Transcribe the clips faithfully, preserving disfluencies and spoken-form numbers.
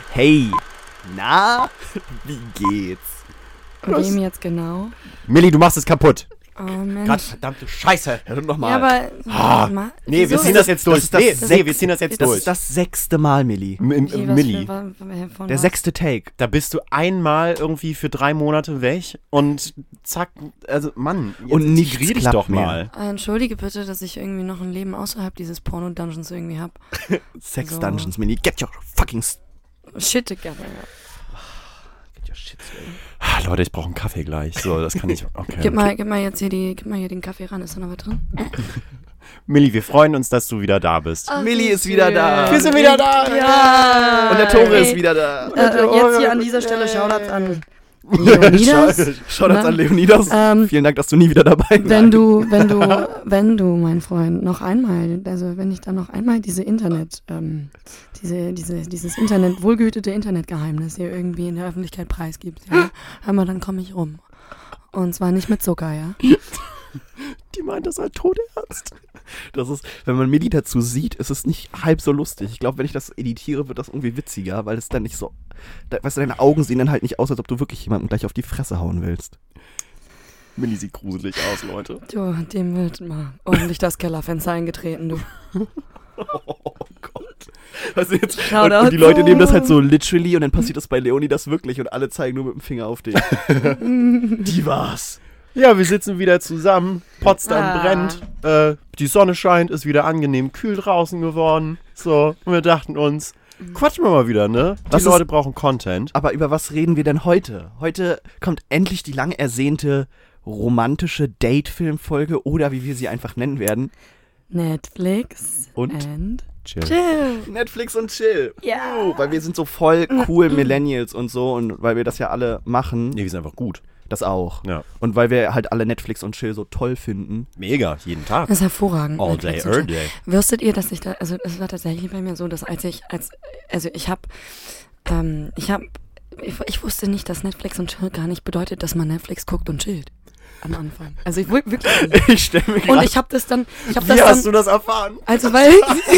Hey, na, wie geht's? Wem jetzt genau? Milli, du machst es kaputt. Oh Mensch. Gott, verdammte Scheiße. Ja, nochmal. Ja, aber... Ah. Ma- Nee, wir wieso? ziehen das jetzt durch. Das ist das nee, sechs- nee, wir ziehen das jetzt Das durch. ist das sechste Mal, Milli. M- m- Wie, was Milli, für- wa- wa- von Der was? sechste Take. da bist du einmal irgendwie für drei Monate weg und zack, also Mann, jetzt Und nichts integrier dich klappt doch mehr. mal. Äh, Entschuldige bitte, dass ich irgendwie noch ein Leben außerhalb dieses Porno-Dungeons irgendwie hab. Sex So. Dungeons, Milli. Get your fucking... St- Shit together. Get your shit straight. Ah, Leute, ich brauche einen Kaffee gleich. So, das kann ich. Okay. Gib mal, gib mal jetzt hier die, gib mal hier den Kaffee ran. Ist da noch was drin? Milli, wir freuen uns, dass du wieder da bist. Ach, Milli wie ist wieder schön. da. Wir sind wieder da. Ja. Und der Tore Ey, ist wieder da. Äh, jetzt hier an dieser Stelle Shoutouts an Schau Leonidas. Shoutouts Na? an Leonidas. Ähm, Vielen Dank, dass du nie wieder dabei bist. Wenn du, wenn du, wenn du, mein Freund, noch einmal, also wenn ich da noch einmal diese Internet, ähm, diese, diese, dieses Internet, wohlgehütete Internetgeheimnis hier irgendwie in der Öffentlichkeit preisgibst, ja, hör mal, dann komme ich rum. Und zwar nicht mit Zucker, ja. Die meint das halt todernst. Das ist, wenn man Milli dazu sieht, ist es nicht halb so lustig. Ich glaube, wenn ich das editiere, wird das irgendwie witziger, weil es dann nicht so, da, weißt du, deine Augen sehen dann halt nicht aus, als ob du wirklich jemandem gleich auf die Fresse hauen willst. Milli sieht gruselig aus, Leute. Du, dem wird mal ordentlich das Kellerfenster eingetreten, du. Oh Gott. Weißt du, jetzt, und, Shoutout. und die Leute nehmen das halt so literally und dann passiert das bei Leonidas wirklich und alle zeigen nur mit dem Finger auf den. Die war's. Ja, wir sitzen wieder zusammen. Potsdam Ah. brennt. Äh, die Sonne scheint, ist wieder angenehm kühl draußen geworden. So, und wir dachten uns, quatschen wir mal wieder, ne? Die Was ist- Leute brauchen Content. Aber über was reden wir denn heute? Heute kommt endlich die lang ersehnte romantische Date-Film-Folge oder wie wir sie einfach nennen werden. Netflix Und? and Chill. chill. Netflix und Chill. Ja. Oh, weil wir sind so voll cool Millennials und so und weil wir das ja alle machen. Nee, wir sind einfach gut. Das auch. Ja. Und weil wir halt alle Netflix und Chill so toll finden. Mega, jeden Tag. Das ist hervorragend. All day, Netflix und every chill. day. Wüsstet ihr, dass ich da, also es war tatsächlich bei mir so, dass als ich, als, also ich habe, ähm, ich habe, ich, ich wusste nicht, dass Netflix und Chill gar nicht bedeutet, dass man Netflix guckt und chillt. Am Anfang. Also ich wollte wirklich nicht. Ich stelle mir Und gerade... ich habe das dann, ich habe Wie das hast dann, du das erfahren? also weil,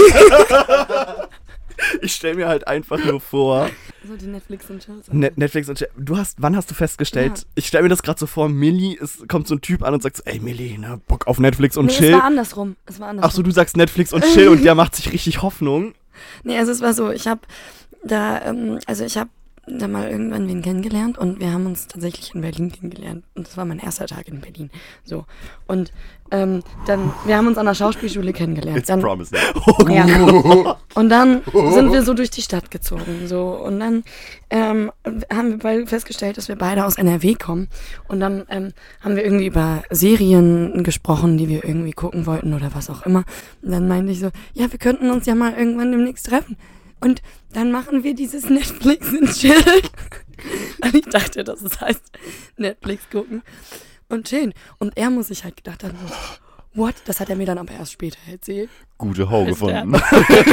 Ich stelle mir halt einfach nur vor, so die Netflix und Chill. Net- Netflix und Chill. Du hast, wann hast du festgestellt? Ja. Ich stelle mir das gerade so vor, Milli, es kommt so ein Typ an und sagt so, ey Milli, ne, Bock auf Netflix und Nee, es Chill. war andersrum. Es war andersrum. Ach so, du sagst Netflix und Chill und der macht sich richtig Hoffnung. Nee, also es war so, ich habe da, ähm, also ich habe da mal irgendwann wen kennengelernt und wir haben uns tatsächlich in Berlin kennengelernt und das war mein erster Tag in Berlin, so. Und ähm, dann, wir haben uns an der Schauspielschule kennengelernt. It's Dann, promised. ja. Und dann sind wir so durch die Stadt gezogen, so. Und dann ähm, haben wir beide festgestellt, dass wir beide aus N R W kommen. Und dann ähm, haben wir irgendwie über Serien gesprochen, die wir irgendwie gucken wollten oder was auch immer. Und dann meinte ich so, ja, wir könnten uns ja mal irgendwann demnächst treffen. Und dann machen wir dieses Netflix und Chill. Und ich dachte, dass es heißt Netflix gucken und chillen. Und er muss sich halt gedacht haben, so, what? Das hat er mir dann aber erst später erzählt. Gute Ho Ist der- gefunden.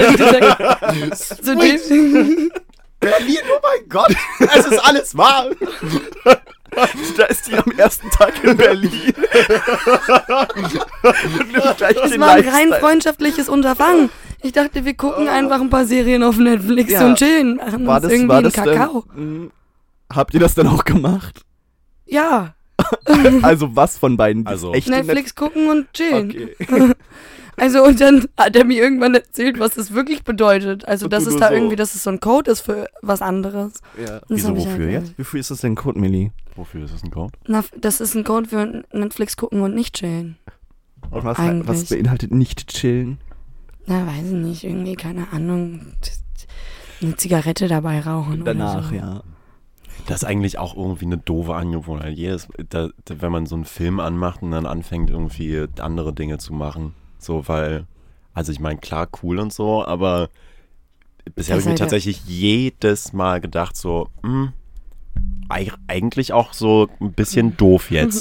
So dem, Berlin, oh mein Gott, es ist alles wahr. Da ist die am ersten Tag in Berlin. Und nimmt gleich das den war ein rein Lifestyle. freundschaftliches Unterfangen. Ich dachte, wir gucken einfach ein paar Serien auf Netflix Ja. und chillen. Machen War uns das, irgendwie war einen das Kakao. Denn, mh, habt ihr das dann auch gemacht? Ja, Also was von beiden? Das Also- echte Netflix gucken und chillen. Okay. Also und dann hat er mir irgendwann erzählt, was das wirklich bedeutet. Also Und dass du es nur da so- irgendwie, dass es so ein Code ist für was anderes. Ja. Das Wieso, hab ich wofür halt- jetzt? Wie viel ist das denn Code, Milli? Wofür ist das ein Code? Na, das ist ein Code für Netflix gucken und nicht chillen. Und was, Eigentlich. was beinhaltet nicht chillen? Na, weiß ich nicht, irgendwie, keine Ahnung, eine Zigarette dabei rauchen Danach, oder so. ja. Das ist eigentlich auch irgendwie eine doofe Angewohnheit. Jedes, da, da, wenn man so einen Film anmacht und dann anfängt, irgendwie andere Dinge zu machen. So, weil, also ich meine, klar, cool und so, aber bisher habe ich mir halt ja- tatsächlich jedes Mal gedacht, so, hm, eig- eigentlich auch so ein bisschen doof jetzt.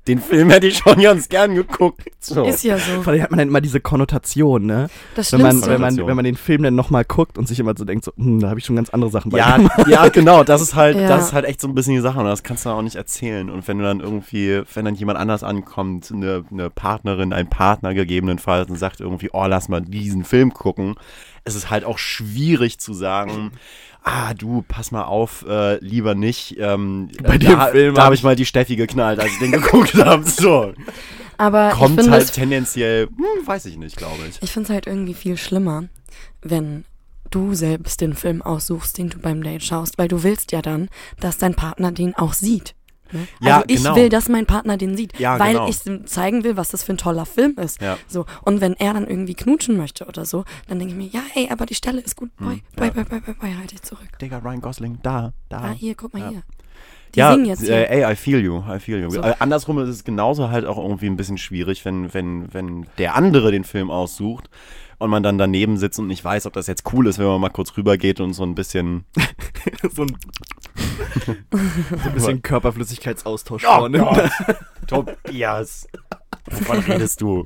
den Film hätte ich schon ganz gern geguckt. So. Ist ja so. Vor allem hat man dann immer diese Konnotation, ne? Das Wenn man, Schlimmste. wenn, man, wenn man den Film dann nochmal guckt und sich immer so denkt, so, hm, da habe ich schon ganz andere Sachen bei Ja, gemacht. ja, genau, das ist halt, Ja. das ist halt echt so ein bisschen die Sache und das kannst du auch nicht erzählen. Und wenn du dann irgendwie, wenn dann jemand anders ankommt, eine, eine Partnerin, ein Partner gegebenenfalls und sagt irgendwie, oh, lass mal diesen Film gucken, es ist halt auch schwierig zu sagen, ah, du, pass mal auf, äh, lieber nicht. Ähm, Bei äh, dem da Film da hab habe ich mal die Steffi geknallt, als ich den geguckt habe. So. Aber ich Kommt finde halt es tendenziell, hm, weiß ich nicht, glaube ich. ich find's halt irgendwie viel schlimmer, wenn du selbst den Film aussuchst, den du beim Date schaust, weil du willst ja dann, dass dein Partner den auch sieht. Ne? Ja, also ich genau. will, dass mein Partner den sieht, Ja, weil genau. ich ihm zeigen will, was das für ein toller Film ist. Ja. So. Und wenn er dann irgendwie knutschen möchte oder so, dann denke ich mir, ja, ey, aber die Stelle ist gut. Boy, Hm, boy, ja. boy, boy, boy, boy, halt dich zurück. Digga, Ryan Gosling, da, da. Ah, hier, guck mal Ja. hier. Die Ja, singen jetzt hier. äh, ey, I feel you, I feel you. So. Äh, andersrum ist es genauso halt auch irgendwie ein bisschen schwierig, wenn, wenn, wenn der andere den Film aussucht und man dann daneben sitzt und nicht weiß, ob das jetzt cool ist, wenn man mal kurz rübergeht und so ein bisschen so, ein, so ein bisschen Körperflüssigkeitsaustausch Oh vornimmt. Gott, Tobias, wovon redest du?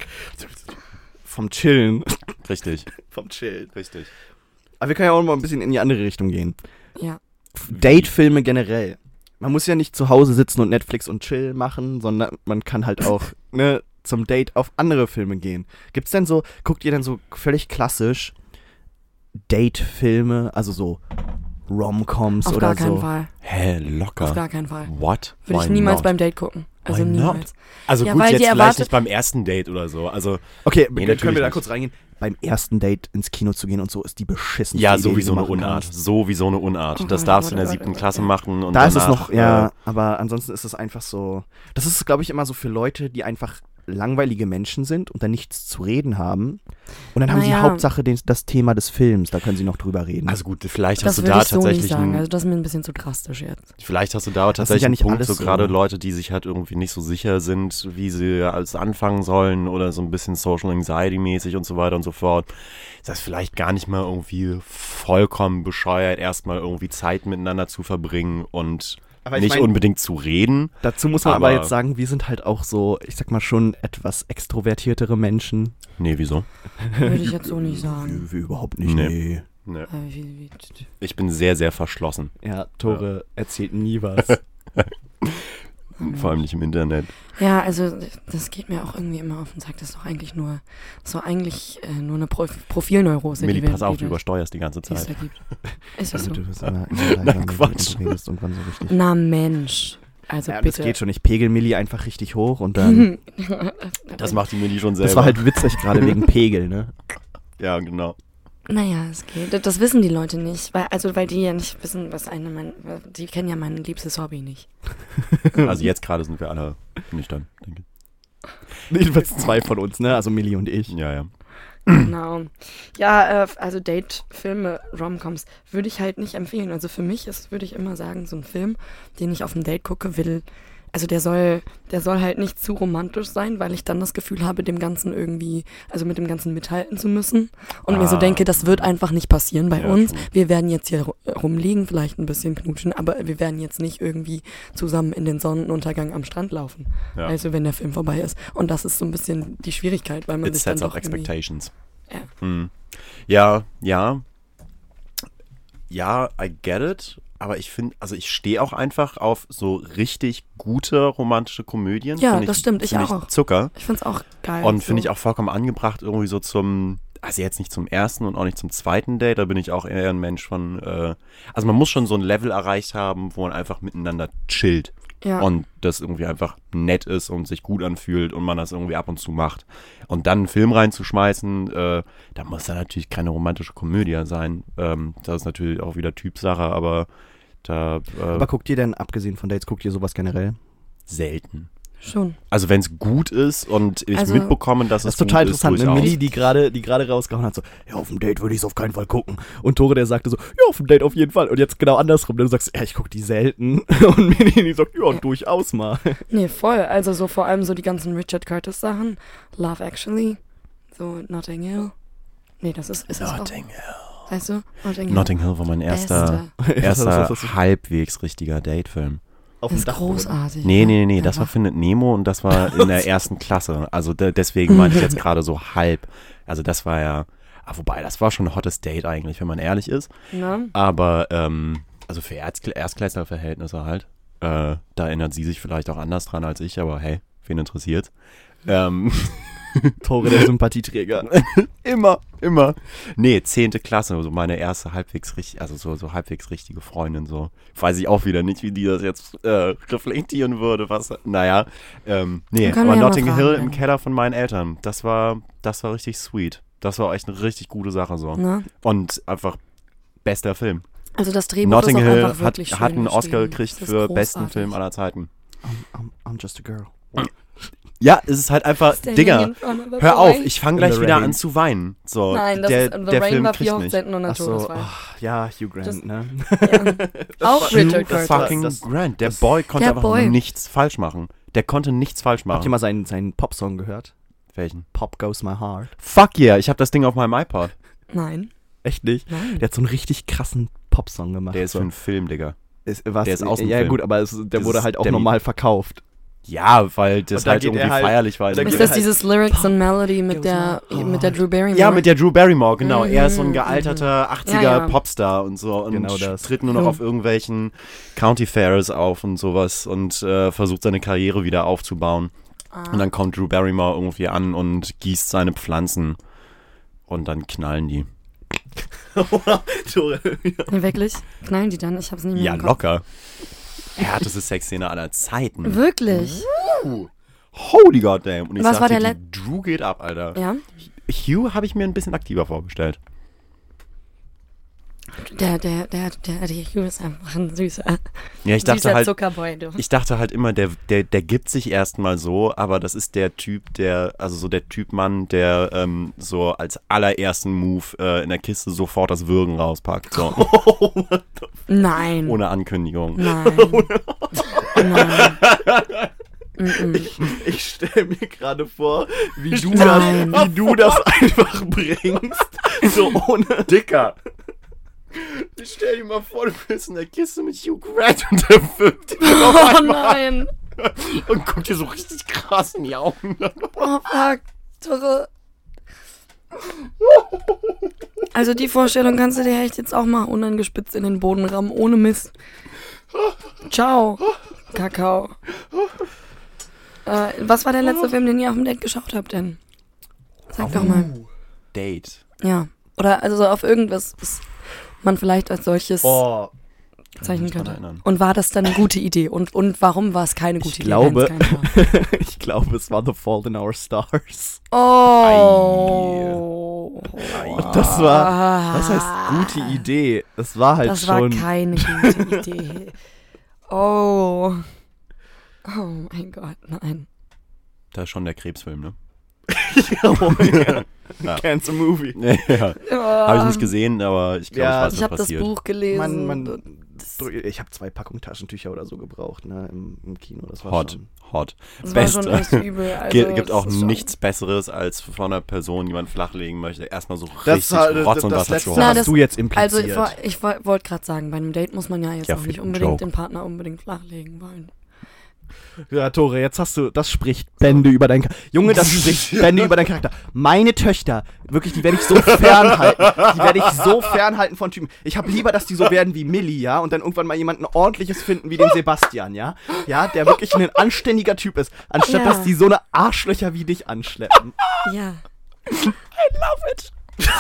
Vom Chillen. Richtig, Vom Chillen. richtig. Aber wir können ja auch mal ein bisschen in die andere Richtung gehen. Ja. Date-Filme generell. Man muss ja nicht zu Hause sitzen und Netflix und Chill machen, sondern man kann halt auch ne, zum Date auf andere Filme gehen. Gibt's denn so, guckt ihr denn so völlig klassisch Date-Filme, also so Rom-Coms Auf oder gar keinen so? Fall. Hä, locker. Auf gar keinen Fall. What? Würde ich Why niemals not? beim Date gucken. Also Why not? niemals. Also Ja, gut, weil jetzt die vielleicht erwartet- nicht beim ersten Date oder so. Also Okay, Nee, können wir da nicht. kurz reingehen? Beim ersten Date ins Kino zu gehen und so ist die beschissenste ja, Idee, die sowieso du eine machen Unart. kannst. Sowieso eine Unart. Oh Das Gott, darfst du oh in der Gott, siebten oh Gott, Klasse ja. machen. Und Da ist es danach, noch, ja, Äh, aber ansonsten ist es einfach so, das ist, glaube ich, immer so für Leute, die einfach langweilige Menschen sind und dann nichts zu reden haben. Und dann haben sie Naja. Hauptsache den, das Thema des Films, da können sie noch drüber reden. also gut, vielleicht Das hast du würde da ich so nicht tatsächlich sagen. einen, Also das ist mir ein bisschen zu drastisch jetzt. vielleicht hast du da sind tatsächlich ja einen nicht Punkt, alles so so. gerade Leute, die sich halt irgendwie nicht so sicher sind, wie sie als anfangen sollen oder so ein bisschen Social Anxiety mäßig und so weiter und so fort. Ist das vielleicht gar nicht mal irgendwie vollkommen bescheuert, erstmal irgendwie Zeit miteinander zu verbringen und Aber ich nicht mein- unbedingt zu reden. Dazu muss man aber, aber jetzt sagen, wir sind halt auch so, ich sag mal schon etwas extrovertiertere Menschen. Nee, wieso? Würde ich jetzt so nicht sagen. Wir, wir überhaupt nicht, Nee. nee. Nee. Äh, wie- wie- Ich bin sehr, sehr verschlossen. Ja, Tore erzählt nie was. Vor allem nicht im Internet. Ja, also das geht mir auch irgendwie immer auf den Sack. Das ist doch eigentlich nur so eigentlich äh, nur eine Pro Profilneurose, Milli, die wir pass auf, die du wir- übersteuerst die ganze die es Zeit. da gibt. Ist das so? Du bist immer, immer leise, wenn du- Quatsch. wenn du redest und wann so richtig. Na Mensch. Also Ja, das bitte. geht schon. Ich pegel Milli einfach richtig hoch und dann. Das macht die Milli schon selber. Das war halt witzig gerade wegen Pegel, ne? Ja, genau. Naja, es geht. Das- Das wissen die Leute nicht. Weil, also weil die ja nicht wissen, was eine mein, die kennen ja mein liebstes Hobby nicht. Also jetzt gerade sind wir alle nüchtern, denke Jedenfalls zwei von uns, ne? Also Milli und ich. ich. Ja, ja. Genau. Ja, äh, also Date-Filme, Rom-Coms würde ich halt nicht empfehlen. Also für mich ist, würde ich immer sagen, so ein Film, den ich auf dem Date gucke, will, also der soll, der soll halt nicht zu romantisch sein, weil ich dann das Gefühl habe, dem Ganzen irgendwie, also mit dem Ganzen mithalten zu müssen. Und mir so Ah. denke, das wird einfach nicht passieren bei Ja, uns. schon. Wir werden jetzt hier ru- rumliegen, vielleicht ein bisschen knutschen, aber wir werden jetzt nicht irgendwie zusammen in den Sonnenuntergang am Strand laufen. Ja. Also wenn der Film vorbei ist. Und das ist so ein bisschen die Schwierigkeit, weil man It sich dann sets up doch irgendwie... expectations. Ja. Hm. Ja, ja. Ja, I get it. Aber ich finde, also ich stehe auch einfach auf so richtig gute romantische Komödien. Ja, Find das stimmt, ich find auch. Zucker. Ich find's auch geil. Und finde so. ich auch vollkommen angebracht, irgendwie so zum, also jetzt nicht zum ersten und auch nicht zum zweiten Date, da bin ich auch eher ein Mensch von, äh, also man muss schon so ein Level erreicht haben, wo man einfach miteinander chillt. Ja. Und das irgendwie einfach nett ist und sich gut anfühlt und man das irgendwie ab und zu macht. Und dann einen Film reinzuschmeißen, äh, da muss da natürlich keine romantische Komödie sein. Ähm, das ist natürlich auch wieder Typsache, aber da äh, Aber guckt ihr denn, abgesehen von Dates, guckt ihr sowas generell? selten. Schon. Also wenn es gut ist und ich Also, mitbekomme, dass Das es ist total gut interessant, ist, ne? durchaus. Milli, die gerade die gerade rausgehauen hat, so, ja, auf dem Date würde ich es auf keinen Fall gucken. Und Tore, der sagte so, ja, auf dem Date auf jeden Fall. Und jetzt genau andersrum, du sagst, ja, ich gucke die selten. Und Milli, die sagt, ja, durchaus mal. Nee, voll. Also so vor allem so die ganzen Richard Curtis Sachen. Love Actually. So Notting Hill. Nee, das ist, ist das Notting auch, Hill. weißt du? Notting Hill. Notting Hill war mein erster, Beste. erster Das ist- das ist- halbwegs richtiger Datefilm. Auf Das dem ist Dachboden. großartig. Nee, ja. nee, nee, das war Einfach. Findet Nemo und das war in der ersten Klasse. Also de- deswegen meinte ich jetzt gerade so halb. Also das war ja, ah, wobei, das war schon ein hottes Date eigentlich, wenn man ehrlich ist. Ne? Aber, ähm, also für Erstkl- Erstklässlerverhältnisse halt. Äh, da erinnert sie sich vielleicht auch anders dran als ich, aber hey, wen interessiert? Ähm, Tore der Sympathieträger. immer, immer. Nee, zehnte Klasse, also meine erste halbwegs richtig, also so, so halbwegs richtige Freundin, so. Weiß ich auch wieder nicht, wie die das jetzt äh, reflektieren würde, was, naja. Ähm, nee, Dann können aber wir ja mal Notting fragen, Hill ja. im Keller von meinen Eltern, das war, das war richtig sweet. Das war echt eine richtig gute Sache so. Ne? Und einfach bester Film. Also das Drehbuch Notting ist auch Hill einfach hat, wirklich schön hat einen Oscar geschrieben. gekriegt Das ist für besten großartig. Film aller Zeiten. I'm, I'm, I'm just a girl. Ja, es ist halt einfach, Standing Digga, in front of a hör boy. auf, ich fange In gleich the wieder rain. an zu weinen. So, Nein, das der, ist, The der Rain Film war vier kriegt nicht. Hochzeiten und ein Ach so, Todesfall. ach, ja, Hugh Grant, Das- ne? Ja. Auch war- Richard das Curtis. war- Fucking das- Grant. Der das- Boy konnte Der einfach Boy. nichts falsch machen. Der konnte nichts falsch machen. Habt ihr mal seinen, seinen Popsong gehört? Welchen? Pop Goes My Heart. Fuck yeah, ich habe das Ding auf meinem iPod. Nein, Echt nicht? nein. Der hat so einen richtig krassen Popsong gemacht. Der ist so. für einen Film, Digga. Ist, was, der ist aus dem Ja, Film. gut, aber es, der Das wurde ist halt auch Demi. normal verkauft. Ja, weil das Und da halt geht er irgendwie halt- feierlich war. da Ist geht das halt- dieses Lyrics and Melody mit Goes der, my mit der Drew Barrymore? Ja, mit der Drew Barrymore, genau. Mhm, Er ist so ein gealterter achtziger Ja, ja. Popstar und so und Genau das. tritt nur noch Ja. auf irgendwelchen County Fairs auf und sowas und äh, versucht seine Karriere wieder aufzubauen. Ah. Und dann kommt Drew Barrymore irgendwie an und gießt seine Pflanzen und dann knallen die. Tore. Nee, wirklich? Knallen die dann? Ich hab's nicht mehr Ja, im Kopf. locker. Härteste Sexszene aller Zeiten. Wirklich? Holy goddamn. Und ich Was war sagte, der die Drew geht ab, Alter. Ja? Hugh habe ich mir ein bisschen aktiver vorgestellt. Der, der, der, der, der Hugh ist einfach ein süßer, Ja, ich dachte süßer halt, Zuckerboy, du. ich dachte halt immer, der, der, der gibt sich erstmal so, aber das ist der Typ, der, also so der Typ Mann, der ähm, so als allerersten Move äh, in der Kiste sofort das Würgen rauspackt. So, Nein. ohne Ankündigung. Nein. Nein. Mm-mm. Ich stelle mir gerade vor, wie du, Nein. das, wie du das einfach bringst. So ohne. Dicker. Ich stell dir mal vor, du bist in der Kiste mit Hugh Grant und der wirkt dich auf Oh einmal nein. und guckt dir so richtig krass in die Augen. Oh fuck. Tore. Also die Vorstellung kannst du dir echt jetzt auch mal unangespitzt in den Boden rammen, ohne Mist. Ciao. Kakao. Äh, was war der letzte Film, den ihr auf dem Date geschaut habt denn? Sag doch mal. Date. Ja. Oder also so auf irgendwas, was man vielleicht als solches Oh, zeichnen muss man könnte. erinnern. Und war das dann eine gute Idee? Und, und warum war es keine gute ich Idee? glaube, wenn's keine war? ich glaube, es war The Fault in Our Stars. Oh. Und das war, was heißt gute Idee? Es war halt Das war schon. keine gute Idee. Oh. Oh mein Gott, nein. Da ist schon der Krebsfilm, ne? Oh, ja. Ja. Cancer Movie. ja. Habe ich nicht gesehen, aber ich glaube, Ja, ich weiß, Ich was habe das passiert. Buch gelesen. Man, man, und ich habe zwei Packungen Taschentücher oder so gebraucht, ne, im, im Kino. Das war Hot, schon. hot. das war Beste. schon echt übel. Also, Ge- gibt das auch ist schon- nichts Besseres, als von einer Person, die man flachlegen möchte, erstmal so Das richtig war- Rotz und das Wasser letzte zu Na, hauen. hast das- du jetzt Also impliziert. ich, ich woll- wollte gerade sagen, bei einem Date muss man ja jetzt Ja, auch für nicht den unbedingt Joke. den Partner unbedingt flachlegen wollen. Ja, Tore, jetzt hast du, das spricht Bände über deinen Charakter. Junge, das spricht Bände über deinen Charakter. Meine Töchter, wirklich, die werde ich so fernhalten. Die werde ich so fernhalten von Typen. Ich habe lieber, dass die so werden wie Millie, ja, und dann irgendwann mal jemanden ordentliches finden wie den Sebastian, ja. Ja, der wirklich ein anständiger Typ ist, anstatt Ja. dass die so eine Arschlöcher wie dich anschleppen. Ja. I love it.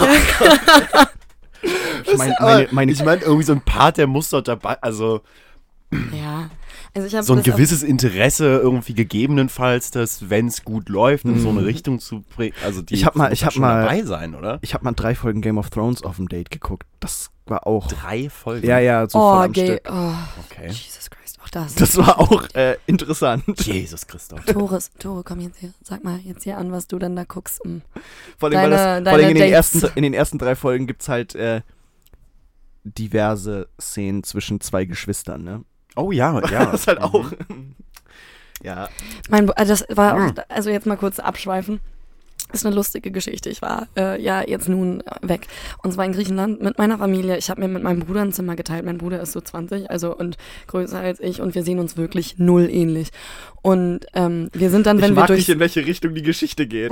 Ich meine, Aber meine, meine, ich meine, irgendwie so ein Part, der muss doch dabei, also Ja. Also ich habe so ein das auf- gewisses Interesse irgendwie gegebenenfalls, dass, wenn es gut läuft, in so eine Richtung zu bringen, also die Ich hab mal- muss ich ja hab schon mal- dabei sein, oder? ich habe mal drei Folgen Game of Thrones auf dem Date geguckt. Das war auch. Drei Folgen? Ja, ja, so voll Oh, am gay. Stück. Oh, Okay. Jesus Christ. Auch das. Das war auch äh, interessant. Jesus Christoph. Tores, Tore, komm jetzt hier. Sag mal jetzt hier an, was du dann da guckst. Mm. Vor allem, weil Deine- das, vor allem in, deine den Dates. ersten, in den ersten drei Folgen gibt's halt äh, diverse Szenen zwischen zwei Geschwistern, ne? Oh ja, ja. Das ist halt Mhm. auch. Ja. Mein, Bo- also das war Mhm. auch, also jetzt mal kurz abschweifen. ist eine lustige Geschichte. Ich war äh, ja jetzt nun weg. Und zwar in Griechenland mit meiner Familie. Ich habe mir mit meinem Bruder ein Zimmer geteilt. Mein Bruder ist so zwanzig, also und größer als ich. Und wir sehen uns wirklich null ähnlich. Und ähm, wir sind dann, wenn ich wir mag durch... nicht, in welche Richtung die Geschichte geht.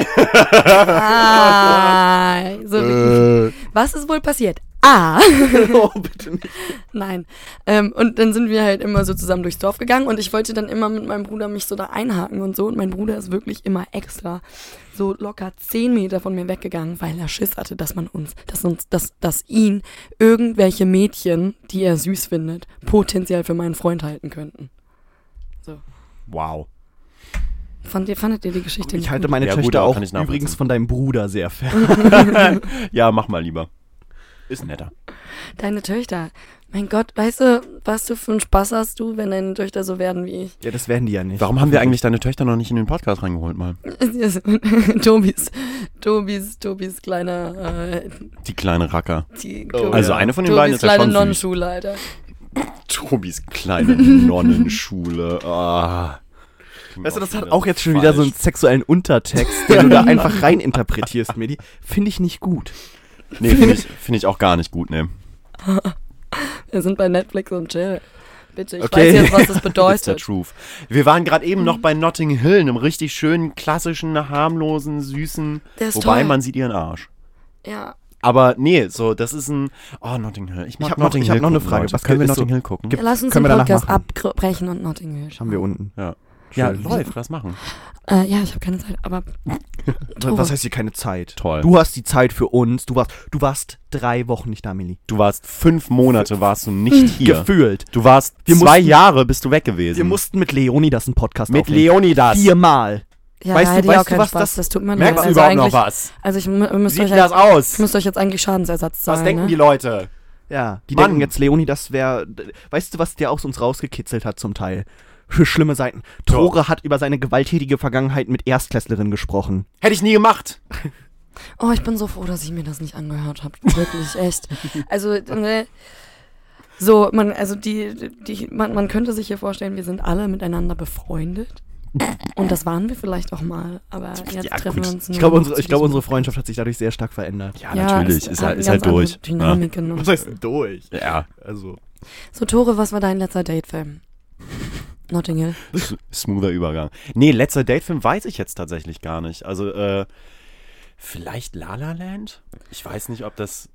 ah, so Äh. Was ist wohl passiert? Ah! Oh, bitte nicht. Nein. Ähm, und dann sind wir halt immer so zusammen durchs Dorf gegangen und ich wollte dann immer mit meinem Bruder mich so da einhaken und so. Und mein Bruder ist wirklich immer extra so locker zehn Meter von mir weggegangen, weil er Schiss hatte, dass man uns, dass uns, dass, dass ihn irgendwelche Mädchen, die er süß findet, potenziell für meinen Freund halten könnten. So. Wow. Fand ihr, fandet ihr die Geschichte Ich nicht halte gut? meine Ja, gut, Töchter aber auch kann ich nachvollziehen. übrigens von deinem Bruder sehr fern. Ja, mach mal lieber. Ist netter. Deine Töchter. Mein Gott, weißt du, was du für einen Spaß hast du, wenn deine Töchter so werden wie ich? Ja, das werden die ja nicht. Warum haben wir eigentlich deine Töchter noch nicht in den Podcast reingeholt mal? Tobis, Tobis, Tobis kleiner, äh, Die kleine Racker. die, Oh, Also ja. eine von den Tobis beiden ist ja kleine schon süß. Nonnenschule, Alter. Tobis kleine Nonnenschule. Ah. Weißt du, das hat auch jetzt schon wieder so einen sexuellen Untertext, den du da einfach rein interpretierst, Medi. Finde ich nicht gut. Nee, finde ich, find ich auch gar nicht gut, ne. Wir sind bei Netflix und chill. Bitte, ich Okay. weiß jetzt, was das It's the bedeutet. truth. Wir waren gerade eben noch bei Notting Hill, einem richtig schönen, klassischen, harmlosen, süßen, Der ist wobei toll. man sieht ihren Arsch. Ja. Aber nee, so, das ist ein, oh, Notting Hill. Ich mag Ich hab noch- Notting ich Hill hab noch eine gucken, Frage. Leute. Was Können wir ist so- Notting Hill gucken? Gibt- Ja, lass uns können den wir danach Podcast machen. abbrechen und Notting Hill schauen. Haben wir unten. Ja. Ja, Schön. läuft, lass machen. Äh, ja, ich habe keine Zeit, aber Tore. Was heißt hier keine Zeit? Toll. Du hast die Zeit für uns. Du warst, du warst drei Wochen nicht da, Milli. Du warst fünf Monate, warst du nicht hier. Gefühlt. Du warst Wir zwei mussten- Jahre bist du weg gewesen. Wir mussten mit Leonidas einen Podcast mit aufnehmen. Leonidas. Viermal. ja, weißt du- hätte ich weißt auch du, keinen was Spaß, das- das, tut mir leid. Merkst du Also überhaupt eigentlich, noch was? Also ich mü- müsst Sieht euch, das jetzt, aus? müsst euch jetzt eigentlich Schadensersatz zahlen. Was denken ne? die Leute? Ja. Die Mann. denken jetzt, Leonidas wäre. Weißt du, was der aus uns rausgekitzelt hat zum Teil? Für schlimme Seiten. Tore hat über seine gewalttätige Vergangenheit mit Erstklässlerin gesprochen. Hätte ich nie gemacht. Oh, ich bin so froh, dass ich mir das nicht angehört habe. Wirklich, echt. Also, ne, so, man, also die, die, man, man könnte sich hier vorstellen, wir sind alle miteinander befreundet. Und das waren wir vielleicht auch mal, aber jetzt Ja, treffen gut. wir uns nur Ich glaube, noch unsere, zu ich glaube, diesem- unsere Freundschaft hat sich dadurch sehr stark verändert. Ja, Ja, natürlich. es Ist hat halt, ist eine halt ganz durch. andere Dynamiken und Was heißt denn durch? Ja. ja. Also. so, Tore, was war dein letzter Datefilm? Notting Hill. S- Smoother Übergang. Nee, letzter Datefilm weiß ich jetzt tatsächlich gar nicht. Also, äh, vielleicht La La Land? Ich weiß nicht, ob das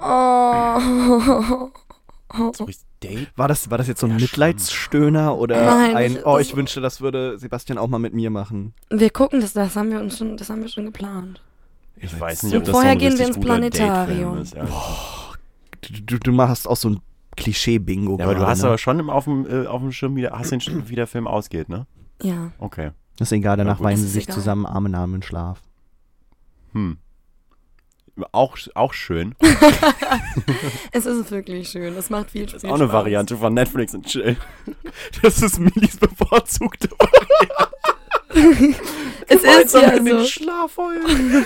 Oh. so richtig Date. War das, war das jetzt so ein Ja, Mitleidsstöhner oder Nein, ein, das- oh, das- ich wünschte, das würde Sebastian auch mal mit mir machen. Wir gucken das, das haben wir uns schon, das haben wir schon geplant. Ich weiß nicht, Und ob das vorher so ein gehen wir richtig ins guter Planetarium. Datefilm ist. Ja. Du, du, du machst auch so ein Klischee-Bingo. Ja, aber du gerade, hast ne? aber schon im, auf, dem, äh, auf dem Schirm, wie der, hast den Schirm, wie der Film ausgeht, ne? Ja. Okay. Das ist egal, danach gut. weinen Das sie ist sich egal. zusammen Arme in Arme in Schlaf. Hm. Auch, auch schön. Es ist wirklich schön. Es macht viel, viel Das ist auch eine Spaß. Variante von Netflix und Chill. Das ist Millis bevorzugte. Es ist ja in den so. Schlaf heulen.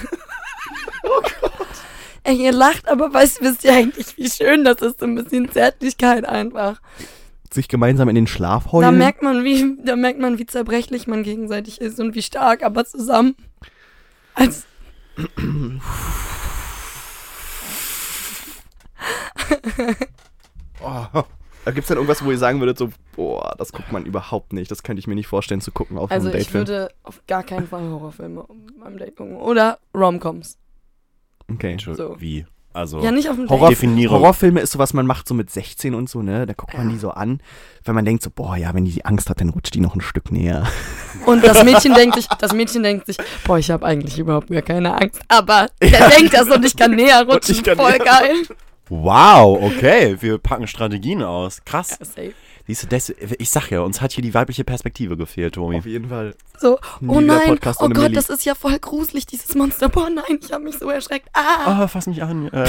Ey, ihr lacht, aber weißt, wisst ihr eigentlich, wie schön das ist? So ein bisschen Zärtlichkeit einfach. Sich gemeinsam in den Schlaf Da heulen. merkt man, wie, da merkt man, wie zerbrechlich man gegenseitig ist und wie stark, aber zusammen. Als Oh. Da gibt's dann irgendwas, wo ihr sagen würdet, so, boah, das guckt man überhaupt nicht. Das könnte ich mir nicht vorstellen zu gucken auf Also einem ich Datefilm. würde auf gar keinen Fall Horrorfilme beim Date gucken. Oder Romcoms. Okay. So. Wie? Also, Ja, nicht auf dem Horror, Date. Definiere. Horrorfilme ist so, was man macht so mit sechzehn und so, ne? Da guckt man Ja. die so an, wenn man denkt so, boah, ja, wenn die die Angst hat, dann rutscht die noch ein Stück näher. Und das Mädchen denkt sich, das Mädchen denkt sich, boah, ich habe eigentlich überhaupt gar keine Angst. Aber der denkt das und ich kann näher rutschen. ich kann Voll näher geil. Wow, okay. Wir packen Strategien aus. Krass. Ja, safe. Siehst du, das, ich sag ja, uns hat hier die weibliche Perspektive gefehlt, Tobi. Auf jeden Fall. So, Nie oh wieder nein, Podcast oh ohne Gott, Milli. das ist ja voll gruselig, dieses Monster. Boah, nein, ich habe mich so erschreckt. Ah, Ah, fass mich an. Äh.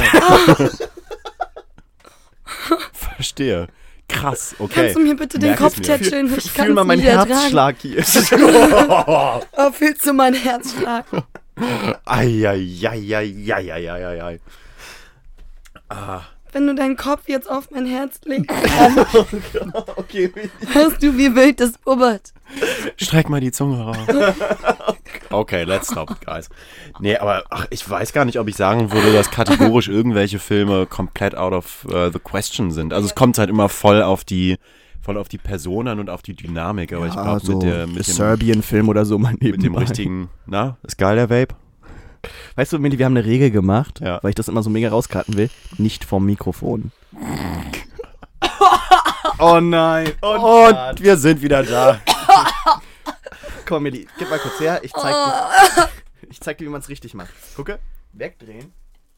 Verstehe. Krass, okay. kannst du mir bitte den Merk Kopf es mir. tätscheln? Ich Fühl kann mal es meinen nicht ertragen. Herzschlag hier. Oh, fühlst du meinen Herzschlag? Eieieiei. Ah, wenn du deinen Kopf jetzt auf mein Herz legst, Okay. hörst du, wie wild das bubbert. Streck mal die Zunge raus. Okay, let's stop, guys. Nee, aber ach, ich weiß gar nicht, ob ich sagen würde, dass kategorisch irgendwelche Filme komplett out of uh, the question sind. Also es kommt halt immer voll auf die voll auf die Person an und auf die Dynamik. Aber Ja, ich glaube, so mit, der, mit dem, Serbian-Film oder so mal mit dem nebenbei. richtigen, na, ist geil, der Vape? Weißt du, Milli, wir haben eine Regel gemacht, Ja. weil ich das immer so mega rauskarten will. Nicht vom Mikrofon. Oh nein. Und wir sind wieder da. Komm, Milli, gib mal kurz her. Ich zeig dir, ich zeig dir, wie man es richtig macht. Gucke. Wegdrehen.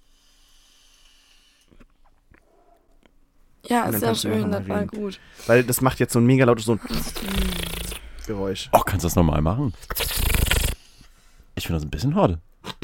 Ja, Und ist dann ja kannst du schön, noch mal das war reden. gut. Weil das macht jetzt so ein mega lautes so ein Geräusch. Oh, kannst du das nochmal machen? Ich finde das ein bisschen hot.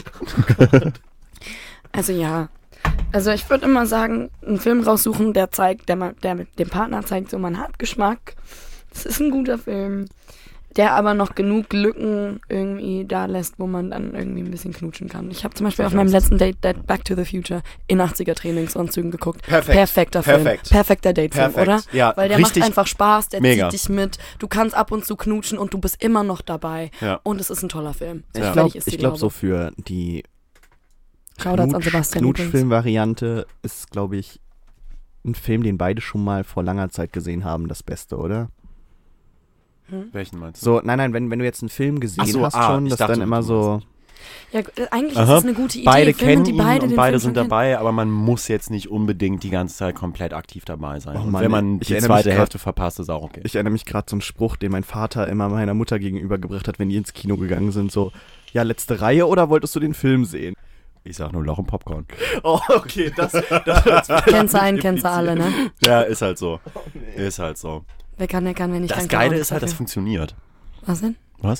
Also ja, also ich würde immer sagen, einen Film raussuchen, der zeigt, der, ma- der mit dem Partner zeigt, so man hat Geschmack. Das ist ein guter Film, der aber noch genug Lücken irgendwie da lässt, wo man dann irgendwie ein bisschen knutschen kann. Ich habe zum Beispiel auf meinem letzten Date Date Back to the Future in achtziger-Trainingsanzügen geguckt. Perfekt. Perfekter Film. Perfekt. Perfekter Datefilm, Perfekt. oder? Ja, Weil der richtig macht einfach Spaß, der mega. zieht dich mit, du kannst ab und zu knutschen und du bist immer noch dabei. Ja. Und es ist ein toller Film. Ich Ja. glaube, Fertig ist ich die glaub, Laube. so für die Shoutouts an Sebastian übrigens. Knutschfilm-Variante ist, glaube ich, ein Film, den beide schon mal vor langer Zeit gesehen haben, das Beste, oder? Welchen meinst du? So, nein, nein, wenn, wenn du jetzt einen Film gesehen Ach so, hast ah, schon, ich das dachte, dann immer du so... Ja, äh, eigentlich Aha. ist es eine gute Idee. Beide Filme, kennen die ihn beide und den beide Film sind schon kennen. dabei, aber man muss jetzt nicht unbedingt die ganze Zeit komplett aktiv dabei sein. Oh Und Mann, wenn man ich die erinnere mich zweite grad- Hälfte verpasst, ist auch okay. Ich erinnere mich gerade so einen Spruch, den mein Vater immer meiner Mutter gegenübergebracht hat, wenn die ins Kino gegangen sind, so, ja, letzte Reihe oder wolltest du den Film sehen? Ich sag nur Loch im Popcorn. Oh, okay, das... das Kennst du einen, kennst du alle, ne? Ja, ist halt so. Ist halt so. Wer kann, der kann, wenn ich Das kann, kann Geile auch ist halt, das dafür. funktioniert. Was denn? Was?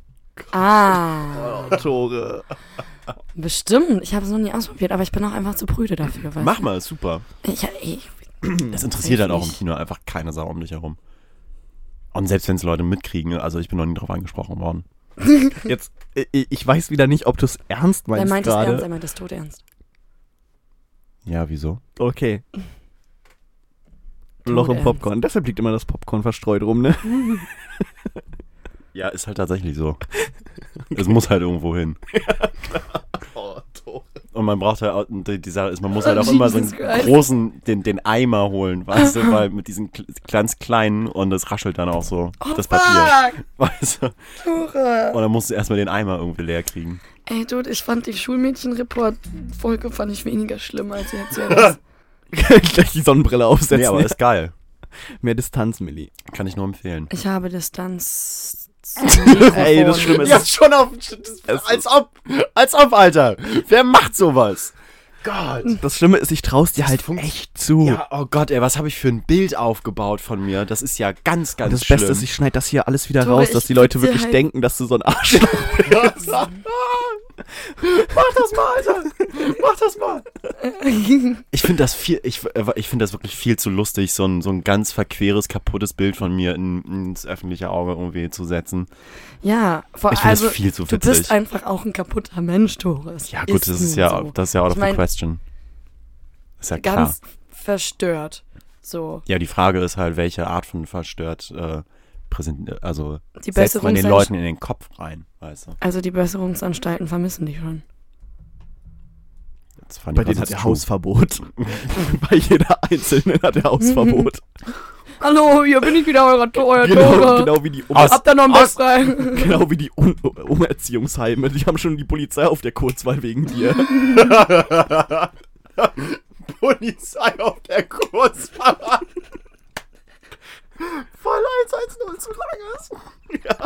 Ah, Oh, Tore. bestimmt. Ich habe es noch nie ausprobiert, aber ich bin auch einfach zu prüde dafür. Weißt Mach du? mal, ist super. Ich, ich, Das interessiert halt auch im nicht. Kino einfach keine Sau um dich herum. Und selbst wenn es Leute mitkriegen, also ich bin noch nie drauf angesprochen worden. Jetzt, ich, ich weiß wieder nicht, ob du es ernst er meinst meint es ernst, gerade. er meint es tot ernst. Ja, wieso? Okay. Tot Loch im ernst. Popcorn. Deshalb liegt immer das Popcorn verstreut rum, ne? Ja, ist halt tatsächlich so. Es muss halt irgendwo hin. Oh, Tore. Und man braucht halt auch, die, die Sache ist, man muss halt auch immer so einen Jesus Christ. großen, den, den Eimer holen, weißt du, weil mit diesen kl- ganz kleinen und das raschelt dann auch so das Papier, weißt du. Tore. Und dann musst du erstmal den Eimer irgendwie leer kriegen. Ey, Dude, ich fand die Schulmädchen-Report-Folge fand ich weniger schlimm als jetzt. Ja, Gleich die Sonnenbrille aufsetzen. Nee, aber ist geil. Mehr Distanz, Milli. Kann ich nur empfehlen. ich habe Distanz. Ey, das Schlimme ist, Ja, schon auf, als ob, als ob, Alter. Wer macht sowas? Gott. das Schlimme ist, ich trau's dir Das halt funkt- echt zu. Ja, oh Gott, ey, was habe ich für ein Bild aufgebaut von mir? Das ist ja ganz, ganz Und das schlimm. Beste ist, ich schneide das hier alles wieder Tore, raus, dass ich die Leute würd dir wirklich halt- denken, dass du so ein Arschloch bist. Mach das mal, Alter. Mach das mal. Ich finde das viel, ich, äh, ich finde das wirklich viel zu lustig, so ein, so ein ganz verqueres, kaputtes Bild von mir in, ins öffentliche Auge irgendwie zu setzen. Ja, vor Ich finde also, das viel zu du witzig. bist einfach auch ein kaputter Mensch, Tore. Es Ja, gut, das ist nun ja, so. das ist ja out Ich of mein, the question. Ist ja klar. Ganz verstört. So. Ja, die Frage ist halt, welche Art von verstört, äh, präsent, also Die setzt man den Besserungsanst- Leuten in den Kopf rein, weißt du. Also die Besserungsanstalten vermissen dich schon. Das fand Bei ich denen was hat er true. Hausverbot. Bei jeder Einzelnen hat er Hausverbot. Hallo, hier bin ich wieder, euer, euer genau, Tore. genau wie die um Aus- Habt ihr noch ein aus- Bett frei? Genau wie die um Umerziehungsheime. Die haben schon die Polizei auf der Kurzwahl wegen dir. Polizei auf der Kurzfahrt. Voll eins eins null zu lang ist.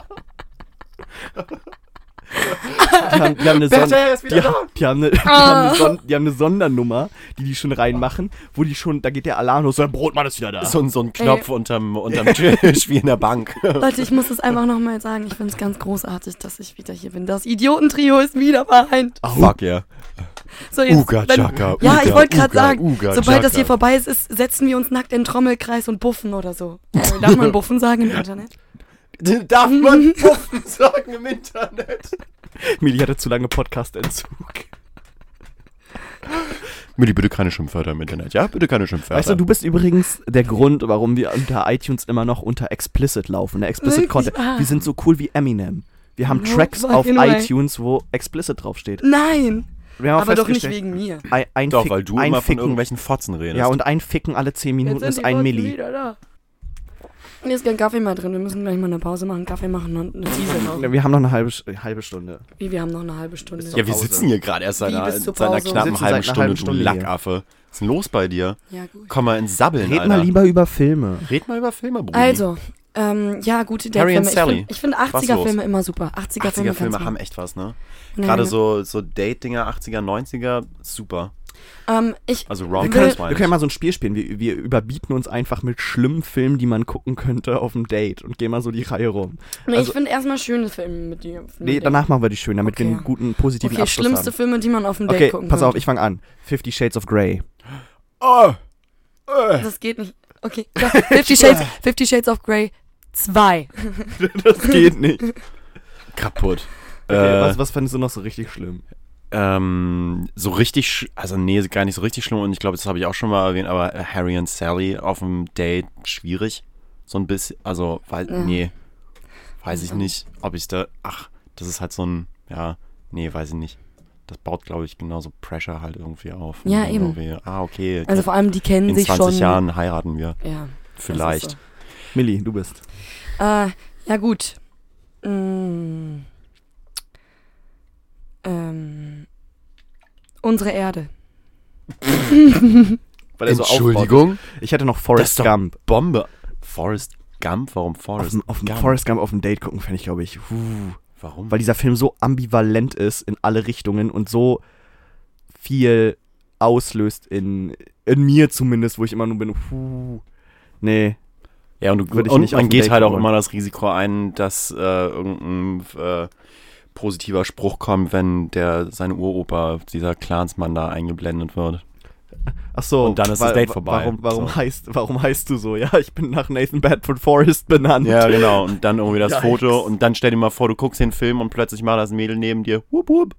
Die haben, die haben eine, Son Bertha ist wieder die, da. die haben eine, die haben eine, Son die haben eine Sondernummer, die die schon reinmachen, wo die schon, da geht der Alarm los, so ein Brotmann ist wieder da. So, ein- so ein Knopf unterm, unterm Tisch wie in der Bank. Leute, ich muss es einfach nochmal sagen. Ich finde es ganz großartig, dass ich wieder hier bin. Das Idiotentrio ist wieder vereint. Fuck yeah. So, jetzt, Uga wenn- Chaka, Ja, Uga, ich wollte gerade Uga, sagen, Uga sobald das Chaka. hier vorbei ist, ist, setzen wir uns nackt in den Trommelkreis und buffen oder so. Äh, Darf man buffen sagen im Internet? Darf man Puffen sagen im Internet? Mili hatte zu lange Podcast-Entzug. Milli, bitte keine Schimpfwörter im Internet, ja? Bitte keine Schimpfwörter. Weißt du, du bist übrigens der Grund, warum wir unter iTunes immer noch unter Explicit laufen, der Explicit Wirklich? Content. Ah. Wir sind so cool wie Eminem. Wir haben No Tracks auf fucking way. iTunes, wo Explicit draufsteht. Nein, Wir haben auch aber doch nicht festgestellt, wegen mir. Ein, ein Doch, Fick, weil du ein immer von Ficken, irgendwelchen Fotzen redest. Ja, und ein Ficken alle zehn Minuten ist ein Milli. Wieder da. Hier ist kein Kaffee mehr drin. Wir müssen gleich mal eine Pause machen, Kaffee machen und eine Wiese rauchen. Wir haben noch eine halbe, halbe Stunde. Wie, wir haben noch eine halbe Stunde. Ist ja, wir Pause. sitzen hier gerade erst seit Wie einer, bis zur seit einer Pause? knappen Wir sitzen halben seit einer halben Stunde, du Stunde hier. Lackaffe. Was ist denn los bei dir? Ja, gut. Komm mal ins Sabbeln, Red Alter. mal lieber über Filme. Red mal über Filme, Bruder. Also, ähm, ja, gute Harry and Date-Filme. Ich Sally. finde ich find Was los? achtziger-Filme immer super. achtziger-Filme achtziger-Filme haben echt was, ne? Ja, Gerade ja. so, so Date-Dinger, achtziger, neunziger, super. Ähm, ich, Also Wir Rom-Coms können, meine wir können ich. mal so ein Spiel spielen. Wir, wir überbieten uns einfach mit schlimmen Filmen, die man gucken könnte auf dem Date und gehen mal so die Reihe rum. nee, also- ich finde erstmal schöne Filme mit dir. Nee, danach machen wir die schön, damit wir Okay. einen guten, positiven Okay, Abschluss schlimmste haben. Filme, die man auf dem Date Okay, gucken pass auf, könnte. ich fange an. Fifty Shades of Grey. Oh! Äh. Das geht nicht. Okay, doch, Fifty Shades, Fifty Shades of Grey zwei. Das geht nicht. Kaputt. Okay, äh, was, was fandest du noch so richtig schlimm? Ähm, so richtig, sch- also nee, gar nicht so richtig schlimm und ich glaube, das habe ich auch schon mal erwähnt, aber Harry und Sally auf dem Date schwierig. So ein bisschen, also, weil, Ja. nee, weiß ich Also. nicht, ob ich da, ach, das ist halt so ein, ja, nee, weiß ich nicht. Das baut, glaube ich, genauso Pressure halt irgendwie auf. Ja, Und eben. irgendwie, ah, okay, Also vor allem, die kennen in sich zwanzig schon. Jahren heiraten wir, Ja, vielleicht. das ist Milli, du bist. so. Äh, ja gut. Mm. Ähm, unsere Erde. Weil er so aufbaut. Entschuldigung? Ich hätte noch Das Forrest ist doch Gump. Bombe. Forrest Gump? Warum Auf, Forrest dem- auf dem Gump? Forrest Gump auf dem Date gucken, fände ich, glaube ich, huh. Warum? Weil dieser Film so ambivalent ist in alle Richtungen und so viel auslöst in, in mir zumindest, wo ich immer nur bin, huh. Nee. Ja, und, du, Würde ich und nicht auf man ein geht Date halt auch wollen. immer das Risiko ein, dass äh, irgendein äh, positiver Spruch kommt, wenn der seine Uropa, dieser Clansmann da eingeblendet wird. Ach so. Und dann ist das wa- Date wa- vorbei. Warum, warum, So. heißt, warum heißt du so? Ja, ich bin nach Nathan Bedford Forrest benannt. Ja, genau. Und dann irgendwie das Yikes. Foto und dann stell dir mal vor, du guckst den Film und plötzlich mal das Mädel neben dir. Wupp, wupp.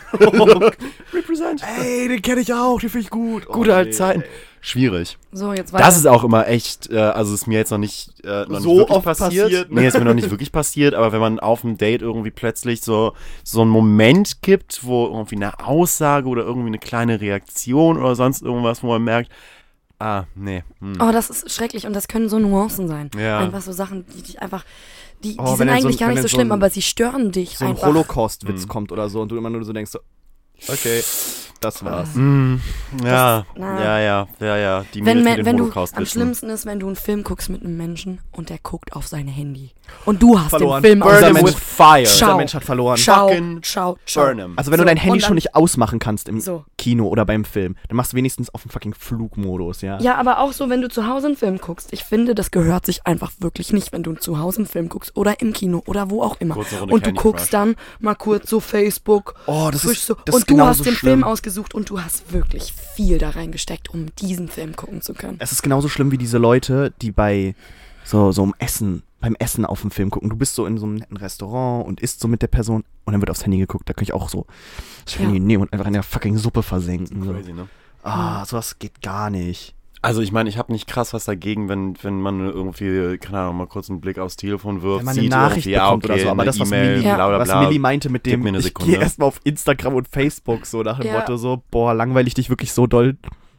Represent. Ey, den kenne ich auch, den finde ich gut. Oh, Gute alte nee, Zeiten. ey. Schwierig. So, jetzt weiter. Das ist auch immer echt, äh, also ist mir jetzt noch nicht, äh, noch So nicht wirklich oft passiert. passiert, ne? Nee, ist mir noch nicht wirklich passiert, aber wenn man auf dem Date irgendwie plötzlich so, so einen Moment gibt, wo irgendwie eine Aussage oder irgendwie eine kleine Reaktion oder sonst irgendwas, wo man merkt, ah, nee. Hm. Oh, das ist schrecklich und das können so Nuancen sein. Ja. Einfach so Sachen, die dich einfach, die, Oh, die wenn sind dann so eigentlich ein- gar wenn nicht so dann so schlimm, ein- aber sie stören dich So ein einfach. Holocaust-Witz Mhm. kommt oder so und du immer nur so denkst so, okay, das war's. Hm, ja, na. ja, ja, ja, ja. Die Wenn, Mädels man, mit den wenn du, Holocaust am wissen. schlimmsten ist, wenn du einen Film guckst mit einem Menschen und der guckt auf sein Handy. Und du hast Verloren. den Film Burn aus Burn Dieser him Mensch- with fire. Schau. Dieser Mensch hat verloren. Schau, Fucking schau, schau. Burn him. Also wenn So, du dein Handy und dann- schon nicht ausmachen kannst im So. Kino oder beim Film, dann machst du wenigstens auf dem fucking Flugmodus, ja? Ja, aber auch so, wenn du zu Hause einen Film guckst. Ich finde, das gehört sich einfach wirklich nicht, wenn du zu Hause einen Film guckst oder im Kino oder wo auch immer. Kurze Runde Und du Candy guckst Crush. dann mal kurz so Facebook, Oh, das frisch ist, so. das und ist du genauso hast den schlimm. Film ausgesucht und du hast wirklich viel da reingesteckt, um diesen Film gucken zu können. Es ist genauso schlimm wie diese Leute, die bei so, so einem Essen, beim Essen auf dem Film gucken. Du bist so in so einem netten Restaurant und isst so mit der Person und dann wird aufs Handy geguckt. Da kann ich auch so das Ja. Handy nehmen und einfach in der fucking Suppe versenken. So. Crazy, ne? Ah, sowas geht gar nicht. Also ich meine, ich habe nicht krass was dagegen, wenn, wenn man irgendwie, keine Ahnung, mal kurz einen Blick aufs Telefon wirft, Wenn man eine sieht Nachricht irgendwie, ja, bekommt okay, oder so, aber eine das, was E-Mail, Milli, Ja. bla, bla, was bla. Milli meinte mit Gib dem, mir eine ich Sekunde. gehe erstmal auf Instagram und Facebook, so nach dem Ja. Motto so, boah, langweile ich dich wirklich so doll.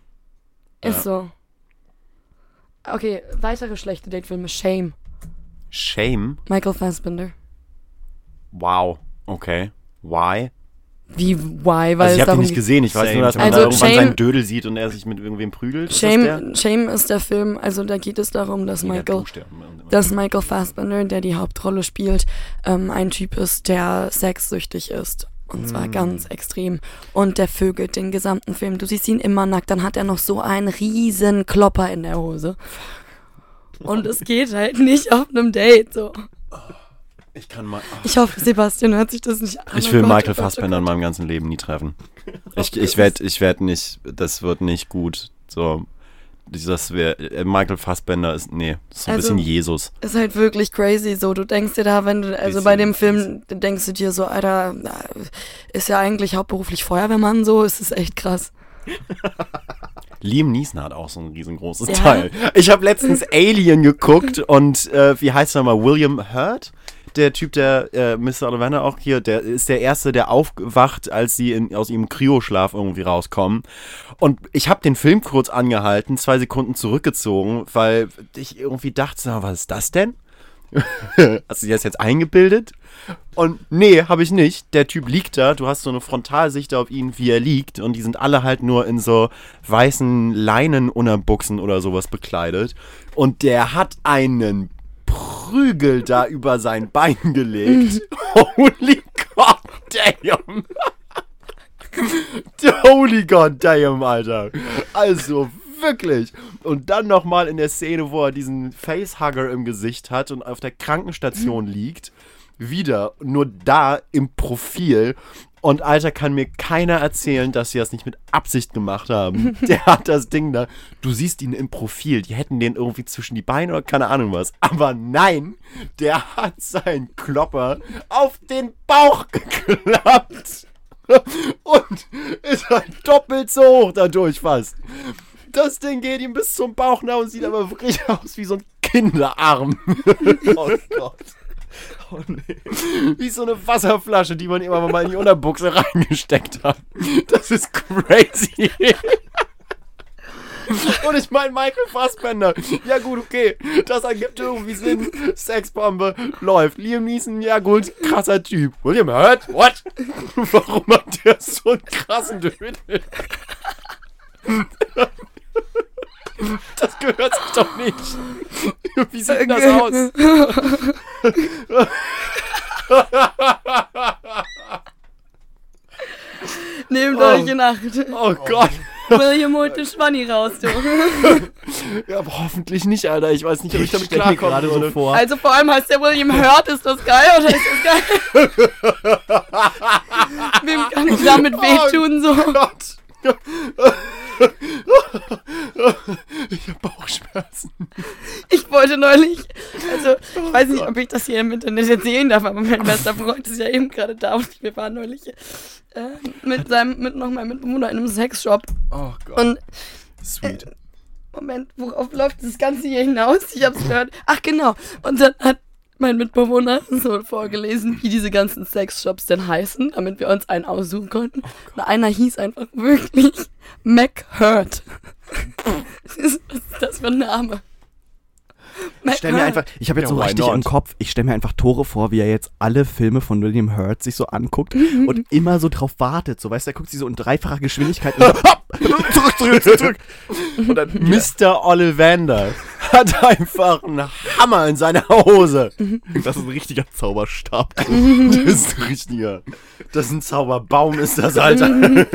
Ist so. Okay, weitere schlechte Datefilme. Shame. Shame? Michael Fassbender. Wow. Okay. Why? Wie, why? Weil Also ich es habe den darum nicht geht. gesehen. Ich weiß Same. nur, dass man Also da irgendwann Shame- seinen Dödel sieht und er sich mit irgendwem prügelt. Ist das der? Shame, Shame ist der Film, also da geht es darum, dass Nee, der Michael, Buchstaben. dass Michael Fassbender, der die Hauptrolle spielt, ähm, ein Typ ist, der sexsüchtig ist. Und zwar Mm. ganz extrem. Und der vögelt den gesamten Film. Du siehst ihn immer nackt, dann hat er noch so einen riesen Klopper in der Hose. Und es geht halt nicht auf einem Date so. Ich kann mal... ach. Ich hoffe, Sebastian hört sich das nicht an. Ich Oh will Gott, Michael oh Gott, oh Fassbender in Gott. meinem ganzen Leben nie treffen. Ich, ich werde ich werd nicht... Das wird nicht gut. So... Das wär, äh, Michael Fassbender ist... Nee, das ist so ein Also- bisschen Jesus. Ist halt wirklich crazy so. Du denkst dir da, wenn du, also Bisschen, bei dem Film, denkst du dir so, Alter, ist ja eigentlich hauptberuflich Feuerwehrmann so, es ist echt krass. Liam Neeson hat auch so ein riesengroßes Ja. Teil. Ich habe letztens Alien geguckt und äh, wie heißt er mal? William Hurt? Der Typ, der äh, Mister Ollivander auch hier, der ist der Erste, der aufwacht, als sie in, aus ihrem Kryoschlaf irgendwie rauskommen. Und ich habe den Film kurz angehalten, zwei Sekunden zurückgezogen, weil ich irgendwie dachte, na, was ist das denn? Hast du dir das jetzt eingebildet? Und nee, habe ich nicht. Der Typ liegt da, du hast so eine Frontalsicht auf ihn, wie er liegt. Und die sind alle halt nur in so weißen Leinenunterbuchsen oder sowas bekleidet. Und der hat einen Prügel da über sein Bein gelegt. Holy God damn. Holy God damn, Alter. Also wirklich. Und dann nochmal in der Szene, wo er diesen Facehugger im Gesicht hat und auf der Krankenstation liegt. Wieder, nur da im Profil. Und Alter, kann mir keiner erzählen, dass sie das nicht mit Absicht gemacht haben. Der hat das Ding da. Du siehst ihn im Profil. Die hätten den irgendwie zwischen die Beine oder keine Ahnung was. Aber nein, der hat seinen Klopper auf den Bauch geklappt. Und ist halt doppelt so hoch dadurch fast. Das Ding geht ihm bis zum Bauchnabel und sieht aber wirklich aus wie so ein Kinderarm. Oh Gott. Oh nee. Wie so eine Wasserflasche, die man immer mal in die Unterbuchse reingesteckt hat. Das ist crazy. Und ich meine Michael Fassbender. Ja gut, okay. Das ergibt irgendwie Sinn. Sexbombe läuft. Liam Neeson, ja gut, krasser Typ. William Hurt? What? Warum hat der so einen krassen Dödel? Das gehört sich doch nicht. Wie sieht denn das aus? Nehmt Oh. euch in Acht. Oh Gott. William holt den Schwanni raus, du. Ja, aber hoffentlich nicht, Alter. Ich weiß nicht, ob ich damit stell mir klarkomme. gerade so vor. Also vor allem heißt der William Hurt, ist das geil oder ist das geil? Wem kann ich damit wehtun, so? Oh Gott. Ich hab Bauchschmerzen. Ich wollte neulich, also ich weiß nicht, ob ich das hier im Internet erzählen darf, aber mein bester Freund ist ja eben gerade da und wir waren neulich äh, mit seinem, mit noch meinem Mitbewohner in einem Sexshop. Oh Gott. Und Sweet. Moment, worauf läuft das Ganze hier hinaus? Ich hab's gehört. Ach genau. Und dann hat mein Mitbewohner so vorgelesen, wie diese ganzen Sexshops denn heißen, damit wir uns einen aussuchen konnten. Und einer hieß einfach wirklich Mac Hurt. Was ist das für ein Name? Ich stell mir einfach, ich habe jetzt Ja, so why richtig not? im Kopf, ich stelle mir einfach Tore vor, wie er jetzt alle Filme von William Hurt sich so anguckt und immer so drauf wartet. So, weißt du, er guckt sie so in dreifacher Geschwindigkeit und so, hopp, zurück, zurück, zurück, zurück. Und dann, Mister Ollivander hat einfach einen Hammer in seiner Hose. das ist ein richtiger Zauberstab. Das ist ein richtiger. Das ist ein Zauberbaum, ist das, Alter.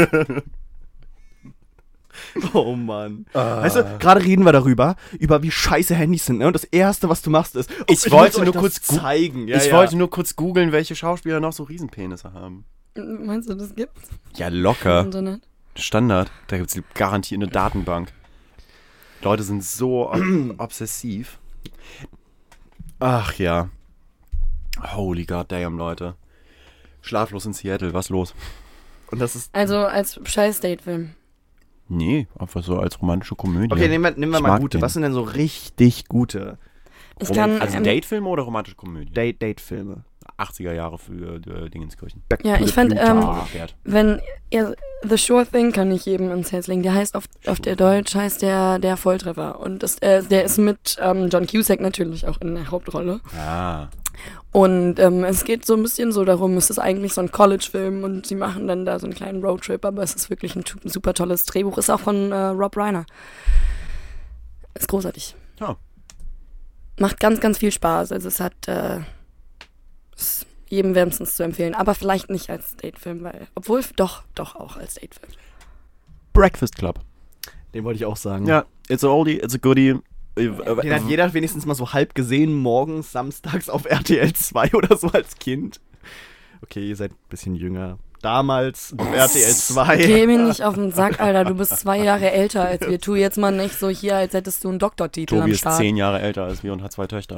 Oh Mann. Ah. Weißt du, gerade reden wir darüber, über wie scheiße Handys sind, ne? Und das Erste, was du machst, ist, oh, Ich muss wollte euch nur das kurz gu- zeigen. Ja, ich ja. wollte nur kurz googeln, welche Schauspieler noch so Riesenpenisse haben. Meinst du, das gibt's Ja, im locker. Internet? Standard. Da gibt es garantiert eine Datenbank. Leute sind so ob- obsessiv. Ach ja. Holy goddamn, Leute. Schlaflos in Seattle, was los? Und das ist. Also als scheiß Date-Film. Nee, einfach so als romantische Komödie. Okay, nehmen wir, nehmen wir Ich mal mag gute. den. Was sind denn so richtig gute Ich Rom- kann, also ähm, Datefilme oder romantische Komödie? Date- Date-Filme? achtziger Jahre für äh, Dingenskirchen. Back Ja, to ich the fand, future. ähm, Ah, Pferd. wenn ihr, The Sure Thing kann ich jedem ins Herz legen. Der heißt auf, auf der Deutsch heißt der der Volltreffer und das, äh, der ist mit ähm, John Cusack natürlich auch in der Hauptrolle. Ah. Und ähm, es geht so ein bisschen so darum, es ist eigentlich so ein College-Film und sie machen dann da so einen kleinen Roadtrip, aber es ist wirklich ein, tu- ein super tolles Drehbuch. Ist auch von äh, Rob Reiner. Ist großartig. Ja. Macht ganz, ganz viel Spaß. Also es hat äh, ist jedem wärmstens zu empfehlen, aber vielleicht nicht als Datefilm, weil, obwohl, doch, doch auch als Datefilm. Breakfast Club. Den wollte ich auch sagen. Ja, it's a oldie, it's a goodie. Den hat jeder wenigstens mal so halb gesehen, morgens, samstags auf R T L zwei oder so als Kind. Okay, ihr seid ein bisschen jünger. Damals auf R T L zwei. Geh mir nicht auf den Sack, Alter, du bist zwei Jahre älter als wir. Tu jetzt mal nicht so hier, als hättest du einen Doktortitel Tobi am ist Start. zehn Jahre älter als wir und hat zwei Töchter.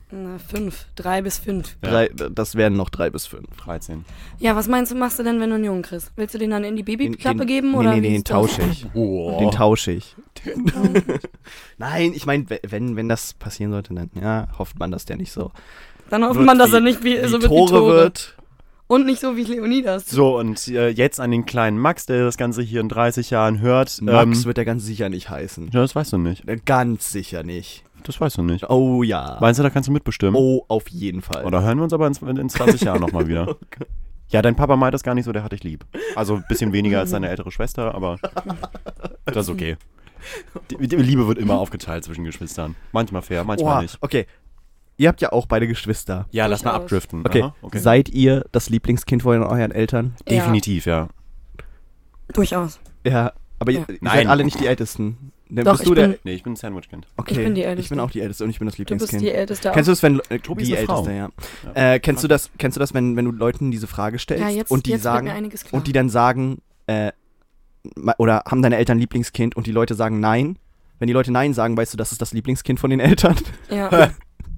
Na, fünf. Drei bis fünf. Ja. Drei, das wären noch drei bis fünf. dreizehn. Ja, was meinst du, machst du denn, wenn du einen Jungen kriegst? Willst du den dann in die Den- Babyklappe den- geben? Nee, oder nee, wie nee, den ist das? tausche ich. Oh. Den tausche ich. Nein, ich meine, wenn, wenn das passieren sollte, dann ja, hofft man, dass der nicht so Dann hofft wird man, dass wie- er nicht wie, wie so wird wie Tore Tore wird. Und nicht so wie Leonidas. So, und äh, jetzt an den kleinen Max, der das Ganze hier in dreißig Jahren hört. Max ähm, wird er ganz sicher nicht heißen. Ja, das weißt du nicht. Äh, Ganz sicher nicht. Das weißt du nicht. Oh ja. Meinst du, da kannst du mitbestimmen? Oh, auf jeden Fall. Oder hören wir uns aber in, in zwanzig Jahren nochmal wieder? Ja, dein Papa meint das gar nicht so, der hat dich lieb. Also ein bisschen weniger als deine ältere Schwester, aber das ist okay. Die, die Liebe wird immer aufgeteilt zwischen Geschwistern. Manchmal fair, manchmal Oha, nicht. okay. Ihr habt ja auch beide Geschwister. Ja, lass mal Durchaus. abdriften. Okay. Aha, okay. Seid ihr das Lieblingskind von euren Eltern? Definitiv, ja. Durchaus. Ja. Aber Ja. ihr, ihr Nein. seid alle nicht die Ältesten. Dann Doch, bist ich du der. bin- Nee, ich bin ein Sandwich-Kind. Okay. Ich bin die Ich Älteste. bin auch die Älteste und ich bin das Du bist Lieblingskind. die Älteste. Kennst du das, wenn äh, Tobi die ist eine Frau. Älteste, ja. Ja. Äh, kennst du das, kennst du das, wenn, wenn du Leuten diese Frage stellst Ja, jetzt, und die jetzt sagen wird mir einiges klar. und die dann sagen, äh, ma- oder haben deine Eltern ein Lieblingskind und die Leute sagen nein? Wenn die Leute nein sagen, weißt du, das ist das Lieblingskind von den Eltern? ja.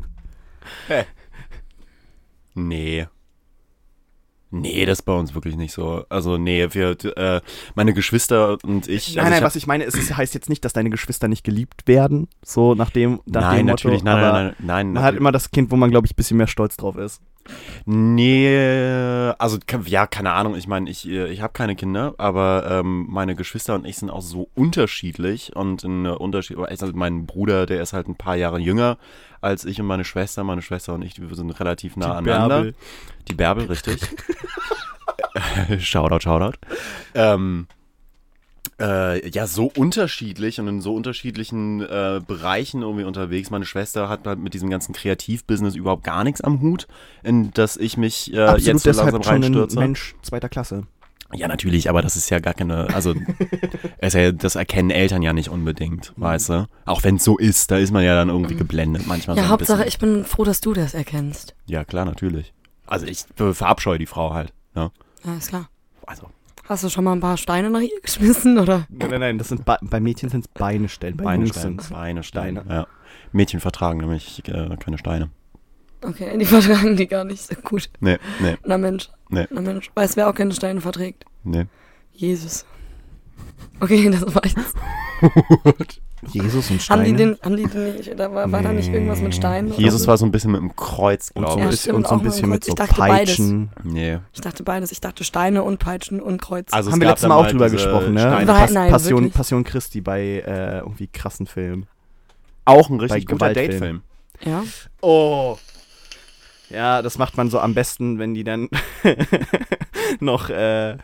Nee. Nee, das ist bei uns wirklich nicht so. Also nee, wir, äh, meine Geschwister und ich. Nein, also nein, ich was ich meine, ist, es heißt jetzt nicht, dass deine Geschwister nicht geliebt werden, so nach dem, nach Nein, dem Motto, natürlich, nein, aber nein, nein, nein. man hat natürlich. immer das Kind, wo man, glaube ich, ein bisschen mehr stolz drauf ist. Nee, also ke- ja, keine Ahnung, ich meine, ich, äh, ich habe keine Kinder, aber ähm, meine Geschwister und ich sind auch so unterschiedlich und in äh, Unterschied, also mein Bruder, der ist halt ein paar Jahre jünger als ich und meine Schwester, meine Schwester und ich, wir sind relativ nah Die aneinander. Bärbel. Die Bärbel, richtig. Shoutout, Shoutout. Ähm, äh, ja, so unterschiedlich und in so unterschiedlichen äh, Bereichen irgendwie unterwegs. Meine Schwester hat halt mit diesem ganzen Kreativbusiness überhaupt gar nichts am Hut, in das ich mich äh, Absolut, jetzt so deshalb langsam schon ein reinstürze. Mensch zweiter Klasse. Ja, natürlich, aber das ist ja gar keine, also es ist ja, das erkennen Eltern ja nicht unbedingt, weißt du? Auch wenn es so ist, da ist man ja dann irgendwie geblendet manchmal. Ja, so ein Hauptsache, bisschen. ich bin froh, dass du das erkennst. Ja, klar, natürlich. Also ich verabscheue die Frau halt, ne? Ja, ist klar. Also, Hast du schon mal ein paar Steine nach ihr geschmissen, oder? Nein, nein, nein, das sind Be bei Mädchen sind es Beine stellen, bei Beine Jungs Steine, sind Beine Steine, Steine. ja. Mädchen vertragen nämlich äh, keine Steine. Okay, die vertragen die gar nicht so gut. Nee, nee, Na Mensch. Nee. Na Mensch. Weißt du, wer auch keine Steine verträgt? nee. Jesus. Okay, das war jetzt. Jesus und Haben Steine. die den, haben die den nicht, da war, war da nicht irgendwas mit Steinen? Jesus oder war so ein bisschen mit dem Kreuz, und so glaube ein Ja, ich. bisschen, stimmt, und so ein auch mit bisschen dem mit Kreuz. so Ich dachte beides. Peitschen. Nee. Ich dachte beides. Ich dachte Steine und Peitschen und Kreuz. Also es Haben wir gab letztes dann Mal auch mal drüber diese gesprochen, ne? Steine- War- Pas nein, Passion, wirklich? Passion Christi bei äh, irgendwie krassen Filmen. Auch ein richtig Bei guter Gewaltfilmen. Datefilm. Ja. Oh. Ja, das macht man so am besten, wenn die dann noch äh,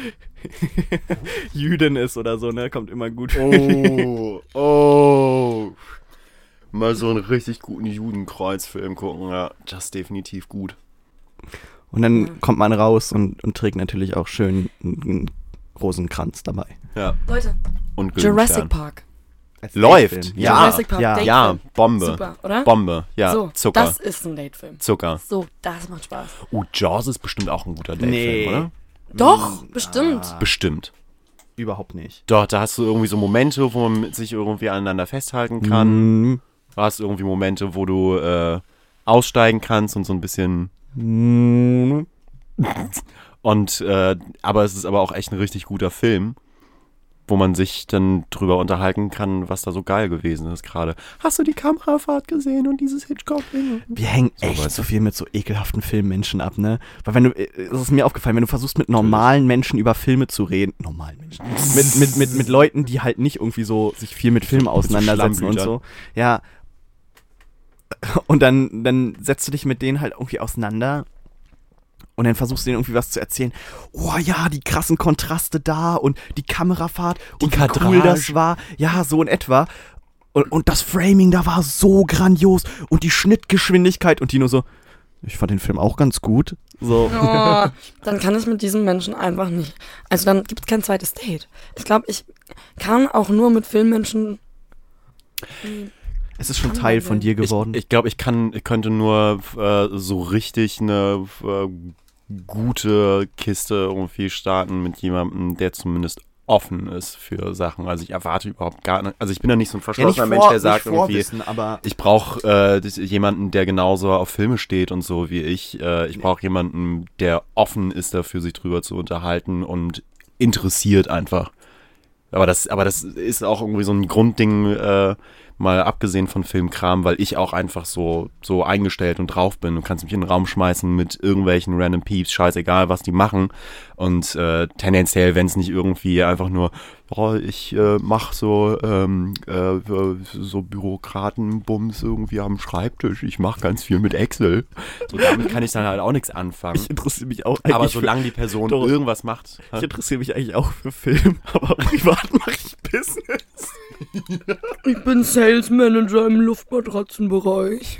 Jüdin ist oder so, ne? Kommt immer gut. Oh, oh. Mal so einen richtig guten Judenkreuzfilm gucken, ja, das ist definitiv gut. Und dann Ja. kommt man raus und, und trägt natürlich auch schön einen, einen großen Kranz dabei. Ja. Leute, Und Jurassic Güldenstern. Park. Als Läuft. Datefilm. Ja. Jurassic Park. ja. Datefilm. Ja, Bombe. Super, oder? Bombe, ja, so, Zucker. das ist ein Datefilm. Zucker. So, das macht Spaß. Oh, Jaws ist bestimmt auch ein guter Datefilm, Nee. oder? Doch, bestimmt. Ah, Bestimmt. überhaupt nicht. Doch, da hast du irgendwie so Momente, wo man sich irgendwie aneinander festhalten kann. Mhm. Du hast irgendwie Momente, wo du äh, aussteigen kannst und so ein bisschen. Mhm. Und äh, aber es ist aber auch echt ein richtig guter Film, wo man sich dann drüber unterhalten kann, was da so geil gewesen ist gerade. Hast du die Kamerafahrt gesehen und dieses Hitchcock-Ding? Wir hängen So, echt weißt so du. viel mit so ekelhaften Filmmenschen ab, ne? Weil wenn du, äh, es ist mir aufgefallen, wenn du versuchst mit normalen Menschen über Filme zu reden, normalen Menschen, mit, mit, mit, mit Leuten, die halt nicht irgendwie so sich viel mit Film auseinandersetzen und so, ja, und dann, dann setzt du dich mit denen halt irgendwie auseinander und dann versuchst du denen irgendwie was zu erzählen. Oh ja, die krassen Kontraste da und die Kamerafahrt Die und wie cool Kadrage. das war. Ja, so in etwa. Und, und das Framing da war so grandios und die Schnittgeschwindigkeit und die nur so, ich fand den Film auch ganz gut. So. Oh, dann kann ich mit diesem Menschen einfach nicht. Also dann gibt es kein zweites Date. Ich glaube, ich kann auch nur mit Filmmenschen. Es ist schon Kann Teil man von denn? dir geworden. Ich glaube, ich kann, ich könnte nur äh, so richtig eine äh, gute Kiste irgendwie starten mit jemandem, der zumindest offen ist für Sachen. Also ich erwarte überhaupt gar nicht, also ich bin ja nicht so ein Ja, verschlossener nicht Mensch, vor- der sagt nicht irgendwie, vorwissen, aber ich brauche äh, das- jemanden, der genauso auf Filme steht und so wie ich. Äh, ich brauche jemanden, der offen ist dafür, sich drüber zu unterhalten und interessiert einfach. Aber das, aber das ist auch irgendwie so ein Grundding, äh, mal abgesehen von Filmkram, weil ich auch einfach so, so eingestellt und drauf bin. Du kannst mich in den Raum schmeißen mit irgendwelchen random Peeps, scheißegal, was die machen. Und äh, tendenziell, wenn es nicht irgendwie einfach nur, oh, ich äh, mach so, ähm, äh, so Bürokratenbums irgendwie am Schreibtisch. Ich mach ganz viel mit Excel. So, damit kann ich dann halt auch nichts anfangen. ich interessiere mich auch eigentlich Aber für, solange die Person Doch. irgendwas macht. ich interessiere mich eigentlich auch für Film, aber privat mache ich Business. Ich bin Sales Manager im Luftmatratzenbereich.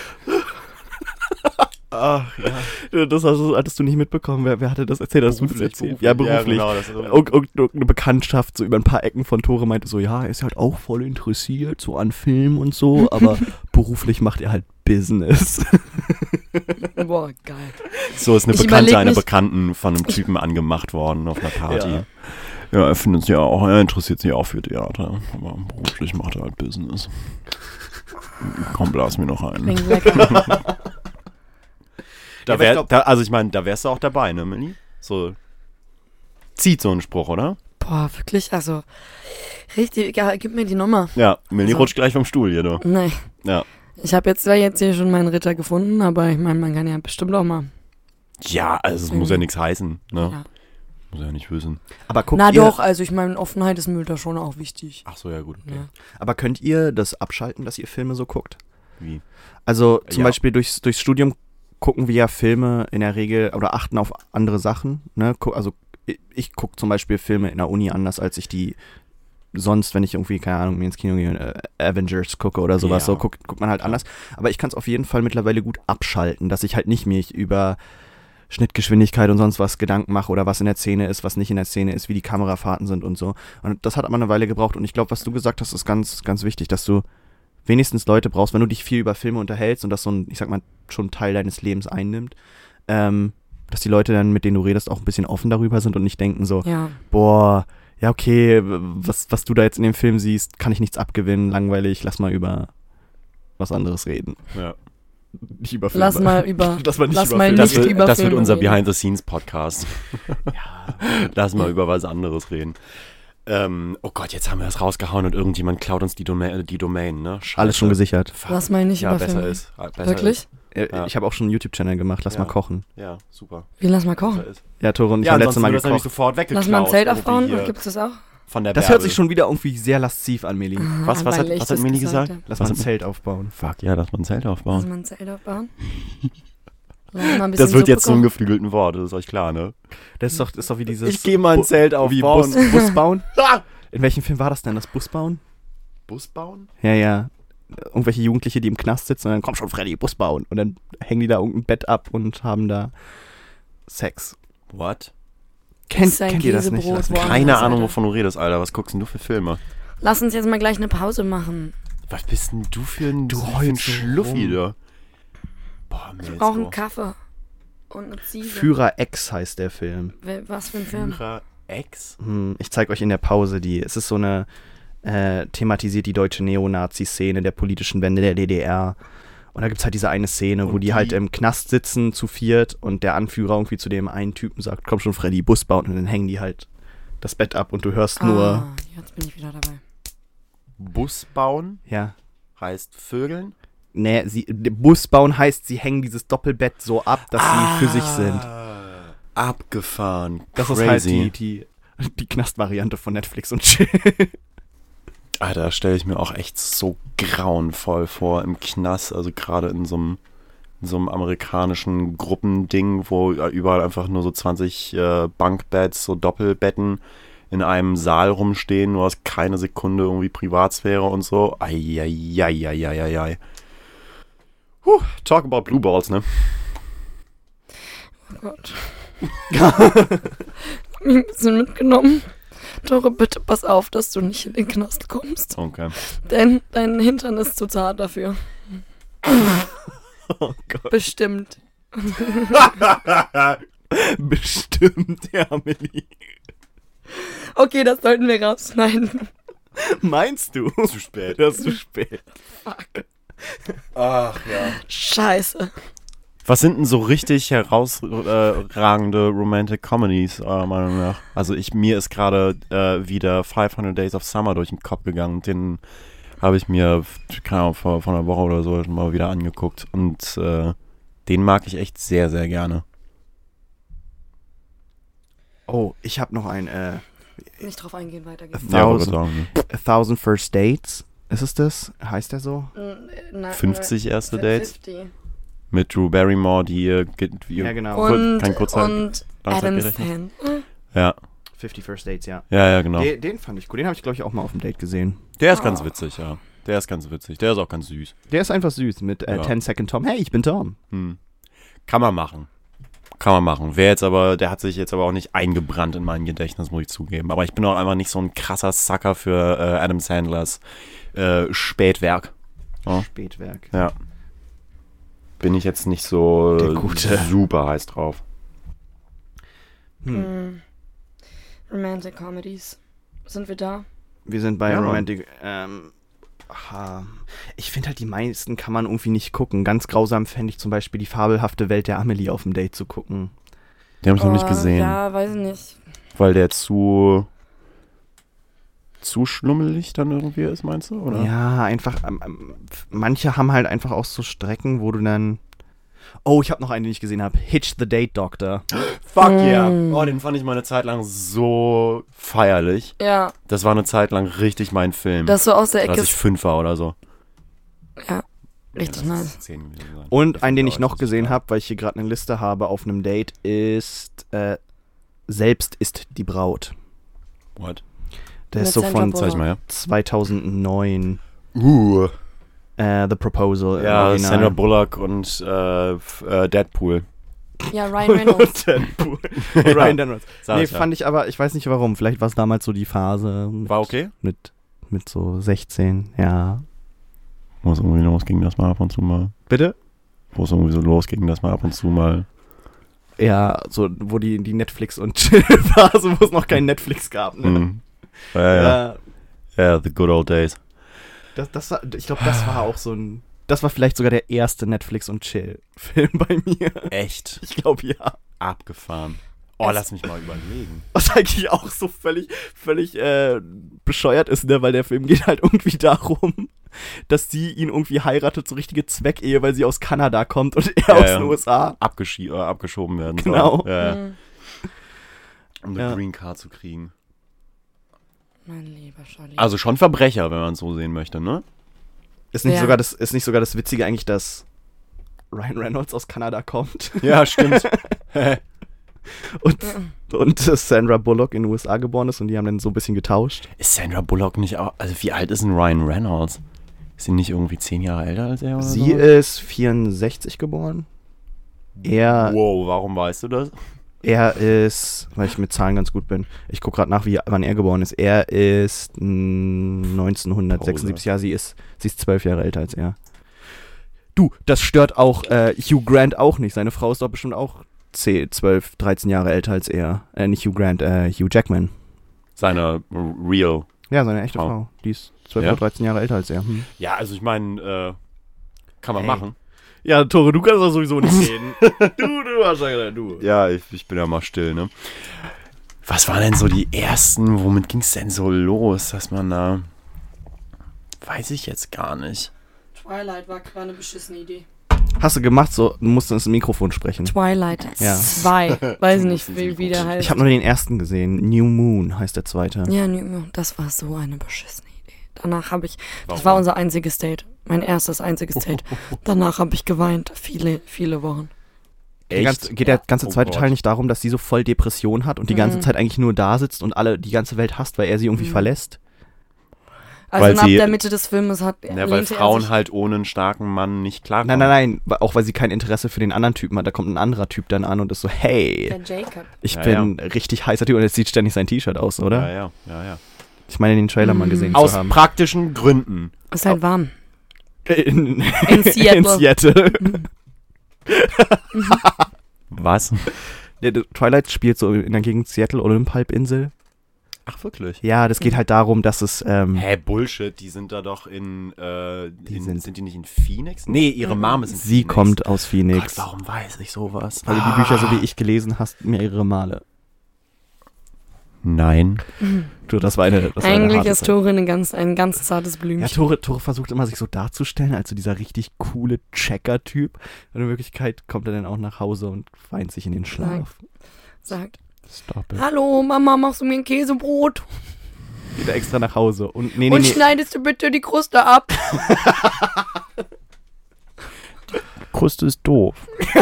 Ach ja. Das hast du, hattest du nicht mitbekommen. Wer, wer hatte das erzählt? Hast du das erzählt? Ja, beruflich. Ja, genau, das ist Und, und, und eine Bekanntschaft so über ein paar Ecken von Tore meinte so, ja, er ist halt auch voll interessiert, so an Film und so, aber beruflich macht er halt Business. Boah, geil. So ist eine Ich Bekannte überleg einer mich- Bekannten von einem Typen angemacht worden auf einer Party. Ja. Ja, er findet sich ja auch, er interessiert sich auch für Theater, aber beruflich macht er halt Business. Komm, blas mir noch ein. Klingt lecker. Da Ja, aber ich wär, glaub- da, also ich meine, da wärst du auch dabei, ne, Milli? So, zieht so ein Spruch, oder? Boah, wirklich, also, richtig, ja, gib mir die Nummer. Ja, Milli So. rutscht gleich vom Stuhl hier, du. Nee. Ja. Ich habe jetzt zwar jetzt hier schon meinen Ritter gefunden, aber ich meine, man kann ja bestimmt auch mal. Ja, also es muss ja nichts heißen, ne? Ja. Muss ja nicht wissen. Aber guckt Na ihr, doch, also ich meine, Offenheit ist mir da schon auch wichtig. Ach so, ja gut, okay. Ja. aber könnt ihr das abschalten, dass ihr Filme so guckt? Wie? Also zum Ja. Beispiel durchs, durchs Studium gucken wir ja Filme in der Regel oder achten auf andere Sachen. Ne? Gu- Also ich, ich gucke zum Beispiel Filme in der Uni anders, als ich die sonst, wenn ich irgendwie, keine Ahnung, mir ins Kino gehe, äh, Avengers gucke oder sowas, Ja. so guckt, guckt man halt anders. Aber ich kann es auf jeden Fall mittlerweile gut abschalten, dass ich halt nicht mich über Schnittgeschwindigkeit und sonst was Gedanken mache oder was in der Szene ist, was nicht in der Szene ist, wie die Kamerafahrten sind und so. Und das hat aber eine Weile gebraucht und ich glaube, was du gesagt hast, ist ganz, ganz wichtig, dass du wenigstens Leute brauchst, wenn du dich viel über Filme unterhältst und das so ein, ich sag mal, schon Teil deines Lebens einnimmt, ähm, dass die Leute dann, mit denen du redest, auch ein bisschen offen darüber sind und nicht denken so, Ja. boah, ja okay, was, was du da jetzt in dem Film siehst, kann ich nichts abgewinnen, langweilig, lass mal über was anderes reden. Ja. Nicht über Filme. Lass mal über. Lass mal nicht lass über mal Filme. Das nicht wird, über das wird Filme unser reden. Behind-the-Scenes-Podcast. Ja. Lass mal über was anderes reden. Ähm, oh Gott, jetzt haben wir das rausgehauen und irgendjemand klaut uns die, Doma die Domain, ne? Scheiße. Alles schon gesichert. Fuck. Lass mal nicht Ja, über besser Filme. ist. Ah, besser Wirklich? Ist. Äh, Ja. Ich habe auch schon einen YouTube-Channel gemacht, lass Ja. mal kochen. Ja, super. Wir lassen mal kochen. Besser ist. Ja, Tore und ich Ja, haben letztes ansonsten Mal wird das nämlich gekocht. sofort weggeklaut. Lass mal ein Zelt irgendwie aufbauen. hier Gibt es das auch? Von der Das Bärbel. hört sich schon wieder irgendwie sehr lasziv an, Meli. Was, was, hat, Weil ich was hat das Mini gesagt gesagt? hab. Lass Was mal ein hat- Zelt aufbauen. Fuck, ja, lass mal ein Zelt Lass aufbauen. mal ein Zelt aufbauen. Lass mal ein bisschen Das wird Suppe jetzt zum kochen. geflügelten Wort, das ist euch klar, ne? Das ist doch, das ist doch wie dieses... Ich geh mal ein Bu- Zelt Wie aufbauen. Bus, Bus bauen? Ah! In welchem Film war das denn, das Bus bauen? Bus bauen? Ja, ja. Irgendwelche Jugendliche, die im Knast sitzen und dann, komm schon, Freddy, Bus bauen. Und dann hängen die da irgendein Bett ab und haben da Sex. What? Kennt, Ist ein kennt ihr das nicht? Käsebrot, Lass mich- woanders, Keine Ahnung, Alter. wovon du redest, Alter. Was guckst denn du für Filme? Lass uns jetzt mal gleich eine Pause machen. Was bist denn du für ein, Du für ein heulst so Schluffi, rum. du? Boah, mir Ich brauche einen Kaffee. Und eine Ziege. Führer X heißt der Film. Wer- Was für ein Film? Führer X? Hm, ich zeige euch in der Pause die. Es ist so eine, äh, thematisiert die deutsche Neonazi-Szene der politischen Wende der D D R. Und da gibt es halt diese eine Szene, wo Und die, die- halt im Knast sitzen, zu viert, und der Anführer irgendwie zu dem einen Typen sagt, komm schon, Freddy, Bus bauen. Und dann hängen die halt das Bett ab und du hörst nur, Ah, jetzt bin ich wieder dabei. Bus bauen ja, heißt Vögeln? nee, sie, Bus bauen heißt, sie hängen dieses Doppelbett so ab, dass sie für sich sind. Abgefahren. Das Crazy. ist halt die, die, die Knastvariante von Netflix und Chill. Alter, stelle ich mir auch echt so grauenvoll vor im Knast, also gerade in so einem in so einem amerikanischen Gruppending, wo überall einfach nur so zwanzig äh, Bunkbeds, so Doppelbetten in einem Saal rumstehen, du hast keine Sekunde irgendwie Privatsphäre und so. Eieieiei. Huh, talk about Blue Balls, ne? Oh Gott. Ich hab mich ein bisschen mitgenommen. Tore, bitte pass auf, dass du nicht in den Knast kommst. Okay. Denn dein Hintern ist zu zart dafür. Oh Gott. Bestimmt. Bestimmt, ja, Milli. Okay, das sollten wir rausschneiden. Meinst du? Zu spät. Das ist zu spät. Fuck. Ach ja. Scheiße. Was sind denn so richtig herausragende Romantic Comedies, eurer Meinung nach? Also ich, mir ist gerade äh, wieder fünfhundert Days of Summer durch den Kopf gegangen. Den habe ich mir, keine Ahnung, vor, vor einer Woche oder so mal wieder angeguckt. Und äh, den mag ich echt sehr, sehr gerne. Oh, ich habe noch ein äh, Nicht drauf eingehen, A weitergehen. Ja, wollte Thousand, sagen, ne? A Thousand First Dates. Ist es das? Heißt der so? Na, fünfzig erste na, Dates fünfzig. mit Drew Barrymore, die ihr, die ihr Ja, genau. Kur- Und, kein Kurzzeit- und Langzeit Adam gerechnet. Sandler. Ja, fifty First Dates, ja. ja, ja, genau. Den, den fand ich gut. Den habe ich, glaube ich, auch mal auf dem Date gesehen. Der ist ganz Oh. witzig, ja. Der ist ganz witzig. Der ist auch ganz süß. Der ist einfach süß mit äh, Ja. ten Second Tom. Hey, ich bin Tom. Hm. Kann man machen. Kann man machen. Wer jetzt aber, der hat sich jetzt aber auch nicht eingebrannt in mein Gedächtnis, muss ich zugeben. Aber ich bin auch einfach nicht so ein krasser Sucker für äh, Adam Sandlers äh, Spätwerk. Ja. Spätwerk. ja. Bin ich jetzt nicht so Der Gute. super heiß drauf. Hm. Hm. Romantic Comedies. Sind wir da? Wir sind bei Ja, Mann. Romantic. Ähm, aha. Ich finde halt, die meisten kann man irgendwie nicht gucken. Ganz grausam fände ich zum Beispiel die fabelhafte Welt der Amelie auf dem Date zu gucken. Den habe ich noch nicht Oh, gesehen, Ja, weiß ich nicht. weil der zu zu schlummelig dann irgendwie ist, meinst du? Oder? Ja, einfach. Ähm, ähm, manche haben halt einfach auch so Strecken, wo du dann. Oh, ich habe noch einen, den ich gesehen habe. Hitch the Date Doctor. Fuck yeah. Mm. Oh, den fand ich mal eine Zeit lang so feierlich. Ja, Das war eine Zeit lang richtig mein Film. das so aus der als Ecke. ich fünf war oder so. Ja, richtig Ja, lass nice. es zehn gewesen sein. Und einen, den ich Ja, noch das ist gesehen egal. habe, weil ich hier gerade eine Liste habe auf einem Date, ist äh, Selbst ist die Braut. What? Der Mit ist so Sandra von Bullock. Zeig ich mal, ja. zweitausendneun. Uh. Äh, The Proposal. im Ja, Original. Sandra Bullock und äh, f- äh, Deadpool. Ja, Ryan Reynolds. Deadpool. Ryan Reynolds. Sag Nee, ich ja. fand ich aber, ich weiß nicht warum. Vielleicht war es damals so die Phase mit, War okay? mit, mit so sechzehn, ja. Wo es irgendwie losging, das mal ab und zu mal. Bitte? Wo es irgendwie so losging, das mal ab und zu mal. Ja, so, wo die, die Netflix- und Chill-Phase, wo es noch kein Netflix gab, ne? Mhm. Ja, ja, ja. Äh, Ja, the good old days. das, das war, ich glaube, das war auch so ein, das war vielleicht sogar der erste Netflix- und Chill-Film bei mir. Echt? Ich glaube, ja. Abgefahren. Oh, Es- lass mich mal überlegen. Was eigentlich auch so völlig, völlig äh, bescheuert ist, ne? Weil der Film geht halt irgendwie darum, dass sie ihn irgendwie heiratet, so richtige Zweckehe, weil sie aus Kanada kommt und er Ja, aus ja. den U S A. Abgeschi äh, abgeschoben werden Genau. soll. Ja, ja. Hm, Um eine Ja. Green Card zu kriegen. Mein lieber Scholli. Also schon Verbrecher, wenn man es so sehen möchte, ne? Ist nicht, Ja. sogar das, ist nicht sogar das Witzige eigentlich, dass Ryan Reynolds aus Kanada kommt Ja, stimmt. und, Ja. und Sandra Bullock in den U S A geboren ist und die haben dann so ein bisschen getauscht. Ist Sandra Bullock nicht auch. Also, wie alt ist denn Ryan Reynolds? Ist sie nicht irgendwie zehn Jahre älter als er oder Sie so? ist vierundsechzig geboren. Er, Wow, warum weißt du das? er ist, weil ich mit Zahlen ganz gut bin, ich gucke gerade nach, wie, wann er geboren ist. Er ist mm, neunzehnhundertsechsundsiebzig, ja, sie ist, sie ist zwölf Jahre älter als er. Du, das stört auch äh, Hugh Grant auch nicht. Seine Frau ist doch bestimmt auch zehn, zwölf, dreizehn Jahre älter als er. Äh, nicht Hugh Grant, äh, Hugh Jackman. Seine Real. Ja, seine echte Frau. Frau. Die ist zwölf Ja? oder dreizehn Jahre älter als er. Hm. Ja, also ich meine, äh, kann man Ey. machen. Ja, Tore, du kannst doch sowieso nicht reden. du, du hast ja gesagt, du. Ja, ich, ich bin ja mal still, ne? Was waren denn so die ersten, womit ging es denn so los, dass man da. Weiß ich jetzt gar nicht. Twilight war, war eine beschissene Idee. Hast du gemacht, so, du musst ins Mikrofon sprechen. Twilight Ja. zwei. Weiß nicht, wie, wie der heißt. Ich habe nur den ersten gesehen. New Moon heißt der zweite. Ja, nee, das war so eine beschissene Idee. Danach habe ich, das Warum? war unser einziges Date. Mein erstes einziges Date. Danach habe ich geweint. Viele, viele Wochen. Der ganze, geht der ganze Oh zweite Gott. Teil nicht darum, dass sie so voll Depression hat und die ganze Mhm. Zeit eigentlich nur da sitzt und alle die ganze Welt hasst, weil er sie irgendwie Mhm. verlässt? Also Weil ab sie- der Mitte des Filmes hat Ja, weil lehnte er Frauen sich, halt ohne einen starken Mann nicht klarkommen. Nein, nein, nein, wa- auch weil sie kein Interesse für den anderen Typen hat. Da kommt ein anderer Typ dann an und ist so, hey, der Jacob. ich Ja, bin richtig heißer Typ und jetzt sieht ständig sein T-Shirt aus, oder? Ja, ja, ja, ja. Ich meine, den Trailer mal Mhm. gesehen Aus zu haben. praktischen Gründen. Ist halt warm. In, In Seattle. in Seattle. Was? Der, der Twilight spielt so in der Gegend Seattle, Olymp-Halbinsel. Ach, wirklich? Ja, das geht halt darum, dass es... Ähm, Hä, Bullshit, die sind da doch in, äh, Die in sind- sind die nicht in Phoenix? Nee, ihre Mom ist in sie Phoenix. kommt aus Gott, Phoenix. warum weiß ich sowas? Weil du die Bücher so wie ich gelesen hast, mehrere Male. Nein. Du, das war eine, das war eine Eigentlich harte ist Zeit. Tore eine ganz, ein ganz zartes Ja, Blümchen. Tore, Tore versucht immer, sich so darzustellen, als so dieser richtig coole Checker-Typ. Und in Wirklichkeit kommt er dann auch nach Hause und weint sich in den Schlaf. Sagt, Stop it. hallo Mama, machst du mir ein Käsebrot? Geht er extra nach Hause. Und nee, nee, Und nee. schneidest du bitte die Kruste ab? Kruste ist doof.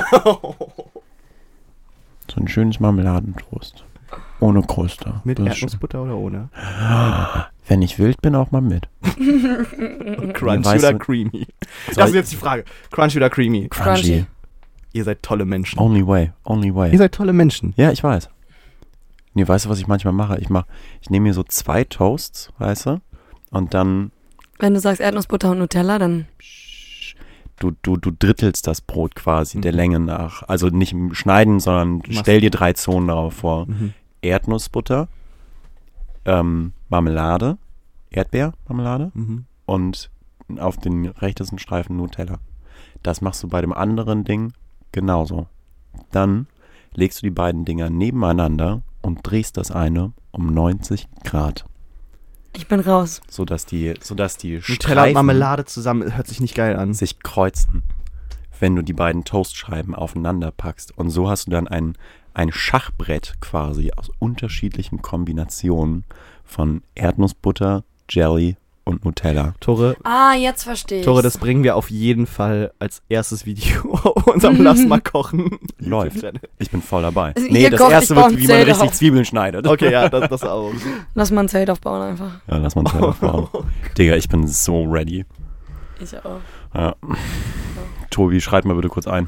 So ein schönes Marmeladentoast. Ohne Kruste. Mit Das ist Erdnussbutter oder ohne? schön. Wenn ich wild bin, auch mal mit. Crunchy weißt oder du- creamy? Soll Das ist ich- jetzt die Frage. Crunchy oder creamy? Crunchy. Ihr seid tolle Menschen. Only way. Only Ihr way. seid tolle Menschen. Ja, ich weiß. Nee, weißt du, was ich manchmal mache? Ich mach, ich nehme mir so zwei Toasts, weißt du? Und dann, Wenn du sagst Erdnussbutter und Nutella, dann du, du, du drittelst das Brot quasi der Mhm. Länge nach. Also nicht im Schneiden, sondern Machst- stell dir drei Zonen darauf vor. Mhm. Erdnussbutter, ähm, Marmelade, Erdbeermarmelade Mhm. und auf den rechtesten Streifen Nutella. Das machst du bei dem anderen Ding genauso. Dann legst du die beiden Dinger nebeneinander und drehst das eine um neunzig Grad, ich bin raus. sodass die, sodass die Nutella und Streifen Marmelade zusammen hört sich nicht geil an. sich kreuzen, wenn du die beiden Toastscheiben aufeinander packst. Und so hast du dann ein, ein Schachbrett quasi aus unterschiedlichen Kombinationen von Erdnussbutter, Jelly und Nutella. Tore, Ah, jetzt verstehe ich. Tore, das bringen wir auf jeden Fall als erstes Video auf unserem Lass mal kochen. Läuft. Ich bin voll dabei. Also Nee, ihr das kocht, erste ich baue wird, ein wie man Zelt richtig auf. Zwiebeln schneidet. Okay, ja, das, das auch. Lass mal ein Zelt aufbauen einfach. Ja, lass mal ein Teil aufbauen. Digga, ich bin so ready. Ich auch. Ja. Tobi, schreib mal bitte kurz ein.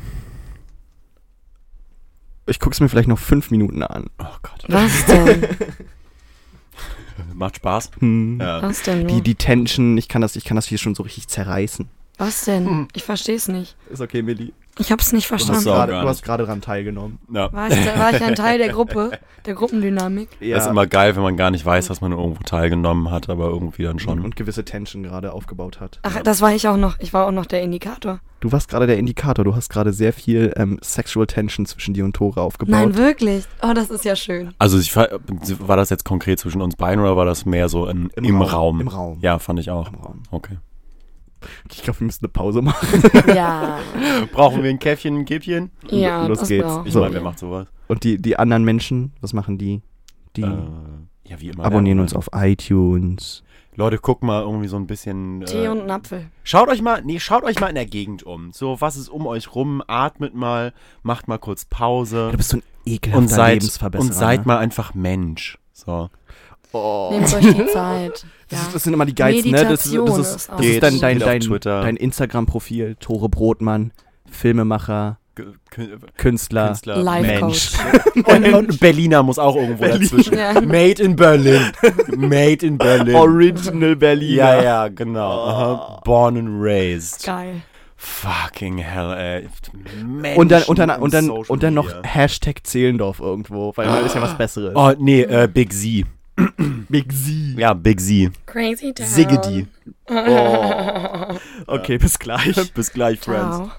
Ich guck's mir vielleicht noch fünf Minuten an. Oh Gott. Was denn? Macht Spaß. Hm. Ja. Was denn? Die, nur? die Tension, ich kann, das, ich kann das hier schon so richtig zerreißen. Was denn? Ich verstehe es nicht. Ist okay, Milli. Ich hab's nicht Du hast verstanden. So. gerade- gar du nicht. hast gerade dran teilgenommen. Ja. War ich, war ich ein Teil der Gruppe, der Gruppendynamik? Ja. Das ist immer geil, wenn man gar nicht weiß, dass man irgendwo teilgenommen hat, aber irgendwie dann schon. Und gewisse Tension gerade aufgebaut hat. Ach, das war ich auch noch. Ich war auch noch der Indikator. Du warst gerade der Indikator. Du hast gerade sehr viel ähm, Sexual Tension zwischen dir und Tore aufgebaut. Nein, wirklich? Oh, das ist ja schön. Also ich, fa- war das jetzt konkret zwischen uns beiden oder war das mehr so in, im, Raum? Im Raum. Ja, fand ich auch. Im Raum. Okay. Ich glaube, wir müssen eine Pause machen. Ja. Brauchen wir ein Käffchen, ein Kippchen? Ja, Los das geht's. brauchen Ich So. meine, wer macht sowas? Und die, die anderen Menschen, was machen die? Die Äh, ja, wie immer. abonnieren Werbung. uns auf iTunes. Leute, guckt mal irgendwie so ein bisschen. Tee Äh, und einen Apfel. Schaut euch mal, nee, schaut euch mal in der Gegend um. So, was ist um euch rum? Atmet mal, macht mal kurz Pause Du bist so ein ekelhafter und seid, Lebensverbesserer. und seid ne? mal einfach Mensch. So. Oh. Nehmt euch die Zeit. Das, Ja. ist, das sind immer die geilsten, ne? Das, ist- das Meditation ist, ist auch das ist Geht, dein, dein, geht auf dein, Twitter. dein Instagram-Profil. Tore Brotmann, Filmemacher, G- Kün- Künstler. Künstler, Life Mensch. Coach. Und, und Berliner muss auch irgendwo Berlin. dazwischen. Ja. Made in Berlin. Made in Berlin. Original Berliner. Ja, ja, genau. Aha. Born and raised. Geil. Fucking hell, ey. Menschen Und dann, und dann, und dann, in Social und dann noch Media. Hashtag Zehlendorf irgendwo, weil da ist ja was Besseres. Oh, nee, äh, Big Z. Big Z. Ja, Big Z. Crazy Town. Siggedy. Oh. Okay, bis gleich. Bis gleich, Friends. Ciao.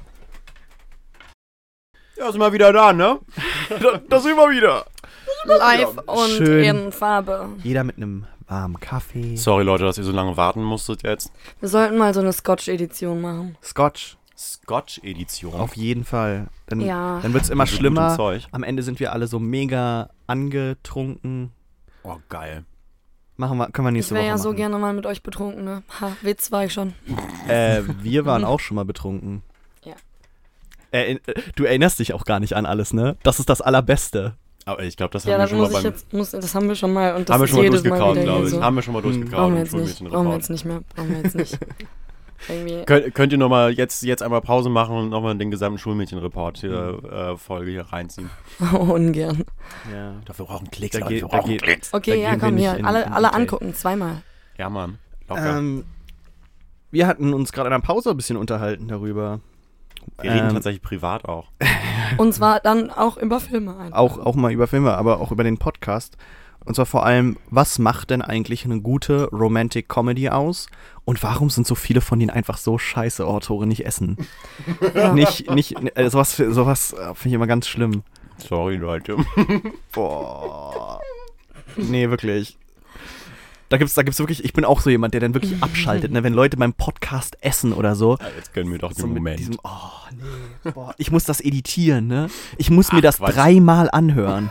Ja, sind wir wieder da, ne? Da, da sind wir wieder. Live und Schön. in Farbe. Jeder mit einem warmen Kaffee. Sorry, Leute, dass ihr so lange warten musstet jetzt. Wir sollten mal so eine Scotch-Edition machen. Scotch. Scotch-Edition. Auf jeden Fall. Dann, Ja. dann wird es immer Mit gutem schlimmer. Zeug. Am Ende sind wir alle so mega angetrunken. Oh, geil. Machen wir, können wir Ich nächste wäre Woche ja so machen. gerne mal mit euch betrunken, ne? Ha, Witz war ich schon. Äh, wir waren auch schon mal betrunken. Ja. Äh, du erinnerst dich auch gar nicht an alles, ne? Das ist das Allerbeste. Aber ich glaube, das Ja, haben wir das schon mal muss ich beim... jetzt, muss, das haben wir schon mal und das haben wir ist schon mal jedes Mal durchgekaut, wieder glaube hier ich. so. Haben wir schon mal Hm. durchgekaut. Brauchen wir im jetzt nicht, Schulmädchenreport. brauchen wir jetzt nicht mehr, brauchen wir jetzt nicht. Irgendwie. Könnt, könnt ihr nochmal jetzt, jetzt einmal Pause machen und nochmal den gesamten Schulmädchenreport hier, Hm. äh, Folge hier reinziehen? Ungern. Ja. Dafür brauchen Klicks, Da Leute, geht- wir da brauchen geht- Klicks. Okay, Da ja, gehen wir komm nicht hier. in- Alle, in alle Detail. angucken, zweimal. Ja, Mann. Locker. Ähm, wir hatten uns gerade in der Pause ein bisschen unterhalten darüber. wir reden ähm, tatsächlich privat auch. Und zwar dann auch über Filme ein. Auch, auch mal über Filme, aber auch über den Podcast. Und zwar vor allem, was macht denn eigentlich eine gute Romantic Comedy aus? Und warum sind so viele von denen einfach so scheiße, oh, Tore, nicht essen? Ja. Nicht, nicht, äh, sowas, sowas finde ich immer ganz schlimm. Sorry, Leute. Boah. Nee, wirklich. Da gibt's, da gibt's wirklich, ich bin auch so jemand, der dann wirklich abschaltet, ne? Wenn Leute beim Podcast essen oder so. Ja, jetzt gönnen wir doch den so Moment. Diesem, oh, nee, boah, ich muss das editieren, ne? Ich muss mir Ach, das Quatsch. dreimal anhören.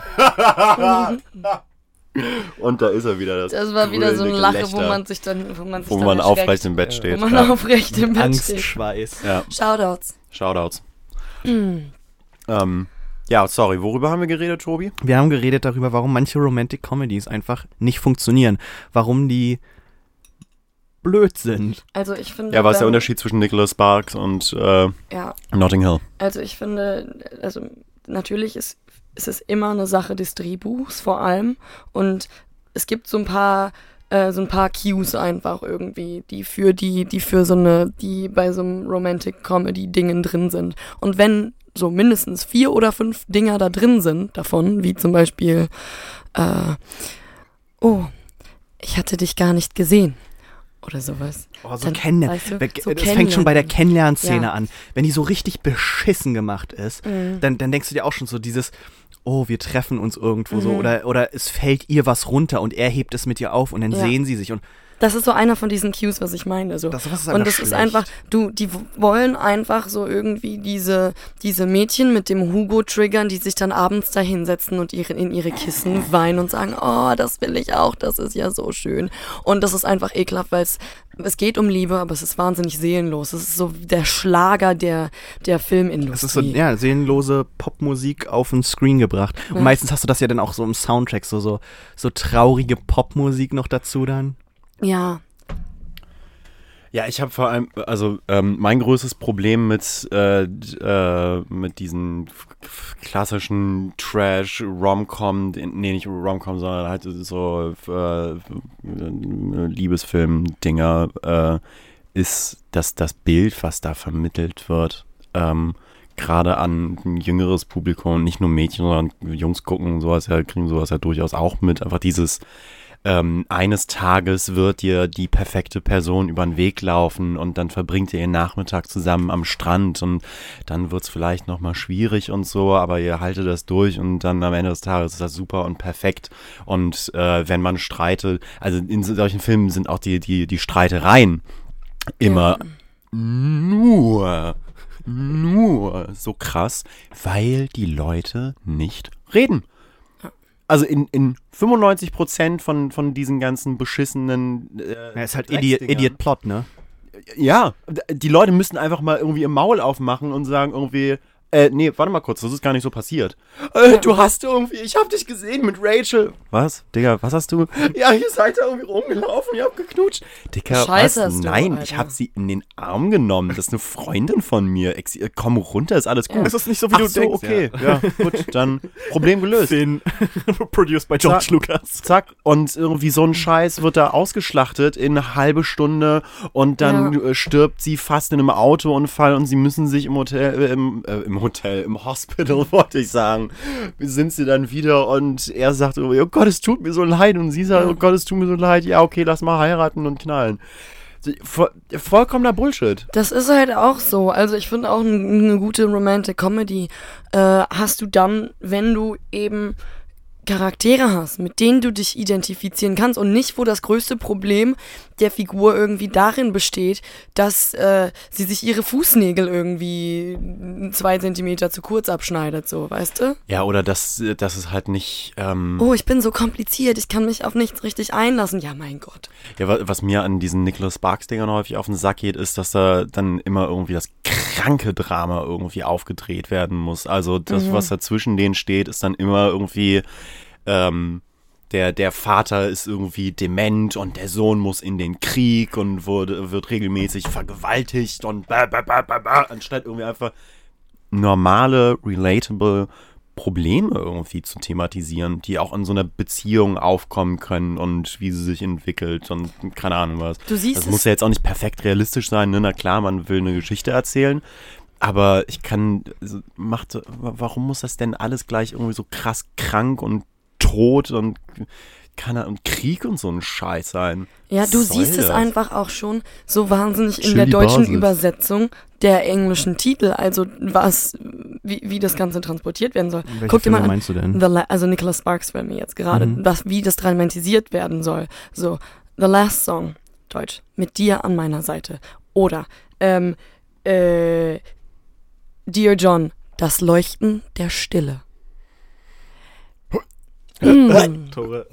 Und da ist er wieder. Das, das war wieder so ein Lache, Gelächter, wo man sich dann, wo man sich wo dann man erschreckt, aufrecht im Bett steht. Wo man ja. aufrecht im Bett steht. Angstschweiß. Ja. Shoutouts. Shoutouts. ähm, ja, sorry, worüber haben wir geredet, Tobi? Wir haben geredet darüber, warum manche Romantic Comedies einfach nicht funktionieren. Warum die blöd sind. Also ich finde... Ja, was ist der wenn- Unterschied zwischen Nicholas Sparks und äh, Ja, Notting Hill? also ich finde, also natürlich ist, ist es immer eine Sache des Drehbuchs vor allem und es gibt so ein paar äh, so ein paar Cues einfach irgendwie, die für die, die für so eine, die bei so einem Romantic Comedy Dingen drin sind. Und wenn so mindestens vier oder fünf Dinger da drin sind davon, wie zum Beispiel äh, oh, ich hatte dich gar nicht gesehen oder sowas. Oh, so Dann, kennenlernen. weißt du, Wer- so das fängt schon bei der kennenlernen. Kennenlernszene Ja. an. Wenn die so richtig beschissen gemacht ist, Mhm. dann, dann denkst du dir auch schon so dieses, oh, wir treffen uns irgendwo so Mhm. oder, oder es fällt ihr was runter und er hebt es mit ihr auf und dann Ja. sehen sie sich und Das ist so einer von diesen Cues, was ich meine. So. das, das ist Und einfach das ist schlecht. einfach, du, die w- wollen einfach so irgendwie diese, diese Mädchen mit dem Hugo triggern, die sich dann abends da hinsetzen und ihre, in ihre Kissen weinen und sagen, oh, das will ich auch, das ist ja so schön. Und das ist einfach ekelhaft, weil es, es geht um Liebe, aber es ist wahnsinnig seelenlos. Es ist so der Schlager der, der Filmindustrie. Es ist so, ja, seelenlose Popmusik auf den Screen gebracht. Und Ja. meistens hast du das ja dann auch so im Soundtrack, so, so, so traurige Popmusik noch dazu dann. Ja. Ja, ich habe vor allem, also ähm, mein größtes Problem mit, äh, d- äh, mit diesen f- f- klassischen Trash-Rom-Com, nee, nicht Rom-Com, sondern halt so äh, Liebesfilm-Dinger, äh, ist, dass das Bild, was da vermittelt wird, ähm, gerade an ein jüngeres Publikum, nicht nur Mädchen, sondern Jungs gucken sowas ja, kriegen sowas ja durchaus auch mit, einfach dieses Ähm, eines Tages wird dir die perfekte Person über den Weg laufen und dann verbringt ihr ihren Nachmittag zusammen am Strand und dann wird es vielleicht nochmal schwierig und so, aber ihr haltet das durch und dann am Ende des Tages ist das super und perfekt und äh, wenn man streitet, also in solchen Filmen sind auch die, die, die Streitereien immer Ja. nur, nur so krass, weil die Leute nicht reden. Also in, in fünfundneunzig Prozent von, von diesen ganzen beschissenen äh, Ja, ist halt Idiot, Drecksdingern. Idiot Plot, ne? Ja, die Leute müssen einfach mal irgendwie im Maul aufmachen und sagen irgendwie, äh, nee, warte mal kurz, das ist gar nicht so passiert. Äh, du hast irgendwie, ich hab dich gesehen mit Rachel. Was? Digga, was hast du? Ja, ihr seid da irgendwie rumgelaufen, ihr habt geknutscht. Digga, Scheiße was? hast du, Nein, Alter. ich hab sie in den Arm genommen. Das ist eine Freundin von mir. Ex äh, komm runter, ist alles gut. Ja. Es ist nicht so, wie Ach du so, denkst. okay. Ja. gut, dann Problem gelöst. Finn. Produced by George Zack. Lucas. Zack, und irgendwie so ein Scheiß wird da ausgeschlachtet in eine halbe Stunde und dann Ja. äh, stirbt sie fast in einem Autounfall und sie müssen sich im Hotel, äh, im, äh, im Hotel, im Hospital, wollte ich sagen, sind sie dann wieder und er sagt irgendwie, oh Gott, es tut mir so leid und sie sagt, Ja. oh Gott, es tut mir so leid, ja, okay, lass mal heiraten und knallen. Voll, vollkommener Bullshit. Das ist halt auch so. Also ich finde auch n- eine gute Romantic Comedy äh, hast du dann, wenn du eben Charaktere hast, mit denen du dich identifizieren kannst und nicht, wo das größte Problem der Figur irgendwie darin besteht, dass äh, sie sich ihre Fußnägel irgendwie zwei Zentimeter zu kurz abschneidet, so, weißt du? Ja, oder dass, dass es halt nicht... Ähm Oh, ich bin so kompliziert, ich kann mich auf nichts richtig einlassen. Ja, mein Gott. Ja, wa- was mir an diesen Nicholas Sparks-Dingern häufig auf den Sack geht, ist, dass da dann immer irgendwie das kranke Drama irgendwie aufgedreht werden muss. Also das, Mhm. was da zwischen denen steht, ist dann immer irgendwie, ähm, der, der Vater ist irgendwie dement und der Sohn muss in den Krieg und wurde, wird regelmäßig vergewaltigt und ba, ba, ba, ba, ba, anstatt irgendwie einfach normale, relatable Probleme irgendwie zu thematisieren, die auch in so einer Beziehung aufkommen können und wie sie sich entwickelt und keine Ahnung was. Du siehst Das es. muss ja jetzt auch nicht perfekt realistisch sein, ne? Na klar, man will eine Geschichte erzählen, aber ich kann, also macht, warum muss das denn alles gleich irgendwie so krass krank und tot und keine Ahnung, Krieg und so ein Scheiß sein. Ja, Was du soll siehst es das? einfach auch schon so wahnsinnig Chill in der die deutschen Basis. Übersetzung der englischen Titel, also was, wie, wie das Ganze transportiert werden soll. Welche Guck dir mal Filme an, meinst du denn? The La- also Nicholas Sparks Film jetzt gerade, Mhm. was, wie das dramatisiert werden soll. So, The Last Song, Deutsch, mit dir an meiner Seite. Oder, ähm, äh, Dear John, das Leuchten der Stille. Mm. Tore.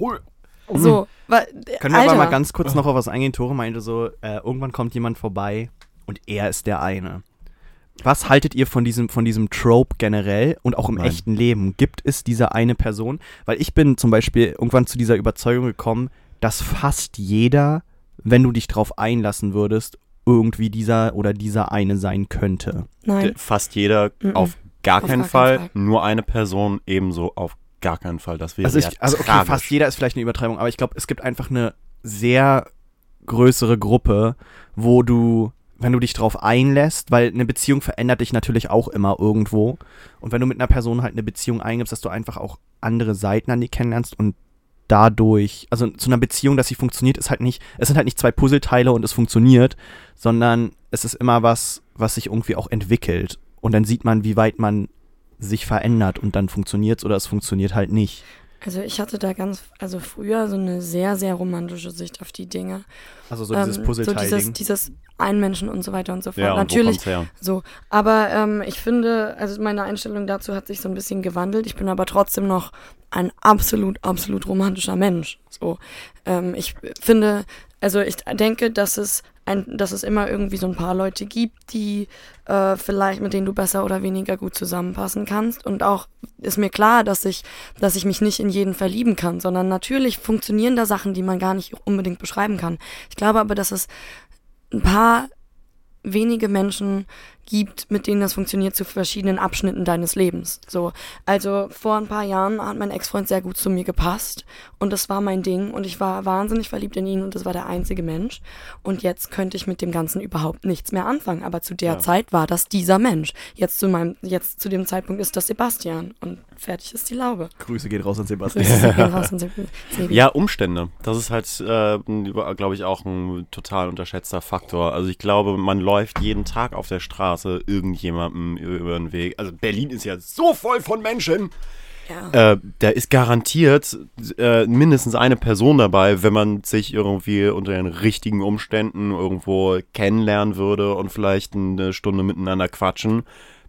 So, wa- Können wir Alter. aber mal ganz kurz noch auf was eingehen? Tore meinte so, äh, irgendwann kommt jemand vorbei und er ist der eine. Was haltet ihr von diesem, von diesem Trope generell und auch im Nein. echten Leben? Gibt es diese eine Person? Weil ich bin zum Beispiel irgendwann zu dieser Überzeugung gekommen, dass fast jeder, wenn du dich drauf einlassen würdest, irgendwie dieser oder dieser eine sein könnte. Nein. Der- Fast jeder Mhm. auf gar Auf keinen gar Fall, keinen nur eine Person ebenso auf gar keinen Fall. Das wäre Also, ja ich, also okay, tragisch. fast jeder ist vielleicht eine Übertreibung, aber ich glaube, es gibt einfach eine sehr größere Gruppe, wo du, wenn du dich drauf einlässt, weil eine Beziehung verändert dich natürlich auch immer irgendwo. Und wenn du mit einer Person halt eine Beziehung eingibst, dass du einfach auch andere Seiten an die kennenlernst und dadurch, also zu einer Beziehung, dass sie funktioniert, ist halt nicht, es sind halt nicht zwei Puzzleteile und es funktioniert, sondern es ist immer was, was sich irgendwie auch entwickelt. Und dann sieht man, wie weit man sich verändert und dann funktioniert es oder es funktioniert halt nicht. Also ich hatte da ganz, also früher so eine sehr, sehr romantische Sicht auf die Dinge. Also so dieses Ähm, so Puzzleteil-Ding. dieses, dieses Einmenschen und so weiter und so fort. Ja, und wo Natürlich kommt's her? so. Aber ähm, ich finde, also meine Einstellung dazu hat sich so ein bisschen gewandelt. Ich bin aber trotzdem noch ein absolut, absolut romantischer Mensch. So. Ähm, ich finde, also ich denke, dass es ein, dass es immer irgendwie so ein paar Leute gibt, die äh, vielleicht mit denen du besser oder weniger gut zusammenpassen kannst. Und auch ist mir klar, dass ich, dass ich mich nicht in jeden verlieben kann, sondern natürlich funktionieren da Sachen, die man gar nicht unbedingt beschreiben kann. Ich glaube aber, dass es ein paar wenige Menschen gibt, mit denen das funktioniert zu verschiedenen Abschnitten deines Lebens. So, also vor ein paar Jahren hat mein Ex-Freund sehr gut zu mir gepasst und das war mein Ding und ich war wahnsinnig verliebt in ihn und das war der einzige Mensch und jetzt könnte ich mit dem Ganzen überhaupt nichts mehr anfangen, aber zu der Ja. Zeit war das dieser Mensch. Jetzt zu meinem, jetzt zu dem Zeitpunkt ist das Sebastian und fertig ist die Laube. Grüße geht raus an Sebastian. Grüße gehen raus an Seb- Sebi. Ja, Umstände. Das ist halt, äh, glaube ich, auch ein total unterschätzter Faktor. Also ich glaube, man läuft jeden Tag auf der Straße irgendjemandem über den Weg. Also Berlin ist ja so voll von Menschen. Ja. Äh, da ist garantiert äh, mindestens eine Person dabei, wenn man sich irgendwie unter den richtigen Umständen irgendwo kennenlernen würde und vielleicht eine Stunde miteinander quatschen.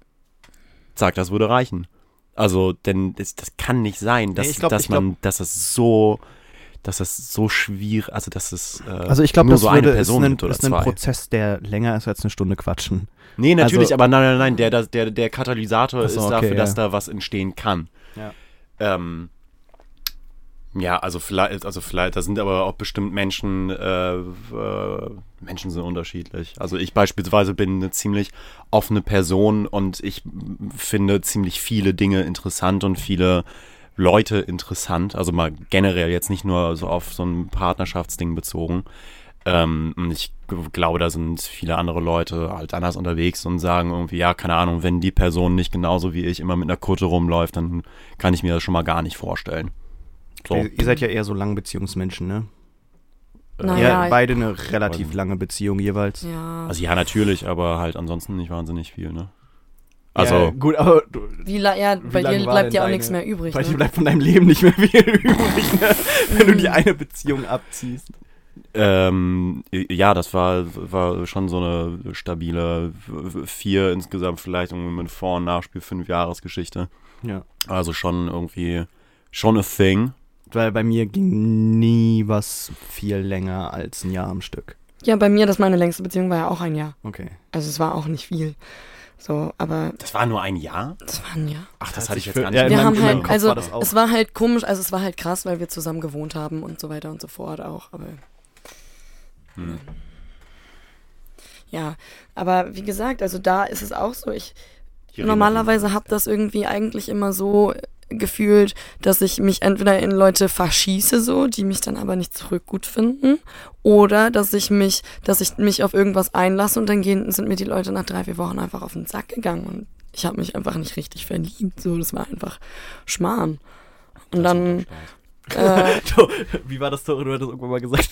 Zack, das würde reichen. Also, denn das, das kann nicht sein, dass, Nee, ich glaub- dass ich glaub- man, dass es so, dass es so schwierig, also dass es äh, Also ich glaube, nur das so würde, eine Person ist, ein, gibt oder ist ein zwei. Prozess, der länger ist als eine Stunde quatschen. Nee, natürlich, Also- aber nein, nein, nein, der, der, der, der Katalysator Ach so, ist okay, dafür, ja. dass da was entstehen kann. Ja. Ähm, ja, also vielleicht, also vielleicht, da sind aber auch bestimmt Menschen, äh, äh, Menschen sind unterschiedlich. Also ich beispielsweise bin eine ziemlich offene Person und ich finde ziemlich viele Dinge interessant und viele Leute interessant. Also mal generell jetzt nicht nur so auf so ein Partnerschaftsding bezogen. Ähm, und ich g- glaube, da sind viele andere Leute halt anders unterwegs und sagen irgendwie, ja, keine Ahnung, wenn die Person nicht genauso wie ich immer mit einer Kutte rumläuft, dann kann ich mir das schon mal gar nicht vorstellen. So. Ihr, ihr seid ja eher so Langbeziehungsmenschen, ne? Naja, Ihr beide eine relativ lange Beziehung jeweils. ja. Also ja, natürlich, aber halt ansonsten nicht wahnsinnig viel, ne? Also, ja, gut, aber du, Wie la- ja, Wie bei lang dir war bleibt denn ja auch deine- nichts mehr übrig. bei dir Ne? bleibt von deinem Leben nicht mehr viel übrig, ne? Wenn du die eine Beziehung abziehst. ähm, ja, das war, war schon so eine stabile vier insgesamt vielleicht irgendwie mit Vor- und Nachspiel fünf Jahresgeschichte. Ja. Also schon irgendwie, schon a thing. Weil bei mir ging nie was viel länger als ein Jahr am Stück. Ja, bei mir, das meine längste Beziehung war ja auch ein Jahr. Okay. Also es war auch nicht viel. So, aber Das war nur ein Jahr? das war ein Jahr. Ach, das Hat hatte ich sich jetzt für- gar nicht ja, in Wir meinem- haben in meinem halt, Kopf also war das auch. es war halt komisch, also es war halt krass, weil wir zusammen gewohnt haben und so weiter und so fort auch, aber Hm. ja, aber wie gesagt, also da ist es auch so, ich Die reden normalerweise auf jeden habe das irgendwie eigentlich immer so gefühlt, dass ich mich entweder in Leute verschieße so, die mich dann aber nicht zurück gut finden, oder dass ich mich, dass ich mich auf irgendwas einlasse und dann gehen, sind mir die Leute nach drei, vier Wochen einfach auf den Sack gegangen und ich habe mich einfach nicht richtig verliebt, so, das war einfach Schmarrn. Und Das macht dann, auch Spaß. Äh, Wie war das, Tore? Du hattest irgendwann mal gesagt,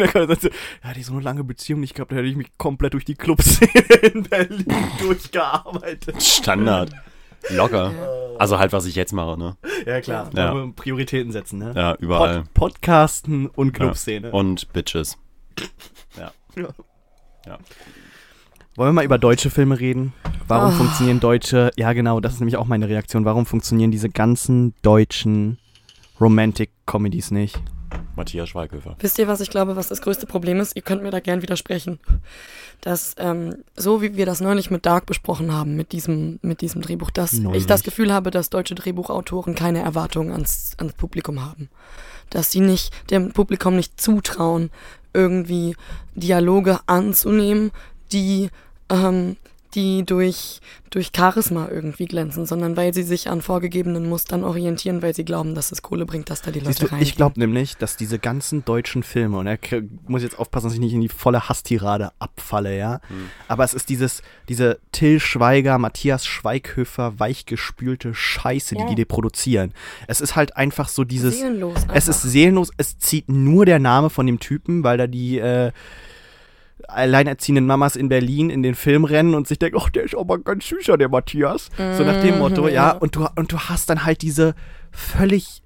ja, die so eine lange Beziehung nicht gehabt, da hätte ich mich komplett durch die Clubszene in Berlin durchgearbeitet. Standard. Locker. Also halt, was ich jetzt mache, ne? Ja, klar. Ja. Ja. Prioritäten setzen, ne? Ja, überall. Pod- Podcasten und Clubszene. Ja. Und Bitches. Ja. Ja. Ja. Wollen wir mal über deutsche Filme reden? Warum Oh. funktionieren deutsche, ja genau, das ist nämlich auch meine Reaktion, warum funktionieren diese ganzen deutschen Romantic-Comedies nicht? Matthias Schweighöfer. Wisst ihr, was ich glaube, was das größte Problem ist? Ihr könnt mir da gern widersprechen. Dass, ähm, so wie wir das neulich mit Dark besprochen haben, mit diesem, mit diesem Drehbuch, dass Neulich. ich das Gefühl habe, dass deutsche Drehbuchautoren keine Erwartungen ans, ans Publikum haben. Dass sie nicht, dem Publikum nicht zutrauen, irgendwie Dialoge anzunehmen, die, ähm, die durch, durch Charisma irgendwie glänzen, sondern weil sie sich an vorgegebenen Mustern orientieren, weil sie glauben, dass es Kohle bringt, dass da die Siehst Leute du, reingehen. ich glaube nämlich, dass diese ganzen deutschen Filme, und ich muss jetzt aufpassen, dass ich nicht in die volle Hasstirade abfalle, ja, Hm. aber es ist dieses, diese Till Schweiger, Matthias Schweighöfer, weichgespülte Scheiße, die Ja. die dir produzieren. Es ist halt einfach so dieses, Seelenlos einfach. es ist seelenlos, es zieht nur der Name von dem Typen, weil da die, äh, alleinerziehenden Mamas in Berlin in den Film rennen und sich denken, ach, der ist aber ganz süßer, der Matthias. So nach dem Motto, Mhm, ja. ja. Und du, und du hast dann halt diese völlig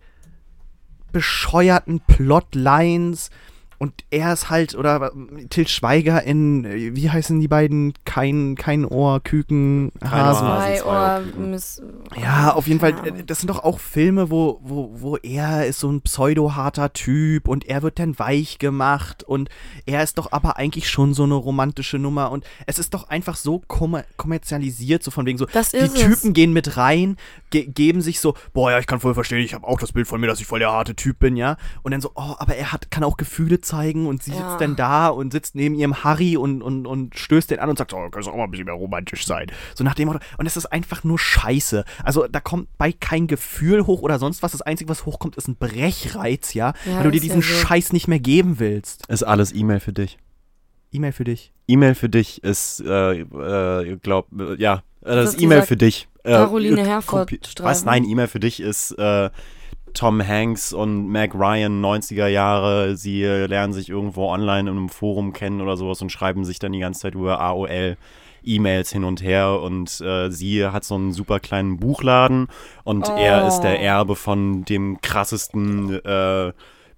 bescheuerten Plotlines und er ist halt, oder Till Schweiger in, äh, wie heißen die beiden? Kein, kein Ohr, Küken, Kein Hasen. Ohr, Zwei zwei Ohr, Ohrküken. Miss, Ja, auf jeden Fall, Keine äh, Ahnung. das sind doch auch Filme, wo, wo, wo er ist so ein pseudo-harter Typ und er wird dann weich gemacht und er ist doch aber eigentlich schon so eine romantische Nummer und es ist doch einfach so kommer- kommerzialisiert, so von wegen so, Das die ist Typen es. gehen mit rein, ge- geben sich so, boah, ja, ich kann voll verstehen, ich habe auch das Bild von mir, dass ich voll der harte Typ bin, ja, und dann so, oh, aber er hat, kann auch Gefühle zeigen und sie Ja. sitzt dann da und sitzt neben ihrem Harry und, und, und stößt den an und sagt, oh, kannst auch mal ein bisschen mehr romantisch sein. So nach dem Motto. Und es ist einfach nur Scheiße. Also da kommt bei kein Gefühl hoch oder sonst was. Das Einzige, was hochkommt, ist ein Brechreiz, ja? Ja, weil du dir ist ja diesen so. Scheiß nicht mehr geben willst. Ist alles E-Mail für dich. E-Mail für dich. E-Mail für dich ist, äh, äh, glaub, äh, ja, äh, das das ist E-Mail dieser für dich. Äh, Caroline äh, Herford Kompi- Streifen? Was? Nein, E-Mail für dich ist äh, Tom Hanks und Meg Ryan, neunziger Jahre. Sie äh, lernen sich irgendwo online in einem Forum kennen oder sowas und schreiben sich dann die ganze Zeit über A O L E-Mails hin und her und äh, sie hat so einen super kleinen Buchladen und Oh. er ist der Erbe von dem krassesten äh,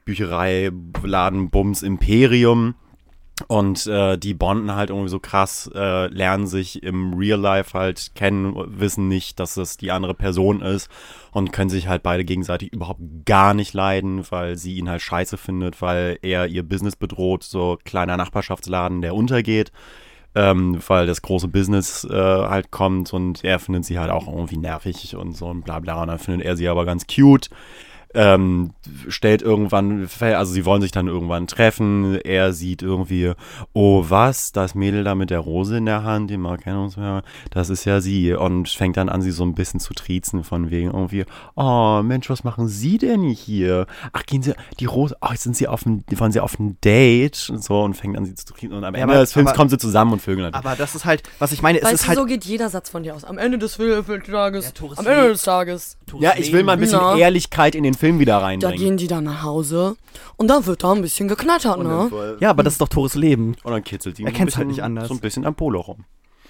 Büchereiladen Bums Imperium. Und äh, die bonden halt irgendwie so krass, äh, lernen sich im Real Life halt kennen, wissen nicht, dass es die andere Person ist und können sich halt beide gegenseitig überhaupt gar nicht leiden, weil sie ihn halt scheiße findet, weil er ihr Business bedroht, so kleiner Nachbarschaftsladen, der untergeht, ähm, weil das große Business äh, halt kommt und er findet sie halt auch irgendwie nervig und so und bla bla und dann findet er sie aber ganz cute. Ähm, stellt irgendwann, also sie wollen sich dann irgendwann treffen, er sieht irgendwie, oh was, das Mädel da mit der Rose in der Hand, die man kennen uns mehr, das ist ja sie und fängt dann an, sie so ein bisschen zu triezen von wegen irgendwie, oh Mensch, was machen Sie denn hier? Ach, gehen Sie, die Rose, ach, jetzt sind Sie auf ein, waren Sie auf ein Date und so und fängt an, sie zu triezen und am Ja, Ende aber- des Films aber- kommen sie zusammen und vögeln halt. Aber das ist halt, was ich meine, es Weißt ist du, halt. so geht jeder Satz von dir aus. Am Ende des Fil- Fil- Tages. Ja, Tourist am Ende Lee. des Tages. Ja, ich will mal ein bisschen Ja. Ehrlichkeit in den Film wieder Da reinbringen. gehen die dann nach Hause und dann wird da ein bisschen geknattert, Und ne? dann, Ja, aber das ist doch Tores Leben. und dann kitzelt die Er so ein kennt's halt bisschen- nicht anders. so ein bisschen am Polo rum.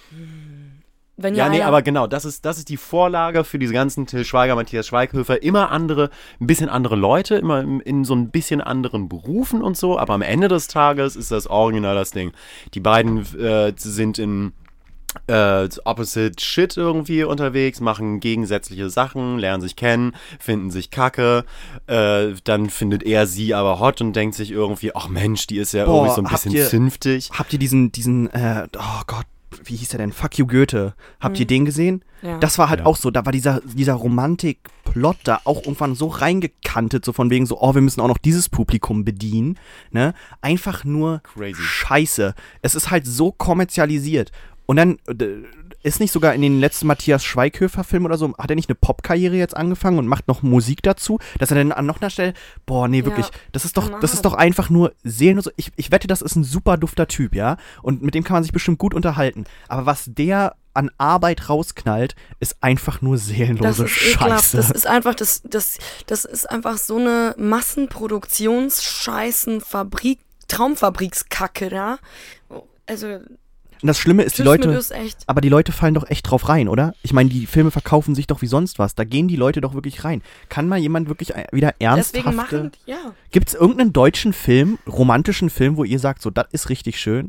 Wenn Ja, nee, einer- aber genau, das ist, das ist die Vorlage für diese ganzen Till Schweiger, Matthias Schweighöfer. Immer andere, ein bisschen andere Leute, immer in, in so ein bisschen anderen Berufen und so, aber am Ende des Tages ist das original das Ding. Die beiden äh, sind in äh, opposite shit irgendwie unterwegs, machen gegensätzliche Sachen, lernen sich kennen, finden sich kacke, äh, dann findet er sie aber hot und denkt sich irgendwie, ach Mensch, die ist ja Boah, irgendwie so ein habt bisschen ihr- zünftig. Habt ihr diesen, diesen, äh, oh Gott, wie hieß der denn? Fuck you Goethe. Habt ihr den gesehen? Ja. Das war halt Ja. auch so, da war dieser, dieser Romantik-Plot da auch irgendwann so reingekantet, so von wegen so, oh, wir müssen auch noch dieses Publikum bedienen, ne? Einfach nur Crazy. Scheiße. Es ist halt so kommerzialisiert. Und dann äh, ist nicht sogar in den letzten Matthias Schweighöfer-Filmen oder so, hat er nicht eine Popkarriere jetzt angefangen und macht noch Musik dazu, dass er dann an noch einer Stelle, boah, nee, wirklich, ja, das ist doch, das ist doch einfach nur seelenlos. Ich, ich wette, das ist ein super dufter Typ, ja, und mit dem kann man sich bestimmt gut unterhalten. Aber was der an Arbeit rausknallt, ist einfach nur seelenlose das ist Scheiße. Ekelhaft. Das ist einfach, das, das, das ist einfach so eine Massenproduktionsscheißen-Fabrik, Traumfabrikskacke da. Also und das Schlimme ist, die Leute, ist echt. aber die Leute fallen doch echt drauf rein, oder? Ich meine, die Filme verkaufen sich doch wie sonst was. Da gehen die Leute doch wirklich rein. Kann mal jemand wirklich wieder ernsthafte... Deswegen machen, ja. Gibt es irgendeinen deutschen Film, romantischen Film, wo ihr sagt, so, das ist richtig schön?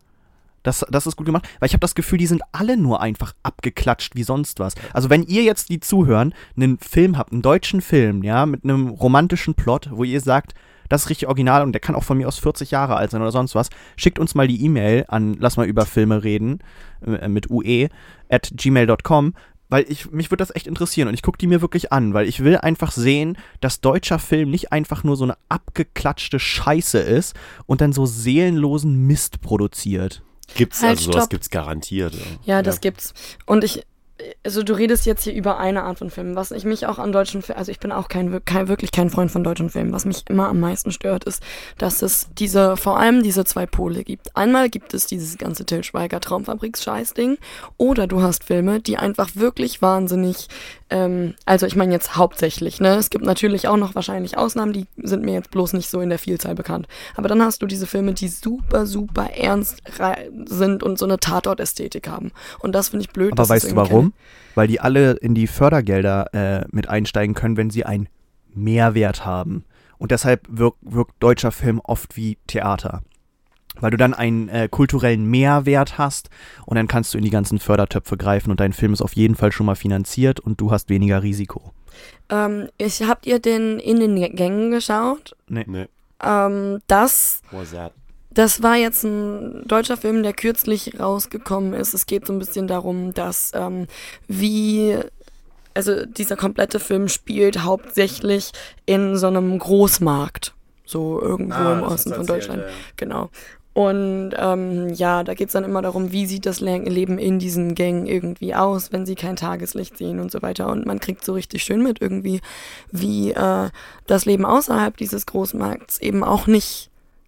Das, das ist gut gemacht. Weil ich habe das Gefühl, die sind alle nur einfach abgeklatscht wie sonst was. Also wenn ihr jetzt, die zuhören, einen Film habt, einen deutschen Film, ja, mit einem romantischen Plot, wo ihr sagt, das ist richtig original und der kann auch von mir aus vierzig Jahre alt sein oder sonst was. Schickt uns mal die E-Mail an lass mal über Filme reden äh, mit ue at gmail dot com, weil ich, mich würde das echt interessieren und ich gucke die mir wirklich an, weil ich will einfach sehen, dass deutscher Film nicht einfach nur so eine abgeklatschte Scheiße ist und dann so seelenlosen Mist produziert. Gibt's, halt, also sowas stopp. gibt's garantiert. Ja, ja, das gibt's. Und ich, also du redest jetzt hier über eine Art von Filmen, was ich mich auch an deutschen Filmen, also ich bin auch kein, kein, wirklich kein Freund von deutschen Filmen, was mich immer am meisten stört, ist, dass es diese, vor allem diese zwei Pole gibt. Einmal gibt es dieses ganze Til Schweiger Traumfabriks-Scheiß-Ding oder du hast Filme, die einfach wirklich wahnsinnig, ähm, also ich meine jetzt hauptsächlich, ne, es gibt natürlich auch noch wahrscheinlich Ausnahmen, die sind mir jetzt bloß nicht so in der Vielzahl bekannt, aber dann hast du diese Filme, die super, super ernst sind und so eine Tatort-Ästhetik haben und das finde ich blöd. Aber weißt du warum? Weil die alle in die Fördergelder äh, mit einsteigen können, wenn sie einen Mehrwert haben. Und deshalb wirkt, wirkt deutscher Film oft wie Theater. Weil du dann einen äh, kulturellen Mehrwert hast und dann kannst du in die ganzen Fördertöpfe greifen und dein Film ist auf jeden Fall schon mal finanziert und du hast weniger Risiko. Ähm, ich, habt ihr den in den Gängen geschaut? Nee. Nee. Ähm, das... Was that? Das war jetzt ein deutscher Film, der kürzlich rausgekommen ist. Es geht so ein bisschen darum, dass ähm, wie, also dieser komplette Film spielt hauptsächlich in so einem Großmarkt, so irgendwo Ah, im das Osten hast von du Deutschland. erzählt, ja. Genau. Und ähm, ja, da geht es dann immer darum, wie sieht das Le- Leben in diesen Gängen irgendwie aus, wenn sie kein Tageslicht sehen und so weiter. Und man kriegt so richtig schön mit irgendwie, wie äh, das Leben außerhalb dieses Großmarkts eben auch nicht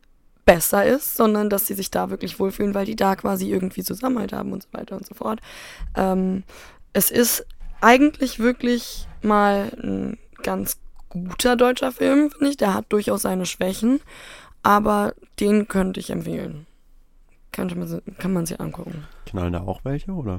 besser ist, sondern dass sie sich da wirklich wohlfühlen, weil die da quasi irgendwie Zusammenhalt haben und so weiter und so fort. Ähm, es ist eigentlich wirklich mal ein ganz guter deutscher Film, finde ich. Der hat durchaus seine Schwächen, aber den könnte ich empfehlen. Könnte man, kann man sich angucken. Knallen da auch welche, oder?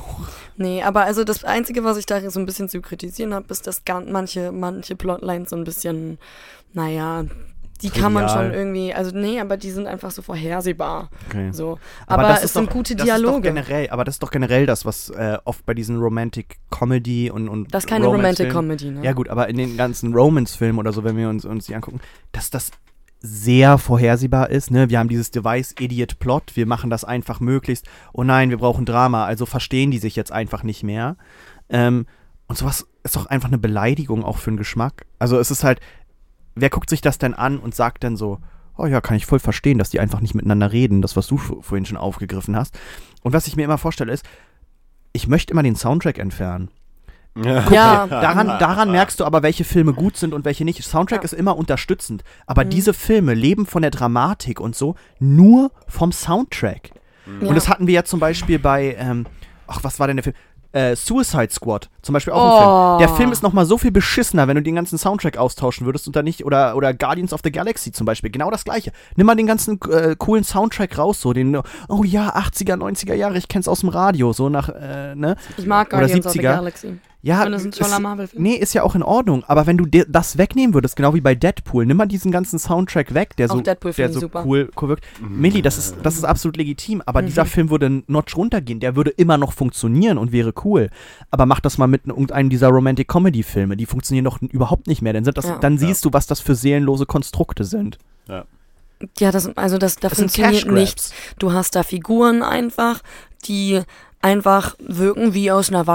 Nee, aber also das Einzige, was ich da so ein bisschen zu kritisieren habe, ist, dass gar, manche, manche Plotlines so ein bisschen, naja, die kann man Trivial. schon irgendwie, also nee, aber die sind einfach so vorhersehbar. Okay. So. Aber, das es ist sind doch, gute das Dialoge. Ist doch generell, aber das ist doch generell das, was äh, oft bei diesen Romantic Comedy und, und Das ist keine Romantic Comedy, ne? Ja gut, aber in den ganzen Romance-Filmen oder so, wenn wir uns, uns die angucken, dass das sehr vorhersehbar ist, ne? Wir haben dieses Device Idiot Plot, wir machen das einfach möglichst, oh nein, wir brauchen Drama, also verstehen die sich jetzt einfach nicht mehr. Ähm, und sowas ist doch einfach eine Beleidigung auch für den Geschmack. Also es ist halt, wer guckt sich das denn an und sagt dann so, oh ja, kann ich voll verstehen, dass die einfach nicht miteinander reden, das, was du vorhin schon aufgegriffen hast. Und was ich mir immer vorstelle ist, ich möchte immer den Soundtrack entfernen. Ja. Ja. Daran, daran merkst du aber, welche Filme gut sind und welche nicht. Soundtrack Ja. ist immer unterstützend, aber Mhm. diese Filme leben von der Dramatik und so nur vom Soundtrack. Ja. Und das hatten wir ja zum Beispiel bei, ähm, ach, was war denn der Film? Äh, Suicide Squad, zum Beispiel auch ein Oh. Film. Der Film ist nochmal so viel beschissener, wenn du den ganzen Soundtrack austauschen würdest und dann nicht, oder, oder Guardians of the Galaxy zum Beispiel, genau das gleiche. Nimm mal den ganzen äh, coolen Soundtrack raus, so den, oh ja, achtziger, neunziger Jahre, ich kenn's aus dem Radio, so nach, äh, ne? Ich mag Oder Guardians of the siebziger. Galaxy. Ja, Ich finde, das ist ein toller ist- Marvel-Film. Nee, ist ja auch in Ordnung, aber wenn du dir das wegnehmen würdest, genau wie bei Deadpool, nimm mal diesen ganzen Soundtrack weg, der Auch so, Deadpool der finde ich so super. cool, cool wirkt. Milli, das ist, das ist absolut legitim, aber Mhm. dieser Film würde einen Notch runtergehen, der würde immer noch funktionieren und wäre cool. Aber mach das mal mit irgendeinem dieser Romantic-Comedy-Filme, die funktionieren doch überhaupt nicht mehr, dann, sind das, Ja. dann siehst du, was das für seelenlose Konstrukte sind. Ja. Ja, das, also das, da Das sind funktioniert Cash Grabs. nichts. Du hast da Figuren einfach, die einfach wirken wie aus einer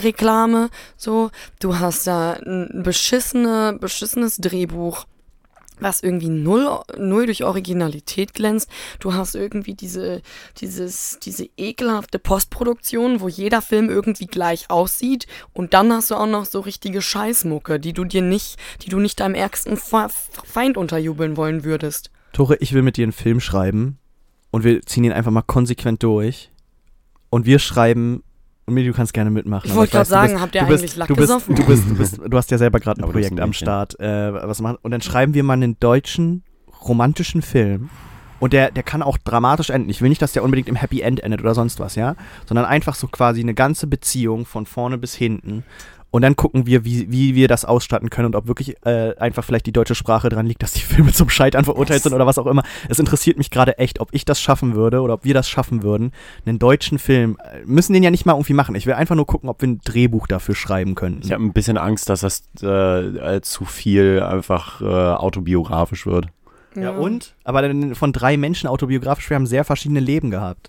Waschmittelreklame. So, du hast da ein beschissene, beschissenes Drehbuch. was irgendwie null, null durch Originalität glänzt. Du hast irgendwie diese, dieses, diese ekelhafte Postproduktion, wo jeder Film irgendwie gleich aussieht und dann hast du auch noch so richtige Scheißmucke, die du dir nicht, die du nicht deinem ärgsten Feind unterjubeln wollen würdest. Tore, ich will mit dir einen Film schreiben und wir ziehen ihn einfach mal konsequent durch und wir schreiben. Und Mili, du kannst gerne mitmachen. Ich wollte gerade sagen, bist, habt ihr eigentlich bist, Lack du bist, gesoffen? Du, bist, du, bist, du hast ja selber gerade ein Aber Projekt am Start. Äh, was machen. Und dann schreiben wir mal einen deutschen, romantischen Film. Und der, der kann auch dramatisch enden. Ich will nicht, dass der unbedingt im Happy End endet oder sonst was, ja? Sondern einfach so quasi eine ganze Beziehung von vorne bis hinten. Und dann gucken wir, wie, wie wir das ausstatten können und ob wirklich äh, einfach vielleicht die deutsche Sprache dran liegt, dass die Filme zum Scheitern verurteilt sind oder was auch immer. Es interessiert mich gerade echt, ob ich das schaffen würde oder ob wir das schaffen würden, einen deutschen Film, müssen den ja nicht mal irgendwie machen. Ich will einfach nur gucken, ob wir ein Drehbuch dafür schreiben könnten. Ich habe ein bisschen Angst, dass das äh, zu viel einfach äh, autobiografisch wird. Ja, ja und? Aber dann von drei Menschen autobiografisch, wir haben sehr verschiedene Leben gehabt.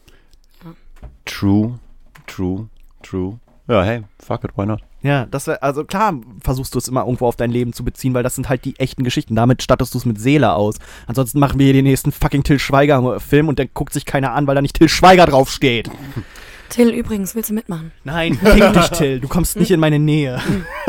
True, true, true. Ja, hey, fuck it, why not? Ja, das wär, also klar versuchst du es immer irgendwo auf dein Leben zu beziehen, weil das sind halt die echten Geschichten. Damit stattest du es mit Seele aus. Ansonsten machen wir hier den nächsten fucking Till Schweiger-Film und dann guckt sich keiner an, weil da nicht Till Schweiger draufsteht. Till, übrigens, willst du mitmachen? Nein, fick dich, Till. Du kommst nicht in meine Nähe.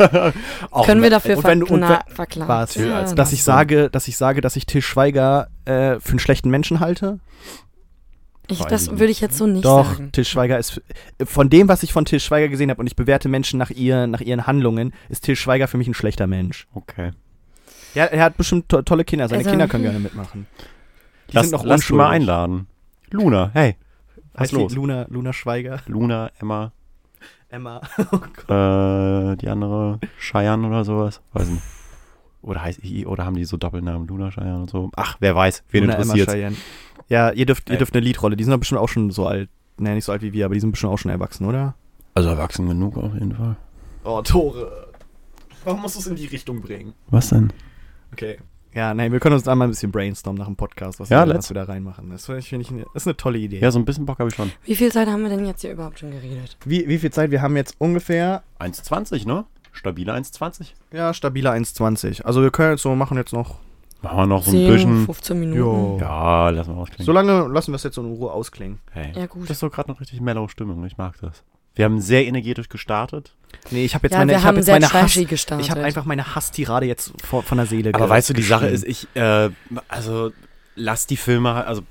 Können wir dafür und wenn, und wenn, verklagen? Was, ja, dass, ich sage, dass ich sage, dass ich Till Schweiger äh, für einen schlechten Menschen halte? Ich, das würde ich jetzt so nicht Doch, sagen. Doch, Till Schweiger ist, von dem, was ich von Till Schweiger gesehen habe und ich bewerte Menschen nach, ihr, nach ihren Handlungen, ist Till Schweiger für mich ein schlechter Mensch. Okay. Ja, er hat bestimmt to- tolle Kinder, seine also, Kinder können gerne mitmachen. Die lass, sind noch lass unschuldig. mal einladen. Luna, hey, was heißt ist los? Luna, Luna Schweiger. Luna, Emma, Emma. Oh äh, die andere, Cheyenne oder sowas, weiß nicht. Oder, heißt, oder haben die so Doppelnamen, Luna, Cheyenne und so. Ach, wer weiß, wen Luna, interessiert. Emma, ja, ihr dürft, ihr dürft eine Liedrolle. Die sind doch bestimmt auch schon so alt. Ne, nicht so alt wie wir, aber die sind bestimmt auch schon erwachsen, oder? Also erwachsen genug auf jeden Fall. Oh, Tore. Warum musst du es in die Richtung bringen? Was denn? Okay. Ja, nein, wir können uns einmal ein bisschen brainstormen nach dem Podcast, was, ja, wir, was wir da reinmachen. Das finde ich, das ist eine tolle Idee. Ja, so ein bisschen Bock habe ich schon. Wie viel Zeit haben wir denn jetzt hier überhaupt schon geredet? Wie, wie viel Zeit? Wir haben jetzt ungefähr eins zwanzig, ne? Stabile eins zwanzig. Ja, stabile eins zwanzig. Also wir können jetzt so, machen jetzt noch... Machen wir noch so ein zehn, bisschen... fünfzehn Minuten. Jo. Ja, lassen wir ausklingen. So lange lassen wir es jetzt so in Ruhe ausklingen. Hey. Ja, gut. Das ist so gerade noch richtig mellow Stimmung. Ich mag das. Wir haben sehr energetisch gestartet. Nee, ich habe jetzt ja, meine, wir ich haben hab jetzt sehr meine Hass, gestartet. ich habe einfach meine Hasstirade jetzt vor, von der Seele Aber ge- weißt du, die Sache ist, geschrieben. ich, äh, also, lass die Filme, also,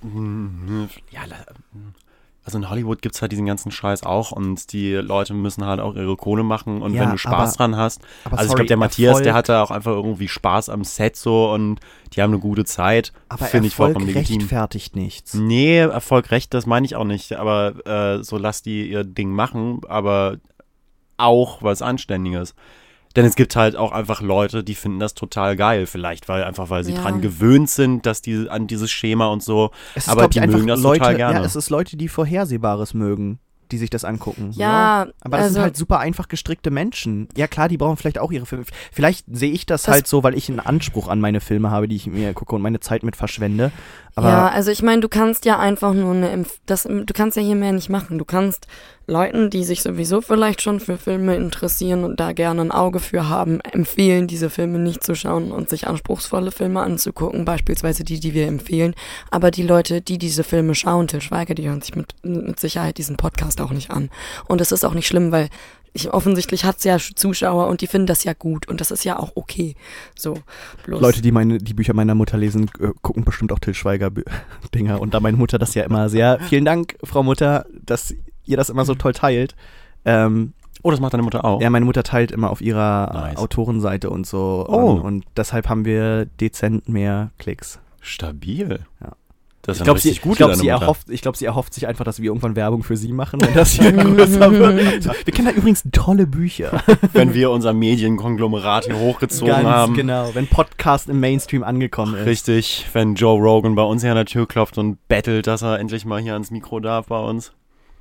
ja, also in Hollywood gibt's halt diesen ganzen Scheiß auch und die Leute müssen halt auch ihre Kohle machen und Ja, wenn du Spaß aber, dran hast, aber also sorry, ich glaube, der Matthias, Erfolg, der hatte auch einfach irgendwie Spaß am Set so und die haben eine gute Zeit, aber finde ich Erfolg vollkommen legitim. rechtfertigt nichts. Nee, Erfolg recht, das meine ich auch nicht, aber äh, so lass die ihr Ding machen, aber auch was Anständiges. Denn es gibt halt auch einfach Leute, die finden das total geil, vielleicht, weil einfach, weil sie Ja. dran gewöhnt sind, dass die an dieses Schema und so, Es ist, aber glaub ich, die einfach mögen das Leute, total gerne. Ja, es ist Leute, die Vorhersehbares mögen, die sich das angucken. Ja, Aber das also, sind halt super einfach gestrickte Menschen. Ja klar, die brauchen vielleicht auch ihre Filme. Vielleicht sehe ich das, Das- halt so, weil ich einen Anspruch an meine Filme habe, die ich mir gucke und meine Zeit mit verschwende. Aber ja, also ich meine, du kannst ja einfach nur eine, Empf- das, du kannst ja hier mehr nicht machen. Du kannst Leuten, die sich sowieso vielleicht schon für Filme interessieren und da gerne ein Auge für haben, empfehlen, diese Filme nicht zu schauen und sich anspruchsvolle Filme anzugucken, beispielsweise die, die wir empfehlen. Aber die Leute, die diese Filme schauen, Til Schweiger, die hören sich mit, mit Sicherheit diesen Podcast auch nicht an. Und es ist auch nicht schlimm, weil ich, offensichtlich hat es ja Zuschauer und die finden das ja gut und das ist ja auch okay. So, bloß. Leute, die meine, die Bücher meiner Mutter lesen, äh, gucken bestimmt auch Til Schweiger Bü- Dinger. Und da meine Mutter das ja immer sehr, vielen Dank, Frau Mutter, dass ihr das immer so toll teilt. Ähm, Oh, das macht deine Mutter auch? ja, meine Mutter teilt immer auf ihrer Nice. Autorenseite und so. Oh. Und, und deshalb haben wir dezent mehr Klicks. Stabil. Ja. Das ist Ich glaube, sie, richtig ich gut, glaub, deine sie, Mutter. erhofft, ich glaub, sie erhofft sich einfach, dass wir irgendwann Werbung für sie machen, wenn das hier größer wird. Wir kennen da übrigens tolle Bücher. Wenn wir unser Medienkonglomerat hier hochgezogen Ganz haben. genau, wenn Podcast im Mainstream angekommen ist. Richtig, wenn Joe Rogan bei uns hier an der Tür klopft und bettelt, dass er endlich mal hier ans Mikro darf bei uns.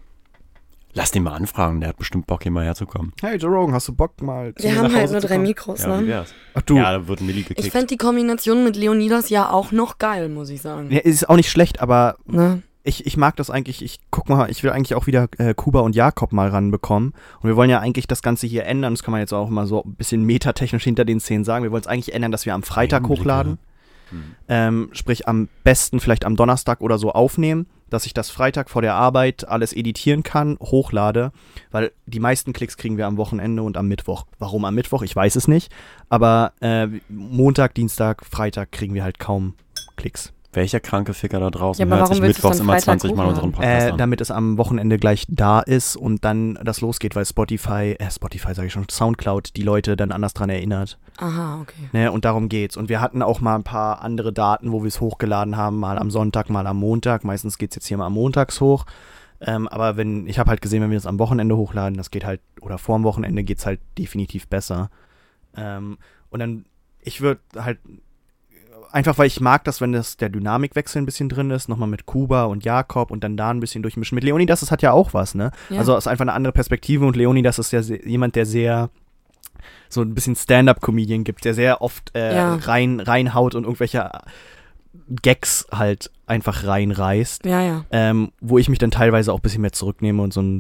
Lass den mal anfragen, der hat bestimmt Bock, hier mal herzukommen. Hey Joe Rogan, hast du Bock mal zu Wir mir haben nach halt Hause nur zu drei kommen? Mikros, Ja, wie ne? wär's? Ach du, Ja, da wird Milli gekickt. Ich fände die Kombination mit Leonidas ja auch noch geil, muss ich sagen. ja, ist auch nicht schlecht, aber Ne? ich, ich mag das eigentlich, ich guck mal, ich will eigentlich auch wieder äh, Kuba und Jakob mal ranbekommen. Und wir wollen ja eigentlich das Ganze hier ändern, das kann man jetzt auch mal so ein bisschen metatechnisch hinter den Szenen sagen. Wir wollen es eigentlich ändern, dass wir am Freitag Einblicke. hochladen. Mhm. Ähm, sprich, am besten vielleicht am Donnerstag oder so aufnehmen, dass ich das Freitag vor der Arbeit alles editieren kann, hochlade, weil die meisten Klicks kriegen wir am Wochenende und am Mittwoch. Warum am Mittwoch? Ich weiß es nicht, aber äh, Montag, Dienstag, Freitag kriegen wir halt kaum Klicks. Welcher kranke Ficker da draußen Ja, aber hört warum sich willst du es mittwochs dann immer Freitag zwanzig Mal hochladen? unseren Podcast Äh, an? damit es am Wochenende gleich da ist und dann das losgeht, weil Spotify, äh, Spotify sage ich schon, Soundcloud die Leute dann anders dran erinnert. Aha, okay. Ne, und darum geht's. Und wir hatten auch mal ein paar andere Daten, wo wir es hochgeladen haben, mal am Sonntag, mal am Montag. Meistens geht's jetzt hier mal am Montags hoch. Ähm, aber wenn, ich habe halt gesehen, wenn wir das am Wochenende hochladen, das geht halt, oder vorm Wochenende geht's halt definitiv besser. Ähm, und dann, ich würde halt, einfach weil ich mag das, wenn das der Dynamikwechsel ein bisschen drin ist, nochmal mit Kuba und Jakob und dann da ein bisschen durchmischen. Mit Leonidas, das hat ja auch was, ne? Ja. Also es ist einfach eine andere Perspektive und Leonidas ist ja se- jemand, der sehr so ein bisschen Stand-up-Comedian gibt, der sehr oft äh, Ja. rein, reinhaut und irgendwelche Gags halt einfach reinreißt, Ja, ja. ähm, wo ich mich dann teilweise auch ein bisschen mehr zurücknehme und so ein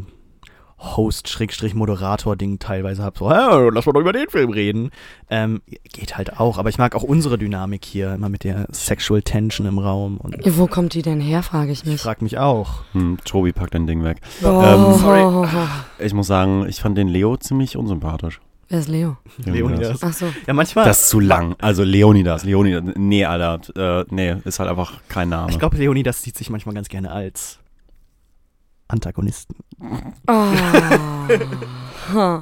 Host-Moderator-Ding teilweise habe, so, hey, lass mal doch über den Film reden. Ähm, geht halt auch, aber ich mag auch unsere Dynamik hier, immer mit der Sexual Tension im Raum und Ja, wo kommt die denn her, frage ich ich mich. frag mich auch. Hm, Tobi packt dein Ding weg. Oh, sorry. Ich muss sagen, ich fand den Leo ziemlich unsympathisch. Wer ist Leo? Leonidas. Ach so. Ja, manchmal. Das ist zu lang. Also Leonidas, Leonidas. Nee, Alter. Äh, nee, ist halt einfach kein Name. Ich glaube, Leonidas sieht sich manchmal ganz gerne als Antagonisten. Oh. Huh.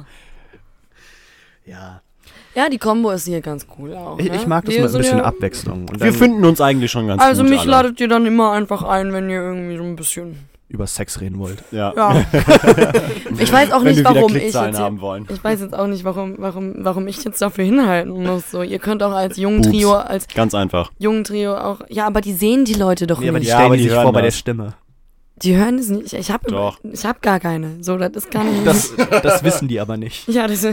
Ja. Ja, die Kombo ist hier ganz cool auch. Ich, ne? ich mag das Wir mit ein sind bisschen ja- Abwechslung. Und Wir dann finden uns eigentlich schon ganz Also gut mich alle. ladet ihr dann immer einfach ein, wenn ihr irgendwie so ein bisschen. über Sex reden wollt. Ja. Ja. Ich weiß auch Wenn nicht, wir wieder warum ich Klickzahlen jetzt. haben wollen. Ich weiß jetzt auch nicht, warum, warum, warum ich jetzt dafür hinhalten muss. So, ihr könnt auch als Jungentrio, als Ganz einfach. Jungentrio auch. Ja, aber die sehen die Leute doch Nee, aber die nicht. Ja, stellen aber die die sich hören vor bei der das. Stimme. Die hören es nicht. Ich habe Doch. ich hab gar keine. So, das ist gar nicht. Das, das wissen die aber nicht. Ja, das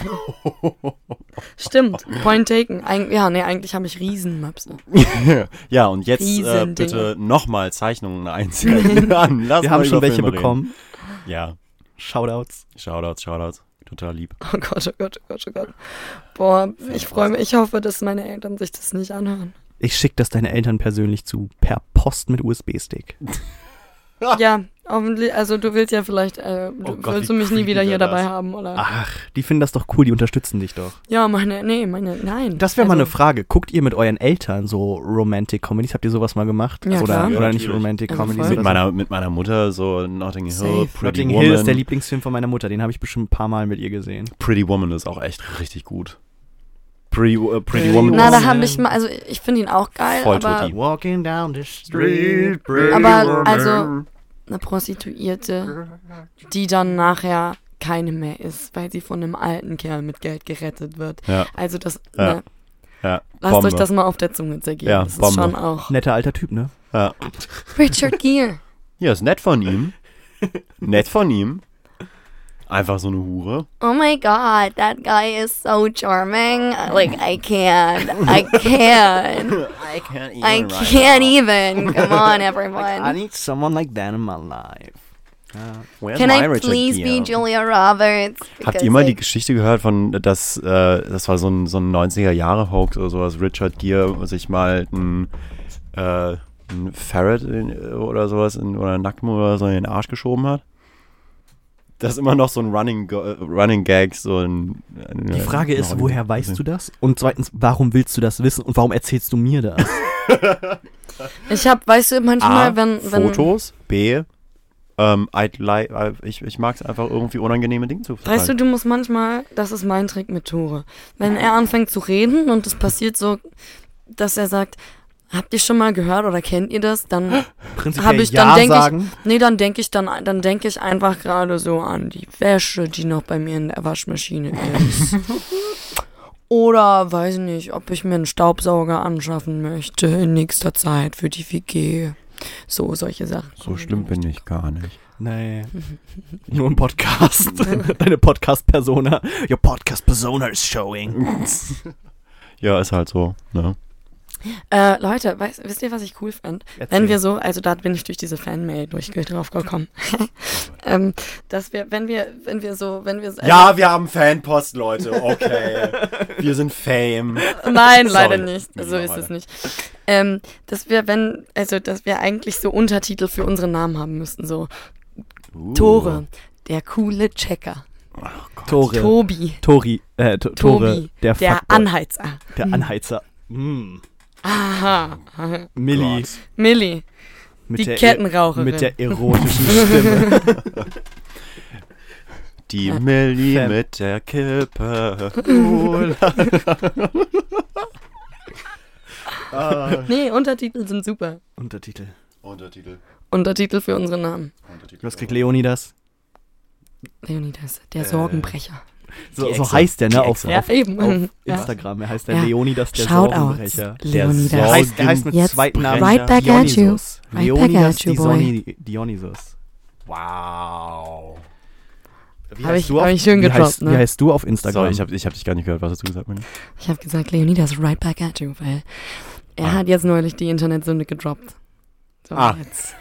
stimmt. Point taken. Eig ja, nee, eigentlich habe ich Riesenmöpse. Ja, und jetzt äh, Riesendinge. bitte nochmal Zeichnungen einsenden. An. Lass Wir mal haben schon über welche Filme reden. bekommen. Ja, Shoutouts. Shoutouts, Shoutouts. Total lieb. Oh Gott, oh Gott, oh Gott, oh Gott. Boah, ich freue mich. Ich hoffe, dass meine Eltern sich das nicht anhören. Ich schicke das deinen Eltern persönlich zu. Per Post mit U S B-Stick. Ja, hoffentlich. Also, du willst ja vielleicht. Äh, du, Oh Gott, willst wie du mich nie creepy wieder hier wär dabei das. haben, oder? Ach, die finden das doch cool, die unterstützen dich doch. Ja, meine. Nee, meine. Nein. Das wäre mal Also, eine Frage. Guckt ihr mit euren Eltern so Romantic Comedies? Habt ihr sowas mal gemacht? Ja, oder klar. oder Ja, nicht natürlich. Romantic Also Comedies? voll. Mit oder so? meiner, mit meiner Mutter so Notting Hill, Safe. Pretty Notting Woman. Hill ist der Lieblingsfilm von meiner Mutter. Den habe ich bestimmt ein paar Mal mit ihr gesehen. Pretty Woman ist auch echt richtig gut. Pretty, äh, Pretty Pretty Woman Na, ist da habe ich mal. Also, ich finde ihn auch geil, Voll aber. tutti. Walking down the street. Aber, also. Eine Prostituierte, die dann nachher keine mehr ist, weil sie von einem alten Kerl mit Geld gerettet wird. Ja, Also das, Ja. ne, ja. lasst Bombe. euch das mal auf der Zunge zergehen. Ja, das ist Bombe. schon auch. Netter alter Typ, ne? Ja. Richard Gere. Ja, ist nett von ihm. Nett von ihm. Einfach so eine Hure. Oh my god, that guy is so charming. Like, I can't. I can't. I can't even. I can't even. Come on, everyone. I need someone like that in my life. Where's Can my I Richard please Gere? be Julia Roberts? Habt Because, ihr mal die like, Geschichte gehört von, dass, äh, das war so ein, so ein neunziger-Jahre-Hoax oder sowas, Richard Gere sich mal ein, äh, ein Ferret in, oder sowas in, oder einen Nacken oder so in den Arsch geschoben hat? Das ist immer noch so ein Running, Go- äh, Running Gag, so ein... Die Frage ist, woher weißt du das? Und zweitens, warum willst du das wissen und warum erzählst du mir das? ich hab, weißt du, manchmal, A, wenn, wenn. Fotos, B, ähm, I'd li- ich, ich mag es einfach irgendwie unangenehme Dinge zu Weißt du, du musst manchmal, das ist mein Trick mit Tore. Wenn er anfängt zu reden und es passiert so, dass er sagt, habt ihr schon mal gehört oder kennt ihr das? Dann Prinzipiell habe ich, ja dann denke sagen. ich, nee, dann denke ich dann, dann denke ich einfach gerade so an die Wäsche, die noch bei mir in der Waschmaschine ist. Oder weiß nicht, ob ich mir einen Staubsauger anschaffen möchte in nächster Zeit für die W G. So, solche Sachen. So schlimm bin ich gar nicht. Nee. Nur ein Podcast. Deine Podcast-Persona. Your Podcast-Persona is showing. Ja, ist halt so, ne? Äh, Leute, weißt, wisst ihr, was ich cool fand? Erzähl. Wenn wir so, also da bin ich durch diese Fanmail durch drauf gekommen. ähm, dass wir, wenn wir, wenn wir so, wenn wir... Also ja, wir haben Fanpost, Leute, okay. Wir sind Fame. Nein, leider Sorry. nicht. So Ja, ist weiter. es nicht. Ähm, dass wir, wenn, also, dass wir eigentlich so Untertitel für unsere Namen haben müssten, so Uh. Tore, der coole Checker. Oh Gott. Tore. Tobi, Tori. Äh, to, Tore. Tobi, Der, der Fuckboy. Anheizer. Der Anheizer. Mm. Aha, Milli. Gott. Milli, Mit die der, Kettenraucherin. Mit der erotischen Stimme. Die Ja. Milli Fam. mit der Kippe. ah. Nee, Untertitel sind super. Untertitel. Untertitel. Untertitel für unsere Namen. Untertitel. Was kriegt Leonidas? Leonidas, der Äh, Sorgenbrecher. So, Die so Echse. heißt der, ne? Die Auf, Echse. Ja, auf, eben. auf Ja. Instagram. Er heißt der Ja. Leonidas, der Shoutouts, Sorgenbrecher. Leonidas. Der Er heißt, er heißt mit Jetzt zweiten Namen right back at you. Dionysos. Right back Leonidas at you, boy. Disoni- Dionysos. Wow. Wie Hab heißt ich- du auf- hab ich schön wie gedroppt, heißt, ne? Wie heißt du auf Instagram? Sorry, ich habe ich hab dich gar nicht gehört. Was hast du gesagt, Mann? Ich habe gesagt, Leonidas, right back at you, weil er Ah. hat jetzt neulich die Internetsünde gedroppt. So, Ah. jetzt.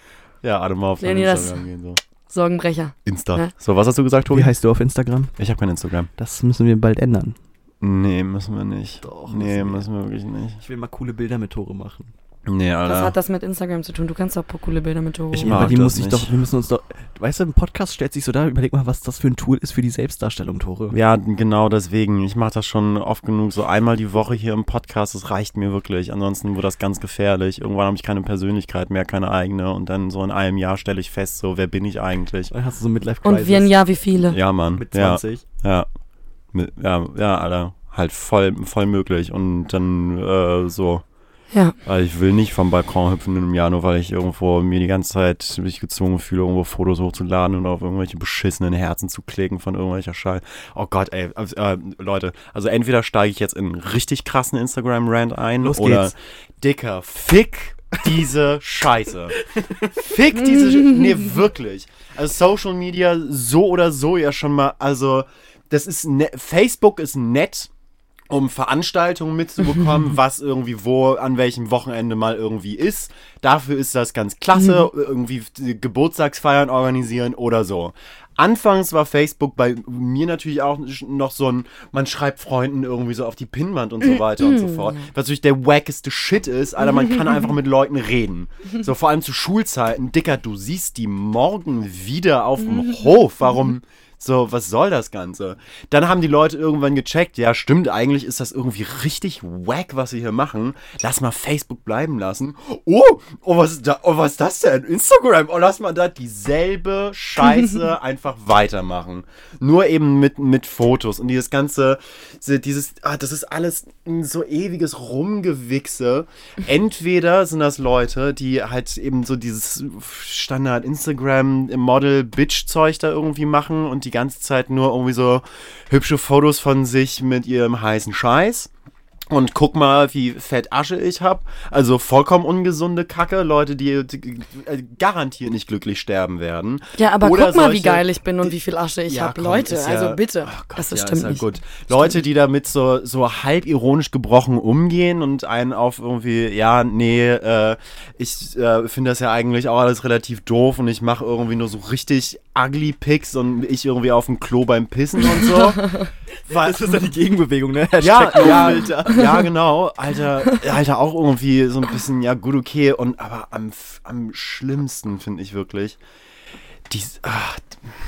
ja, alle mal auf dein Leonidas. Instagram gehen. So. Sorgenbrecher. Insta. Ja. So, was hast du gesagt, Tobi? Wie heißt du auf Instagram? Ich habe kein Instagram. Das müssen wir bald ändern. Nee, müssen wir nicht. Doch, Nee, müssen wir. müssen wir wirklich nicht. Ich will mal coole Bilder mit Tore machen. Nee, Was Alter. hat das mit Instagram zu tun? Du kannst doch coole Bilder mit Toro. Ich Ja, mag aber die das muss ich nicht. doch, wir müssen uns doch, weißt du, ein Podcast stellt sich so da, überleg mal, was das für ein Tool ist für die Selbstdarstellung, Tore. Ja, genau deswegen. Ich mache das schon oft genug. So einmal die Woche hier im Podcast, das reicht mir wirklich. Ansonsten wird das ganz gefährlich. Irgendwann habe ich keine Persönlichkeit mehr, keine eigene. Und dann so in einem Jahr stelle ich fest, so, wer bin ich eigentlich? Dann hast du so Midlife-Crisis. Und wie ein Jahr, wie viele? Ja, Mann. Mit ja, zwanzig. ja. Mit, ja, ja, Alter. Halt voll, voll möglich. Und dann äh, so. Ja. Weil ich will nicht vom Balkon hüpfen in einem Jahr, nur weil ich irgendwo mir die ganze Zeit mich gezwungen fühle, irgendwo Fotos hochzuladen und auf irgendwelche beschissenen Herzen zu klicken von irgendwelcher Scheiße. Oh Gott, ey, äh, Leute, also entweder steige ich jetzt in einen richtig krassen Instagram-Rant ein Los oder geht's. dicker, fick diese Scheiße. Fick diese Scheiße. Nee, wirklich. Also Social Media so oder so ja schon mal, also das ist, ne- Facebook ist nett, um Veranstaltungen mitzubekommen, was irgendwie wo, an welchem Wochenende mal irgendwie ist. Dafür ist das ganz klasse, irgendwie Geburtstagsfeiern organisieren oder so. Anfangs war Facebook bei mir natürlich auch noch so ein, man schreibt Freunden irgendwie so auf die Pinnwand und so weiter und so fort. Was natürlich der wackeste Shit ist, Alter, man kann einfach mit Leuten reden. So vor allem zu Schulzeiten. Dicker, du siehst die morgen wieder auf dem Hof. Warum... So, was soll das Ganze? Dann haben die Leute irgendwann gecheckt, ja stimmt, eigentlich ist das irgendwie richtig wack, was sie hier machen. Lass mal Facebook bleiben lassen. Oh, oh, was ist, da, oh, was ist das denn? Instagram. Oh, lass mal da dieselbe Scheiße einfach weitermachen. Nur eben mit, mit Fotos. Und dieses ganze, dieses, ah, das ist alles ein so ewiges Rumgewichse. Entweder sind das Leute, die halt eben so dieses Standard Instagram Model Bitch Zeug da irgendwie machen und die ganze Zeit nur irgendwie so hübsche Fotos von sich mit ihrem heißen Scheiß. Und guck mal, wie fett Asche ich hab. Also vollkommen ungesunde Kacke. Leute, die, die äh, garantiert nicht glücklich sterben werden. Ja, aber Oder guck mal, wie solche- geil ich bin und wie viel Asche ich Ja, hab. komm, Leute, ist ja- also bitte. Ach Gott, das ist ja, stimmt ist ja nicht. gut. Leute, die damit so, so halb ironisch gebrochen umgehen und einen auf irgendwie, ja, nee, äh, ich äh, finde das ja eigentlich auch alles relativ doof und ich mache irgendwie nur so richtig ugly Pics und ich irgendwie auf dem Klo beim Pissen und so. Weil, Das ist ja die Gegenbewegung, ne? ja, Hashtag ja, No-Filter. ja, genau. Alter, Alter, auch irgendwie so ein bisschen, ja, gut, okay. Und aber am, am schlimmsten finde ich wirklich, dies, ach,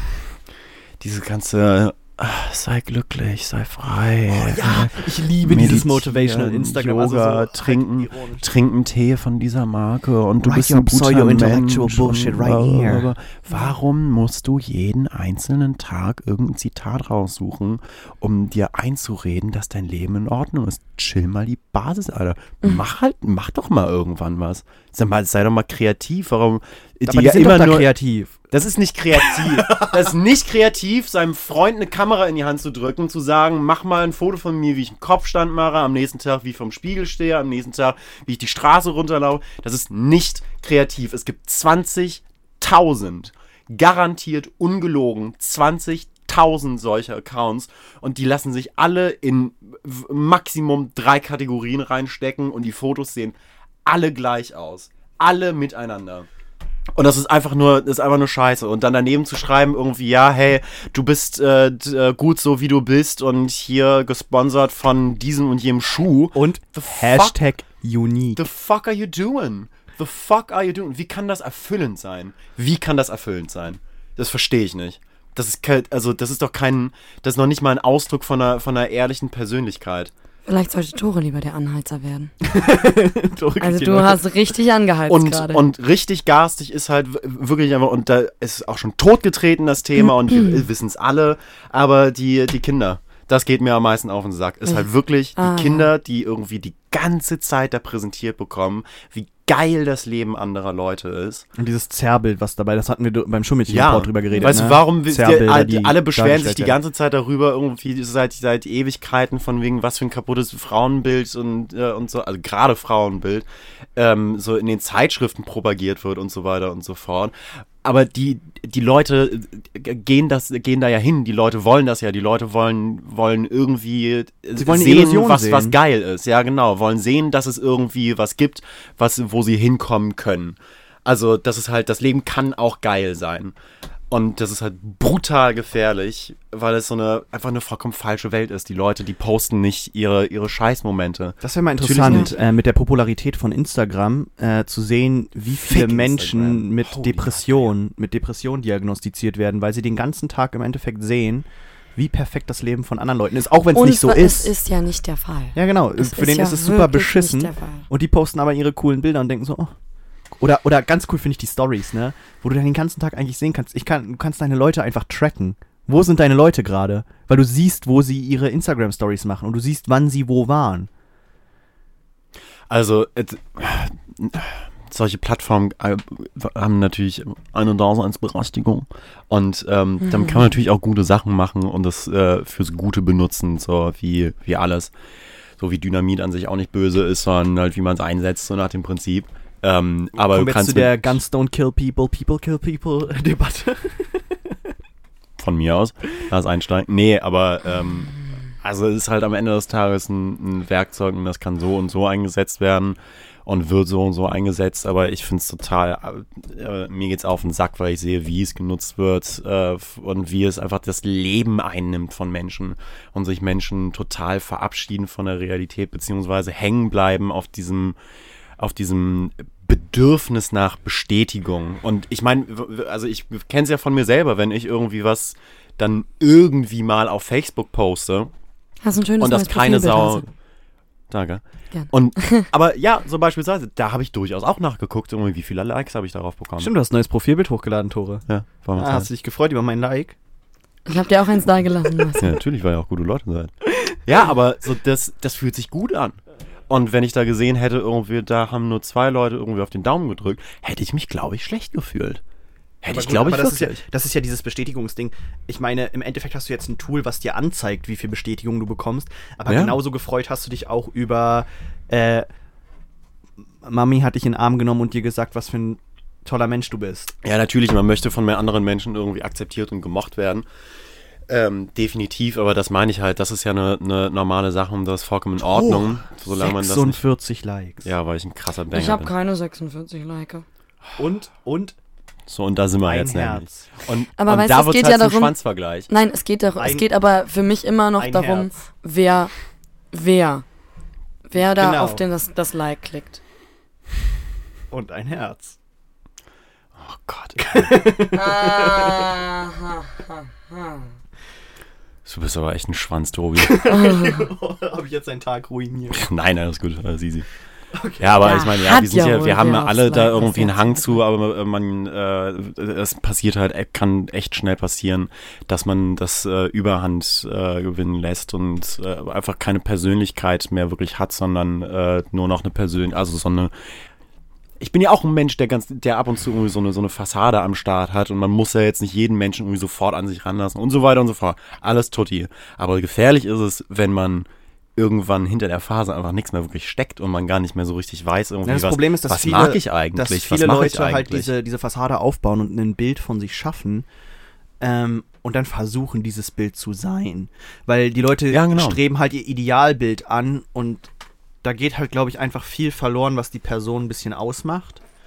diese ganze, ach, sei glücklich, sei frei. Oh, ja, ich liebe dieses Meditieren, Motivational Instagram. Yoga, also so trinken, halt ironisch. trinken Tee von dieser Marke und du Write bist your ein guter pseudo-intellectual Mensch bullshit und right blablabla. here. Warum musst du jeden einzelnen Tag irgendein Zitat raussuchen, um dir einzureden, dass dein Leben in Ordnung ist? Chill mal die Basis, Alter. Mach halt, mach doch mal irgendwann was. Sag mal, sei doch mal kreativ. Warum? Aber die sind doch da kreativ. Das ist nicht kreativ. Das ist nicht kreativ, seinem Freund eine Kamera in die Hand zu drücken, zu sagen, mach mal ein Foto von mir, wie ich einen Kopfstand mache, am nächsten Tag, wie ich vom Spiegel stehe, am nächsten Tag, wie ich die Straße runterlaufe. Das ist nicht kreativ. Es gibt zwanzigtausend, garantiert ungelogen, zwanzigtausend solche Accounts und die lassen sich alle in w- Maximum drei Kategorien reinstecken und die Fotos sehen alle gleich aus. Alle miteinander. Und das ist einfach nur, das ist einfach nur scheiße. Und dann daneben zu schreiben irgendwie, ja, hey, du bist äh, d- gut so, wie du bist und hier gesponsert von diesem und jenem Schuh. Und The Hashtag unique. The fuck are you doing? The fuck are you doing? Wie kann das erfüllend sein? Wie kann das erfüllend sein? Das verstehe ich nicht. Das ist kein, also das ist doch kein, das ist noch nicht mal ein Ausdruck von einer, von einer ehrlichen Persönlichkeit. Vielleicht sollte Tore lieber der Anheizer werden. Tore Also kriegt du jemand- hast richtig angeheizt Und, gerade. und richtig garstig ist halt w- wirklich einfach, und da ist auch schon totgetreten das Thema und wir wissen es alle, aber die, die Kinder, das geht mir am meisten auf den Sack, ist halt wirklich die Ah. Kinder, die irgendwie die ganze Zeit da präsentiert bekommen, wie geil das Leben anderer Leute ist. Und dieses Zerrbild, was dabei, das hatten wir beim Schulmädchen-Report drüber geredet. Weißt ne? du, warum wir- Zerrbilder, alle, die alle beschweren sich dargestellt die werden. ganze Zeit darüber, irgendwie seit, seit Ewigkeiten, von wegen, was für ein kaputtes Frauenbild und, äh, und so, also gerade Frauenbild, ähm, so in den Zeitschriften propagiert wird und so weiter und so fort. Aber die, die Leute gehen, das, gehen da ja hin, die Leute wollen das ja, die Leute wollen, wollen irgendwie Sie wollen eine sehen, Illusion was, sehen. was geil ist. Ja, genau, wollen sehen, dass es irgendwie was gibt, was, wo sie hinkommen können. Also, das ist halt, das Leben kann auch geil sein. Und das ist halt brutal gefährlich, weil es so eine, einfach eine vollkommen falsche Welt ist. Die Leute, die posten nicht ihre, ihre Scheißmomente. Das wäre mal Natürlich interessant, nicht. äh, mit der Popularität von Instagram äh, zu sehen, wie viele Fick Menschen Instagram. mit Holy Depression, mit Depression diagnostiziert werden, weil sie den ganzen Tag im Endeffekt sehen, wie perfekt das Leben von anderen Leuten ist, auch wenn es Und nicht so es ist. ist ja nicht der Fall. Ja, genau. Es Für ist den ja ist es super wirklich beschissen. nicht der Fall. Und die posten aber ihre coolen Bilder und denken so, oh. Oder, oder ganz cool finde ich die Stories, ne? Wo du dann den ganzen Tag eigentlich sehen kannst, ich kann, du kannst deine Leute einfach tracken. Wo sind deine Leute gerade? Weil du siehst, wo sie ihre Instagram-Stories machen und du siehst, wann sie wo waren. Also, äh, solche Plattformen äh, haben natürlich eine Daseinsberechtigung. Und ähm, Mhm. dann kann man natürlich auch gute Sachen machen und das äh, fürs Gute benutzen, so wie, wie alles. So wie Dynamit an sich auch nicht böse ist, sondern halt wie man es einsetzt, so nach dem Prinzip. Ähm, aber Kommen du wir jetzt kannst zu der mit- Guns don't kill people, people kill people Debatte. von mir aus, Lars einsteigen. Nee, aber ähm, also es ist halt am Ende des Tages ein, ein Werkzeug und das kann so und so eingesetzt werden und wird so und so eingesetzt, aber ich finde es total, äh, mir geht's auf den Sack, weil ich sehe, wie es genutzt wird äh, und wie es einfach das Leben einnimmt von Menschen und sich Menschen total verabschieden von der Realität, beziehungsweise hängen bleiben auf diesem auf diesem Bedürfnis nach Bestätigung. Und ich meine, also ich kenne es ja von mir selber, wenn ich irgendwie was dann irgendwie mal auf Facebook poste Hast ein schönes und das neues keine Profilbild, Sau... Hase. Danke. Gern. Und, aber ja, so beispielsweise, da habe ich durchaus auch nachgeguckt, irgendwie, wie viele Likes habe ich darauf bekommen. Stimmt, du hast ein neues Profilbild hochgeladen, Tore. Ja, war mal Ah, Zeit. hast du dich gefreut über mein Like? Ich hab dir auch eins da gelassen. Lassen. Ja, natürlich, weil ihr auch gute Leute seid. Ja, aber so das, das fühlt sich gut an. Und wenn ich da gesehen hätte, irgendwie, da haben nur zwei Leute irgendwie auf den Daumen gedrückt, hätte ich mich, glaube ich, schlecht gefühlt. Hätte Aber ich, gut, glaube ich, aber das ist, ja, wirklich. das ist ja dieses Bestätigungsding. Ich meine, im Endeffekt hast du jetzt ein Tool, was dir anzeigt, wie viel Bestätigung du bekommst. Aber Ja. genauso gefreut hast du dich auch über äh, Mami hat dich in den Arm genommen und dir gesagt, was für ein toller Mensch du bist. Ja, natürlich, man möchte von anderen Menschen irgendwie akzeptiert und gemocht werden. Ähm, definitiv, aber das meine ich halt, das ist ja eine, eine normale Sache und das ist vollkommen in Ordnung, solange man das nicht... sechsundvierzig Likes. Ja, weil ich ein krasser Banger Ich habe bin. keine sechsundvierzig Like. Und, und So, und da sind wir ein jetzt nämlich. Herz. Und, Aber und weißt da du, es wird's geht halt ja zum darum- Schwanzvergleich. Nein, es geht, darum, es Ein- geht aber für mich immer noch ein darum, Herz. wer, wer, wer da Genau. auf den, das, das Like klickt. Und ein Herz. Oh Gott. Du bist aber echt ein Schwanz, Tobi. Habe ich jetzt einen Tag ruiniert? Nein, alles gut, alles easy. Ja, aber Ja, ich meine, ja, hat wir sind ja ja, wohl wir haben wer ja alle aufs da Like irgendwie einen gesetzt. Hang zu, aber man, äh, es passiert halt, äh, kann echt schnell passieren, dass man das äh, Überhand äh, gewinnen lässt und äh, einfach keine Persönlichkeit mehr wirklich hat, sondern äh, nur noch eine Persönlichkeit, also so eine. Ich bin ja auch ein Mensch, der ganz, der ab und zu irgendwie so eine, so eine Fassade am Start hat und man muss ja jetzt nicht jeden Menschen irgendwie sofort an sich ranlassen und so weiter und so fort. Alles tutti. Aber gefährlich ist es, wenn man irgendwann hinter der Phase einfach nichts mehr wirklich steckt und man gar nicht mehr so richtig weiß, irgendwie, Ja, das was, Problem ist, dass was viele, mag ich dass eigentlich, viele was mache Leute ich eigentlich? halt diese, diese Fassade aufbauen und ein Bild von sich schaffen ähm, und dann versuchen, dieses Bild zu sein. Weil die Leute Ja, genau. streben halt ihr Idealbild an und da geht halt, glaube ich, einfach viel verloren, was die Person ein bisschen ausmacht.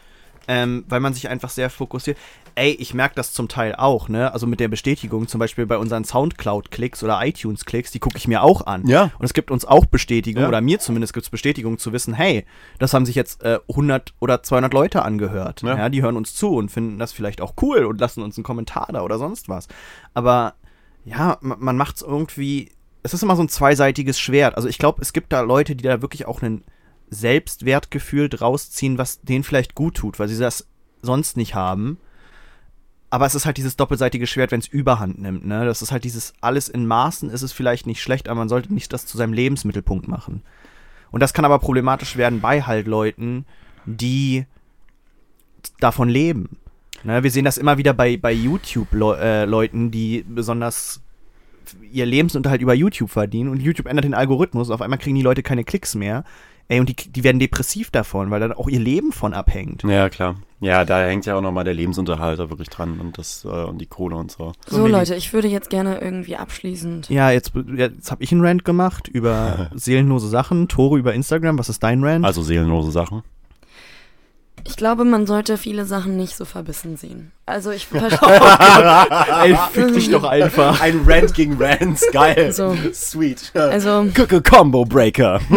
ähm, weil man sich einfach sehr fokussiert. Ey, ich merke das zum Teil auch, ne? Also mit der Bestätigung, zum Beispiel bei unseren Soundcloud-Klicks oder iTunes-Klicks, die gucke ich mir auch an. Ja. Und es gibt uns auch Bestätigung, Ja. oder mir zumindest gibt es Bestätigung zu wissen, hey, das haben sich jetzt äh, hundert oder zweihundert Leute angehört. Ja. Ja, die hören uns zu und finden das vielleicht auch cool und lassen uns einen Kommentar da oder sonst was. Aber ja, man, man macht es irgendwie, es ist immer so ein zweiseitiges Schwert. Also ich glaube, es gibt da Leute, die da wirklich auch ein Selbstwertgefühl draus ziehen, was denen vielleicht gut tut, weil sie das sonst nicht haben. Aber es ist halt dieses doppelseitige Schwert, wenn es Überhand nimmt, ne? Das ist halt dieses, alles in Maßen ist es vielleicht nicht schlecht, aber man sollte nicht das zu seinem Lebensmittelpunkt machen. Und das kann aber problematisch werden bei halt Leuten, die davon leben. Ne? Wir sehen das immer wieder bei, bei YouTube-Leuten, die besonders ihr Lebensunterhalt über YouTube verdienen und YouTube ändert den Algorithmus, auf einmal kriegen die Leute keine Klicks mehr. Ey, und die, die werden depressiv davon, weil dann auch ihr Leben von abhängt. Ja, klar. Ja, da hängt ja auch nochmal der Lebensunterhalt da wirklich dran und das äh, und die Kohle und so. So, So, Milli. Leute, ich würde jetzt gerne irgendwie abschließend. Ja, jetzt, jetzt habe ich einen Rant gemacht über seelenlose Sachen. Tore über Instagram, was ist dein Rant? Also seelenlose Sachen. Ich glaube, man sollte viele Sachen nicht so verbissen sehen. Also ich verstehe. Ey, fick dich doch einfach. Ein Rant gegen Rants, geil. So. Sweet. Also, Combo Breaker. so,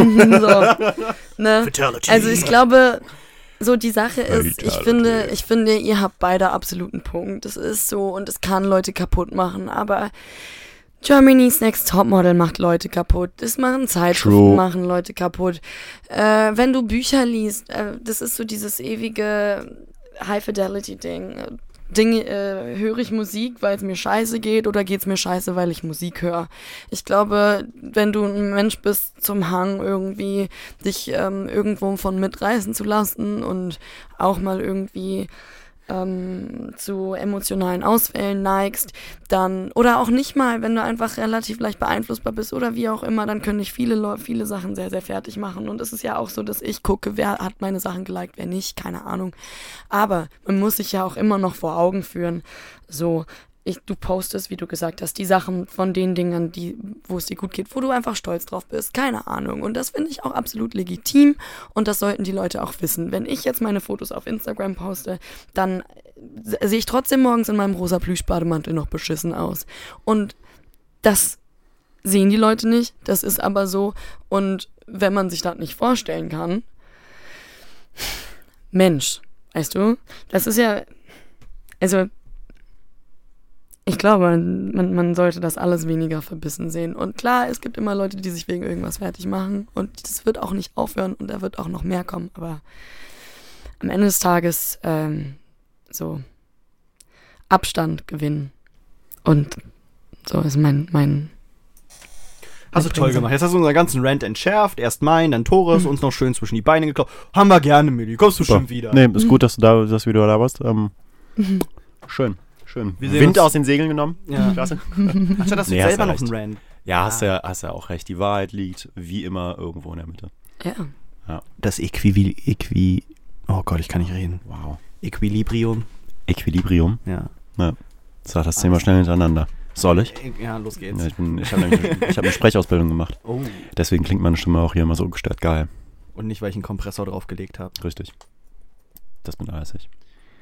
ne? Also ich glaube, so die Sache ist, ich finde, ich finde, ihr habt beide absoluten Punkt. Es ist so und es kann Leute kaputt machen, aber Germany's Next Topmodel macht Leute kaputt. Das machen Zeitschriften, True. machen Leute kaputt. Äh, wenn du Bücher liest, äh, das ist so dieses ewige High-Fidelity-Ding. Ding, äh, höre ich Musik, weil es mir scheiße geht oder geht es mir scheiße, weil ich Musik höre? Ich glaube, wenn du ein Mensch bist zum Hang irgendwie, dich ähm, irgendwo von mitreißen zu lassen und auch mal irgendwie ähm, zu emotionalen Ausfällen neigst, dann, oder auch nicht mal, wenn du einfach relativ leicht beeinflussbar bist oder wie auch immer, dann können dich viele Leute, viele Sachen sehr, sehr fertig machen. Und es ist ja auch so, dass ich gucke, wer hat meine Sachen geliked, wer nicht, keine Ahnung. Aber man muss sich ja auch immer noch vor Augen führen, so, ich, du postest, wie du gesagt hast, die Sachen von den Dingen, die, wo es dir gut geht, wo du einfach stolz drauf bist, keine Ahnung. Und das finde ich auch absolut legitim und das sollten die Leute auch wissen. Wenn ich jetzt meine Fotos auf Instagram poste, dann sehe ich trotzdem morgens in meinem rosa Plüschbademantel noch beschissen aus. Und das sehen die Leute nicht, das ist aber so. Und wenn man sich das nicht vorstellen kann, Mensch, weißt du, das ist ja, also ich glaube, man, man sollte das alles weniger verbissen sehen. Und klar, es gibt immer Leute, die sich wegen irgendwas fertig machen. Und das wird auch nicht aufhören und da wird auch noch mehr kommen. Aber am Ende des Tages ähm, so Abstand gewinnen. Und so ist mein... mein Hast du toll gemacht. Jetzt hast du unseren ganzen Rant entschärft. Erst meinen, dann Tores, mhm. uns noch schön zwischen die Beine geklopft. Haben wir gerne, Milli. Kommst du Super. schon wieder. Nee, ist gut, dass du da, dass du wieder da warst. Ähm, mhm. Schön. Schön. Wir sehen Wind uns- aus den Segeln genommen. Ja. Klasse. Anstatt dass du Nee, hast selber ja noch einen recht. Rant. Ja, hast ja, hast ja auch recht. Die Wahrheit liegt wie immer irgendwo in der Mitte. Ja. Das Äquivi... Äqui... Oh Gott, ich kann nicht reden. Wow. Equilibrium. Equilibrium. Ja. Sag das zehnmal schnell hintereinander. Soll ich? Ja, los geht's. Ja, ich bin, ich habe hab eine Sprechausbildung gemacht. Oh. Deswegen klingt meine Stimme auch hier immer so gestört geil. Und nicht, weil ich einen Kompressor draufgelegt habe. Richtig. Das bin alles ich.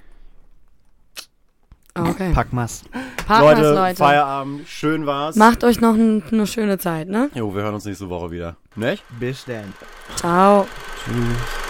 Okay. Packmas. Partners, Leute, Leute. Feierabend. Schön war's. Macht euch noch ein, eine schöne Zeit, ne? Jo, wir hören uns nächste Woche wieder. Nicht? Bis dann. Ciao. Tschüss.